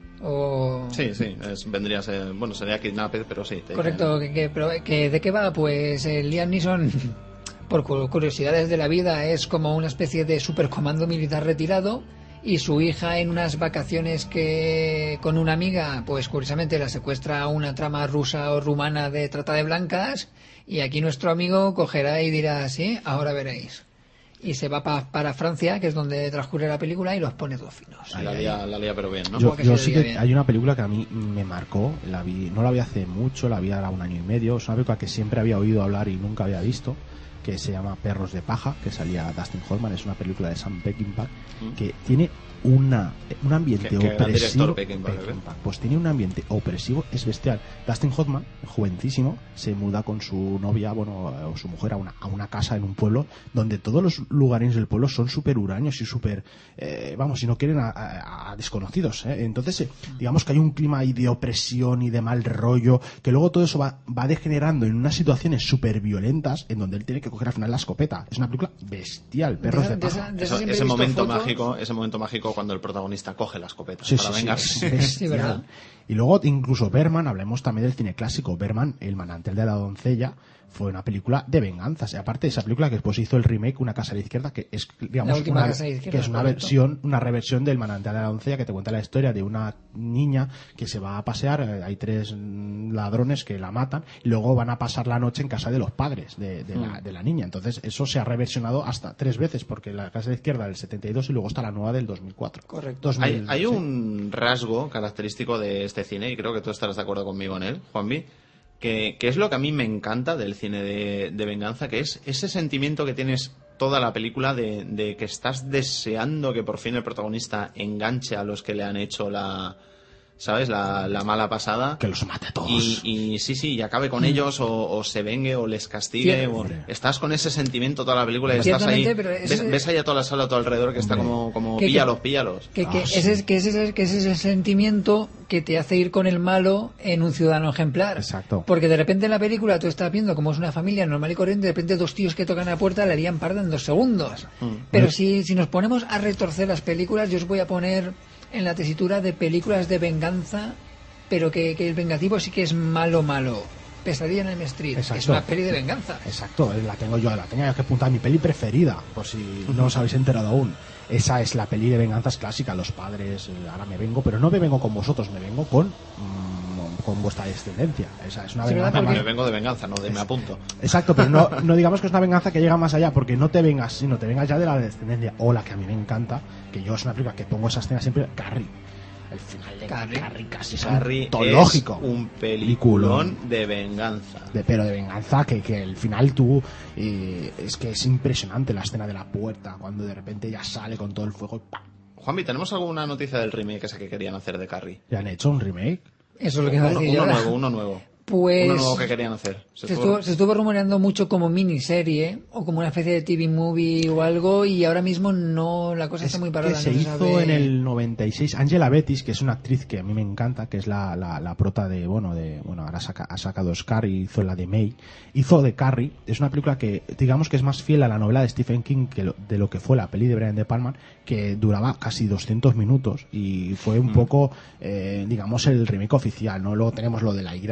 O... Sí, sí, es, vendría a ser, bueno, sería Kidnapped, pero sí. Correcto, que, que, pero, que, ¿de qué va? Pues eh, Liam Neeson, por curiosidades de la vida, es como una especie de supercomando militar retirado, y su hija en unas vacaciones que con una amiga, pues curiosamente la secuestra a una trama rusa o rumana de trata de blancas, y aquí nuestro amigo cogerá y dirá, sí, ahora veréis. Y se va pa, para Francia, que es donde transcurre la película, y los pone todos finos. La lía, la lía pero bien, ¿no? Yo, yo sí que bien. Hay una película que a mí me marcó, la vi, no la vi hace mucho, la vi ahora un año y medio, es una película que siempre había oído hablar y nunca había visto, que se llama Perros de Paja, que salía Dustin Hoffman, es una película de Sam Peckinpah, ¿Mm? que tiene una un ambiente ¿Qué, qué opresivo. Peckinpah, Peckinpah, pues tiene un ambiente opresivo, es bestial. Dustin Hoffman, jovencísimo, se muda con su novia, bueno, o su mujer a una, a una casa en un pueblo donde todos los lugareños del pueblo son súper huraños y súper, eh, vamos, si no quieren a, a, a desconocidos, ¿eh? Entonces, eh, digamos que hay un clima ahí de opresión y de mal rollo, que luego todo eso va, va degenerando en unas situaciones súper violentas en donde él tiene que coger al final la escopeta. Es una película bestial, Perros de, de Paja. De esa, de esa ese momento fotos. mágico, ese momento mágico cuando el protagonista coge la escopeta sí, para sí, vengarse. Sí, es sí, ¿verdad? Y luego incluso Berman, hablemos también del cine clásico. Berman, El manantial de la doncella, fue una película de venganzas. Y aparte de esa película que después hizo el remake, Una casa a la izquierda, que es, digamos, una, izquierda, que es una versión, una reversión del manantial de la doncella, que te cuenta la historia de una niña que se va a pasear, hay tres ladrones que la matan y luego van a pasar la noche en casa de los padres de, de, mm. la, de la niña. Entonces eso se ha reversionado hasta tres veces, porque la casa de la izquierda del setenta y dos y luego está la nueva del dos mil cuatro. Correcto. dos mil, hay, hay un rasgo característico de este cine, y creo que tú estarás de acuerdo conmigo en él, Juanvi, que, que es lo que a mí me encanta del cine de, de venganza, que es ese sentimiento que tienes toda la película de, de que estás deseando que por fin el protagonista enganche a los que le han hecho la... ¿sabes? La, la mala pasada. Que los mate a todos. Y, y sí, sí, y acabe con mm. ellos, o, o se vengue, o les castigue. O, estás con ese sentimiento toda la película y estás ahí. Ves, ese... ves ahí a toda la sala a tu alrededor que está como, como que, píllalos, píllalos. Que, que, ah, sí. ese, que, ese, que ese es el sentimiento que te hace ir con el malo en un ciudadano ejemplar. Exacto. Porque de repente en la película tú estás viendo como es una familia normal y corriente, de repente dos tíos que tocan a la puerta la harían parda en dos segundos. Mm. Pero mm. si, si nos ponemos a retorcer las películas, yo os voy a poner en la tesitura de películas de venganza, pero que, que el vengativo sí que es malo, malo. Pesadilla en el Street. Exacto. Es una peli de venganza. Exacto, la tengo yo, la tenía que apuntar, mi peli preferida, por si no os habéis enterado aún. Esa es la peli de venganzas clásica, los padres, ahora me vengo, pero no me vengo con vosotros, me vengo con mmm, con vuestra descendencia. Esa es una sí, venganza. Porque... Me vengo de venganza, no de me apunto. Exacto, pero no, no digamos que es una venganza que llega más allá, porque no te vengas, sino te vengas ya de la descendencia. O la que a mí me encanta, que yo es una película que pongo esa escena siempre, Carrie. El final de Carrie, Carrie casi es antológico. Es un peliculón de venganza. De, pero de venganza, que, que el final tú... Eh, es que es impresionante la escena de la puerta, cuando de repente ya sale con todo el fuego y ¡pam! Juanvi, ¿tenemos alguna noticia del remake ese que querían hacer de Carrie? ¿Ya han hecho un remake? Eso es lo que uno, iba a decir uno yo. nuevo, uno nuevo. Pues uno nuevo que querían hacer. Se, se, estuvo, se estuvo rumoreando mucho como miniserie o como una especie de T V movie o algo, y ahora mismo no, la cosa es está muy parada. Que se no se hizo sabe... en el noventa y seis. Angela Bettis, que es una actriz que a mí me encanta, que es la, la, la prota de, bueno, de, bueno, ahora saca, ha sacado Oscar y hizo la de May. Hizo de Carrie. Es una película que, digamos que es más fiel a la novela de Stephen King que lo, de lo que fue la peli de Brian De Palma, que duraba casi doscientos minutos y fue un mm. poco, eh, digamos, el remake oficial, ¿no? Luego tenemos lo de la Ira Carrie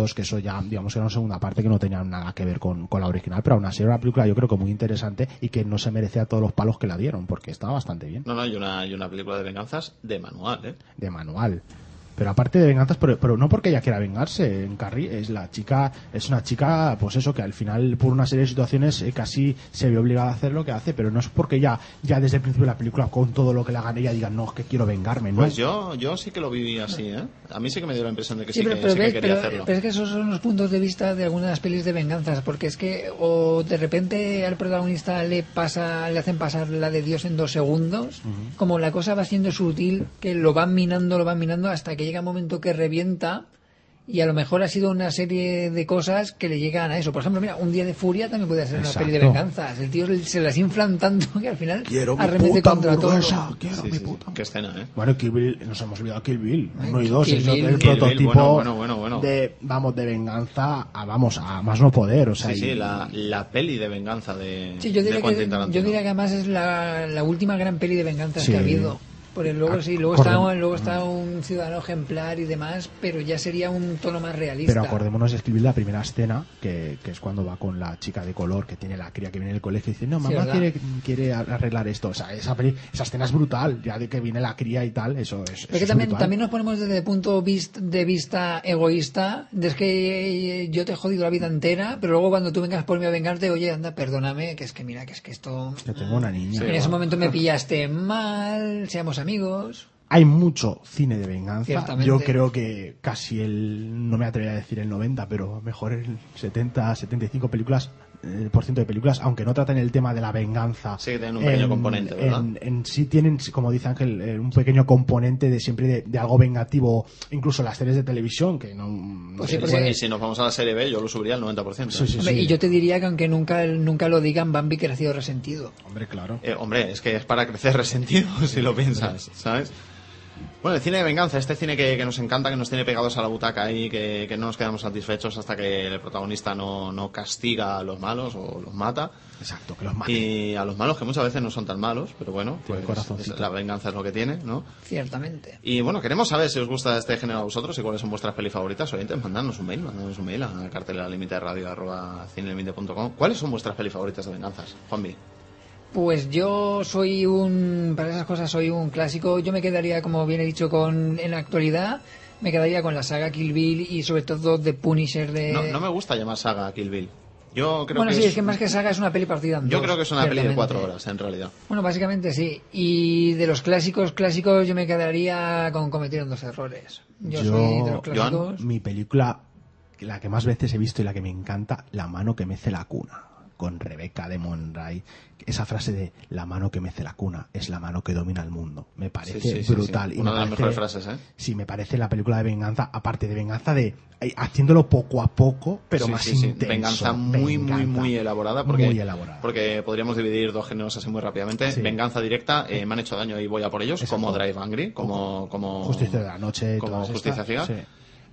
dos, que eso ya, digamos, era una segunda parte que no tenía nada que ver con, con la original, pero aún así era una película yo creo que muy interesante y que no se merecía todos los palos que la dieron, porque estaba bastante bien. No, no, hay una, hay una película de venganzas de manual, ¿eh? De manual. Pero aparte de venganzas, pero, pero no porque ella quiera vengarse, en Carrie es la chica, es una chica, pues eso, que al final por una serie de situaciones eh, casi se ve obligada a hacer lo que hace, pero no es porque ya, ya desde el principio de la película con todo lo que le hagan ella diga no, es que quiero vengarme, ¿no? Pues yo, yo sí que lo viví así, ¿eh? A mí sí que me dio la impresión de que sí, sí, pero, que, pero sí ves, que quería pero, hacerlo. Pero es que esos son los puntos de vista de algunas pelis de venganzas, porque es que o de repente al protagonista le pasa, le hacen pasar la de Dios en dos segundos, uh-huh. como la cosa va siendo sutil, que lo van minando, lo van minando hasta que llega un momento que revienta y a lo mejor ha sido una serie de cosas que le llegan a eso. Por ejemplo, mira, Un día de furia también puede ser Exacto. una peli de venganzas. El tío se las inflan tanto que al final quiero arremete contra todo. Quiero sí, mi sí, puta. Qué escena, ¿eh? Bueno, Kill Bill, nos hemos olvidado Kill Bill, Ay, uno y dos, Kill es Bill. el Kill prototipo Bill, bueno, bueno, bueno. de, vamos, de venganza a, vamos, a más no poder, o sea. Sí, sí, y, la, la peli de venganza de, sí, yo diría de Quentin que, Tarantino. yo diría que además es la, la última gran peli de venganzas sí. que ha habido. Porque luego sí, luego Acordem- está, luego está un ciudadano ejemplar y demás, pero ya sería un tono más realista. Pero acordémonos de escribir la primera escena, que, que es cuando va con la chica de color que tiene la cría que viene del colegio y dice, no, mamá Sí, quiere, quiere arreglar esto. O sea, esa, peli- esa escena es brutal, ya de que viene la cría y tal, eso es, eso Pero que es también, brutal. también nos ponemos desde el punto vist- de vista egoísta, de es que yo te he jodido la vida entera, pero luego cuando tú vengas por mí a vengarte, oye, anda, perdóname, que es que mira, que es que esto... Que tengo una niña. en ese momento me pillaste mal, seamos amigos... Hay mucho cine de venganza. Ciertamente. Yo creo que casi el, no me atrevería a decir el noventa, pero mejor el setenta, setenta y cinco películas, eh, por ciento de películas, aunque no traten el tema de la venganza. Sí, que tienen un pequeño componente, ¿verdad? En, en sí tienen, como dice Ángel, eh, un pequeño componente de siempre de, de algo vengativo, incluso las series de televisión, que no, no Pues se sí, Y puede- si- y si nos vamos a la serie B, yo lo subiría al noventa por ciento. Sí, sí, Hombre, sí. y yo te diría que aunque nunca, nunca lo digan, Bambi que ha sido resentido. Hombre, claro. Eh, hombre, es que es para crecer resentido, si lo piensas, ¿sabes? Bueno, el cine de venganza, este cine que, que nos encanta, que nos tiene pegados a la butaca y que, que no nos quedamos satisfechos hasta que el protagonista no, no castiga a los malos o los mata. Exacto, que los mate. Y a los malos, que muchas veces no son tan malos, pero bueno, Tiene pues, corazoncito. es- la venganza es lo que tiene, ¿no? Ciertamente. Y bueno, queremos saber si os gusta este género a vosotros y cuáles son vuestras pelis favoritas. Oyentes, mandadnos un mail, mandadnos un mail a cartelera límite radio arroba cinelimite punto com. ¿Cuáles son vuestras pelis favoritas de venganzas, Juanvi? Pues yo soy un... Para esas cosas soy un clásico. Yo me quedaría, como bien he dicho, con en la actualidad, me quedaría con la saga Kill Bill y sobre todo The Punisher de... No, no me gusta llamar saga a Kill Bill. Yo creo bueno, que sí, es, es que más que saga es una peli partida en yo dos, creo que es una peli de ciertamente. cuatro horas, en realidad. Bueno, básicamente sí. Y de los clásicos, clásicos, yo me quedaría con Cometieron dos errores. Yo, Yo- soy de los clásicos... Mi película, la que más veces he visto y la que me encanta, La mano que mece la cuna, con Rebeca de Monray. Esa frase de la mano que mece la cuna es la mano que domina el mundo. Me parece Sí, sí, sí, brutal. sí. Y Una me de las parece- mejores frases, ¿eh? Sí, me parece la película de venganza, aparte de venganza de eh, haciéndolo poco a poco, pero Sí, más sí, sí. intenso. Venganza muy, muy, Venganza muy elaborada. Porque, muy elaborada. porque podríamos dividir dos géneros así muy rápidamente. Sí. Venganza directa, eh, me han hecho daño y voy a por ellos, Exacto. como Drive Angry, como... como Justicia de la noche, como todas Justicia estas, ciega. sí.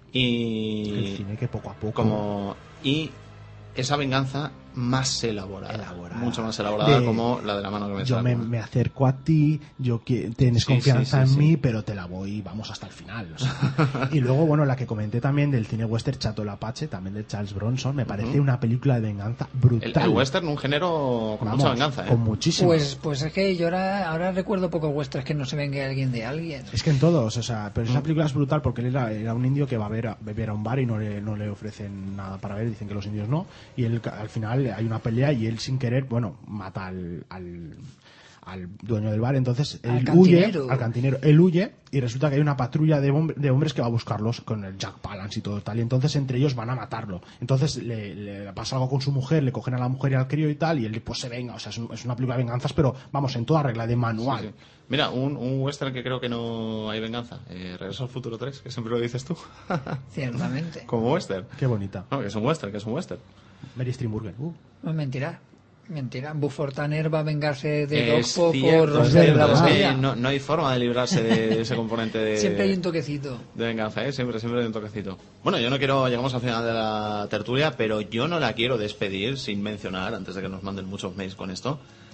Y... El cine que poco a poco. como y esa venganza más elaborada, Elaborada. mucho más elaborada De- como la de la mano que me Yo saca. me, me acerco a ti, yo que, tienes Sí, confianza sí, sí, en sí. mí, pero te la voy, vamos hasta el final. o sea. Y luego, bueno, la que comenté también del cine western Chato el Apache, también de Charles Bronson, me parece Ujú. una película de venganza el, brutal. el western, un género con Vamos, mucha venganza, ¿eh? con muchísimo. Pues, pues es que yo ahora, ahora recuerdo pocos vuestros que no se venga alguien de alguien. Es que en todos, o sea, pero Mm. esa película es brutal porque él era, era un indio que va a, ver, a beber a un bar y no le, no le ofrecen nada para ver, dicen que los indios no, y él ca- al final hay una pelea y él sin querer, bueno, mata al, al, al dueño del bar, entonces Al él cantinero. huye, al cantinero, él huye y resulta que hay una patrulla de, hom- de hombres que va a buscarlos con el Jack Palance y todo tal, y entonces entre ellos van a matarlo, entonces le, le pasa algo con su mujer, le cogen a la mujer y al crío y tal, y él pues se venga, o sea, es, un- es una película de venganzas, pero vamos, en toda regla de manual. Sí, sí. Mira, un, un western que creo que no hay venganza. Eh, Regreso al futuro tres, que siempre lo dices tú. Ciertamente. Como western. Qué bonita. No, que es un western, que es un western. Mary Steenburgen. Uh. No es mentira. Mentira. Bufford Tanner va a vengarse de Es Dogpo cierto, por es romper la cierto, es que botella. no, no hay forma de librarse de, de ese componente de, Siempre hay un toquecito. de venganza, ¿eh? Siempre, siempre hay un toquecito. Bueno, yo no quiero, llegamos al final de la tertulia, pero yo no la quiero despedir sin mencionar, antes de que nos manden muchos mails con esto,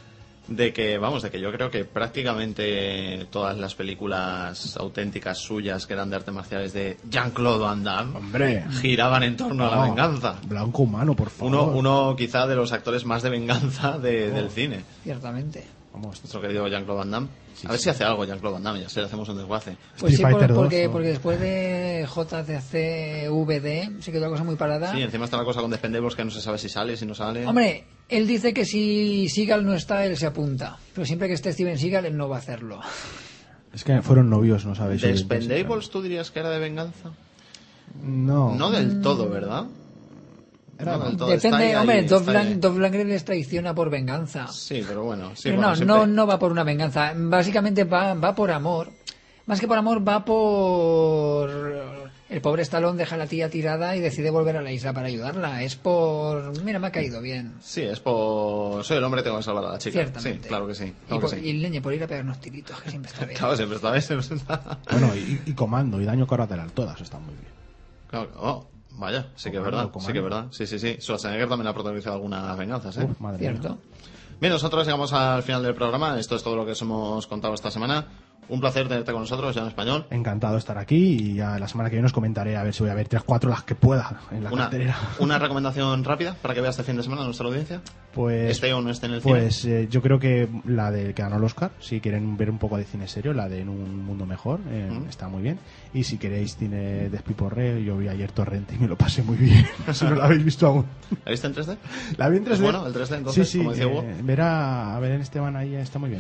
de que, vamos, de que yo creo que prácticamente todas las películas auténticas suyas que eran de artes marciales de Jean-Claude Van Damme, hombre, giraban en torno no, a la venganza. Blanco humano, por favor. Uno, uno quizá de los actores más de venganza de, oh. del cine. Ciertamente. Vamos, nuestro querido Jean-Claude Van Damme. Sí, a ver sí. si hace algo Jean-Claude Van Damme, ya se le hacemos un desguace. Pues sí, por, porque, dos, porque después de J T C V D sí que es una cosa muy parada. Sí, encima está la cosa con Despendables que no se sabe si sale, si no sale. Hombre, él dice que si Seagal no está, él se apunta. Pero siempre que esté Steven Seagal, él no va a hacerlo. Es que fueron novios, no sabéis. ¿Despendables tú dirías que era de venganza? No. No del todo, ¿verdad? No, depende, ahí, hombre, Dolph Lundgren les traiciona por venganza. Sí, pero bueno. Sí, pero bueno, no, siempre... no, no va por una venganza. Básicamente va, va por amor. Más que por amor, va por... El pobre Stallone deja a la tía tirada y decide volver a la isla para ayudarla. Es por... Mira, me ha caído bien. Sí, es por... Soy el hombre, tengo que salvar a la chica. Ciertamente. Sí, claro que sí. Y, Claro por, que sí. y el leñe por ir a pegar unos tiritos, que siempre está bien. Claro, siempre está bien. Siempre está... Bueno, y, y Comando y Daño Colateral, todas están muy bien. Claro, oh. Vaya, sí que es verdad, sí que es verdad. Sí, sí, sí. Schwarzenegger también ha protagonizado algunas venganzas, ¿eh? Uf, madre Cierto. mía. Bien, nosotros llegamos al final del programa. Esto es todo lo que os hemos contado esta semana. Un placer tenerte con nosotros, ya en español. Encantado de estar aquí y ya la semana que viene os comentaré a ver si voy a ver tres, cuatro las que pueda en la una, cartelera. ¿Una recomendación rápida para que vea este fin de semana a nuestra audiencia? Pues, ¿Esté o no esté en el pues, cine? Pues eh, yo creo que la de que ganó el Oscar, si quieren ver un poco de cine serio, la de En un mundo mejor, eh, mm. está muy bien. Y si queréis cine despiporre, yo vi ayer Torrente y me lo pasé muy bien. Si no la habéis visto aún. ¿La viste en tres D? La vi en tres D. Bueno, el tres D entonces, sí, sí, como decía Hugo. Eh, ver a, a Belén Esteban ahí está muy bien.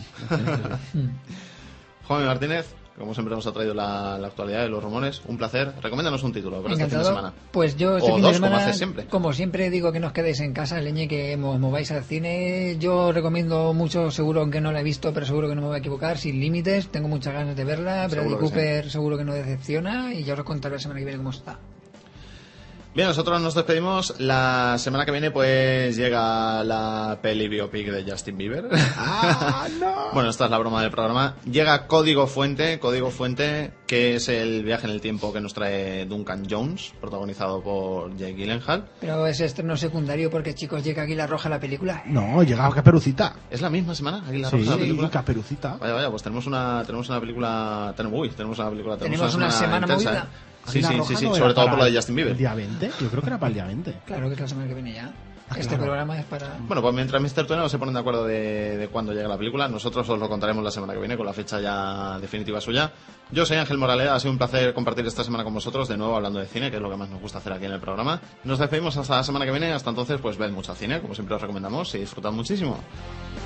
Juan Martínez, como siempre nos ha traído la, la actualidad y los rumores, un placer. Recomiéndanos un título para este fin de semana. Pues yo este o fin dos, de semana, como haces siempre. Como siempre digo que no os quedéis en casa, leñe, que os mováis al cine. Yo recomiendo mucho, seguro, aunque no la he visto, pero seguro que no me voy a equivocar, Sin Límites. Tengo muchas ganas de verla. Bradley Cooper sí. Seguro que no decepciona y ya os contaré la semana que viene cómo está. Bien, nosotros nos despedimos. La semana que viene pues llega la peli biopic de Justin Bieber. ¡Ah, no! Bueno, esta es la broma del programa. Llega Código Fuente, Código Fuente, que es el viaje en el tiempo que nos trae Duncan Jones, protagonizado por Jake Gyllenhaal. Pero es estreno secundario porque, chicos, llega Águila Roja la película. No, llega Caperucita. ¿Es la misma semana? Águila sí, Roja la película. Sí, Caperucita. Vaya, vaya, pues tenemos una tenemos una película, tenemos, uy, tenemos una película, tenemos, tenemos una, una semana, semana movida. ¿eh? Sí, sí, sí, sí, sobre todo por lo de Justin Bieber. ¿El día veinte? Yo creo que era para el día veinte. Claro que es la semana que viene ya. Ah, este claro. programa es para... Bueno, pues mientras míster Tueno se ponen de acuerdo de, de cuándo llega la película, nosotros os lo contaremos la semana que viene con la fecha ya definitiva suya. Yo soy Ángel Moraleda, ha sido un placer compartir esta semana con vosotros, de nuevo hablando de cine, que es lo que más nos gusta hacer aquí en el programa. Nos despedimos hasta la semana que viene, hasta entonces pues ved mucho cine, como siempre os recomendamos, y disfrutad muchísimo.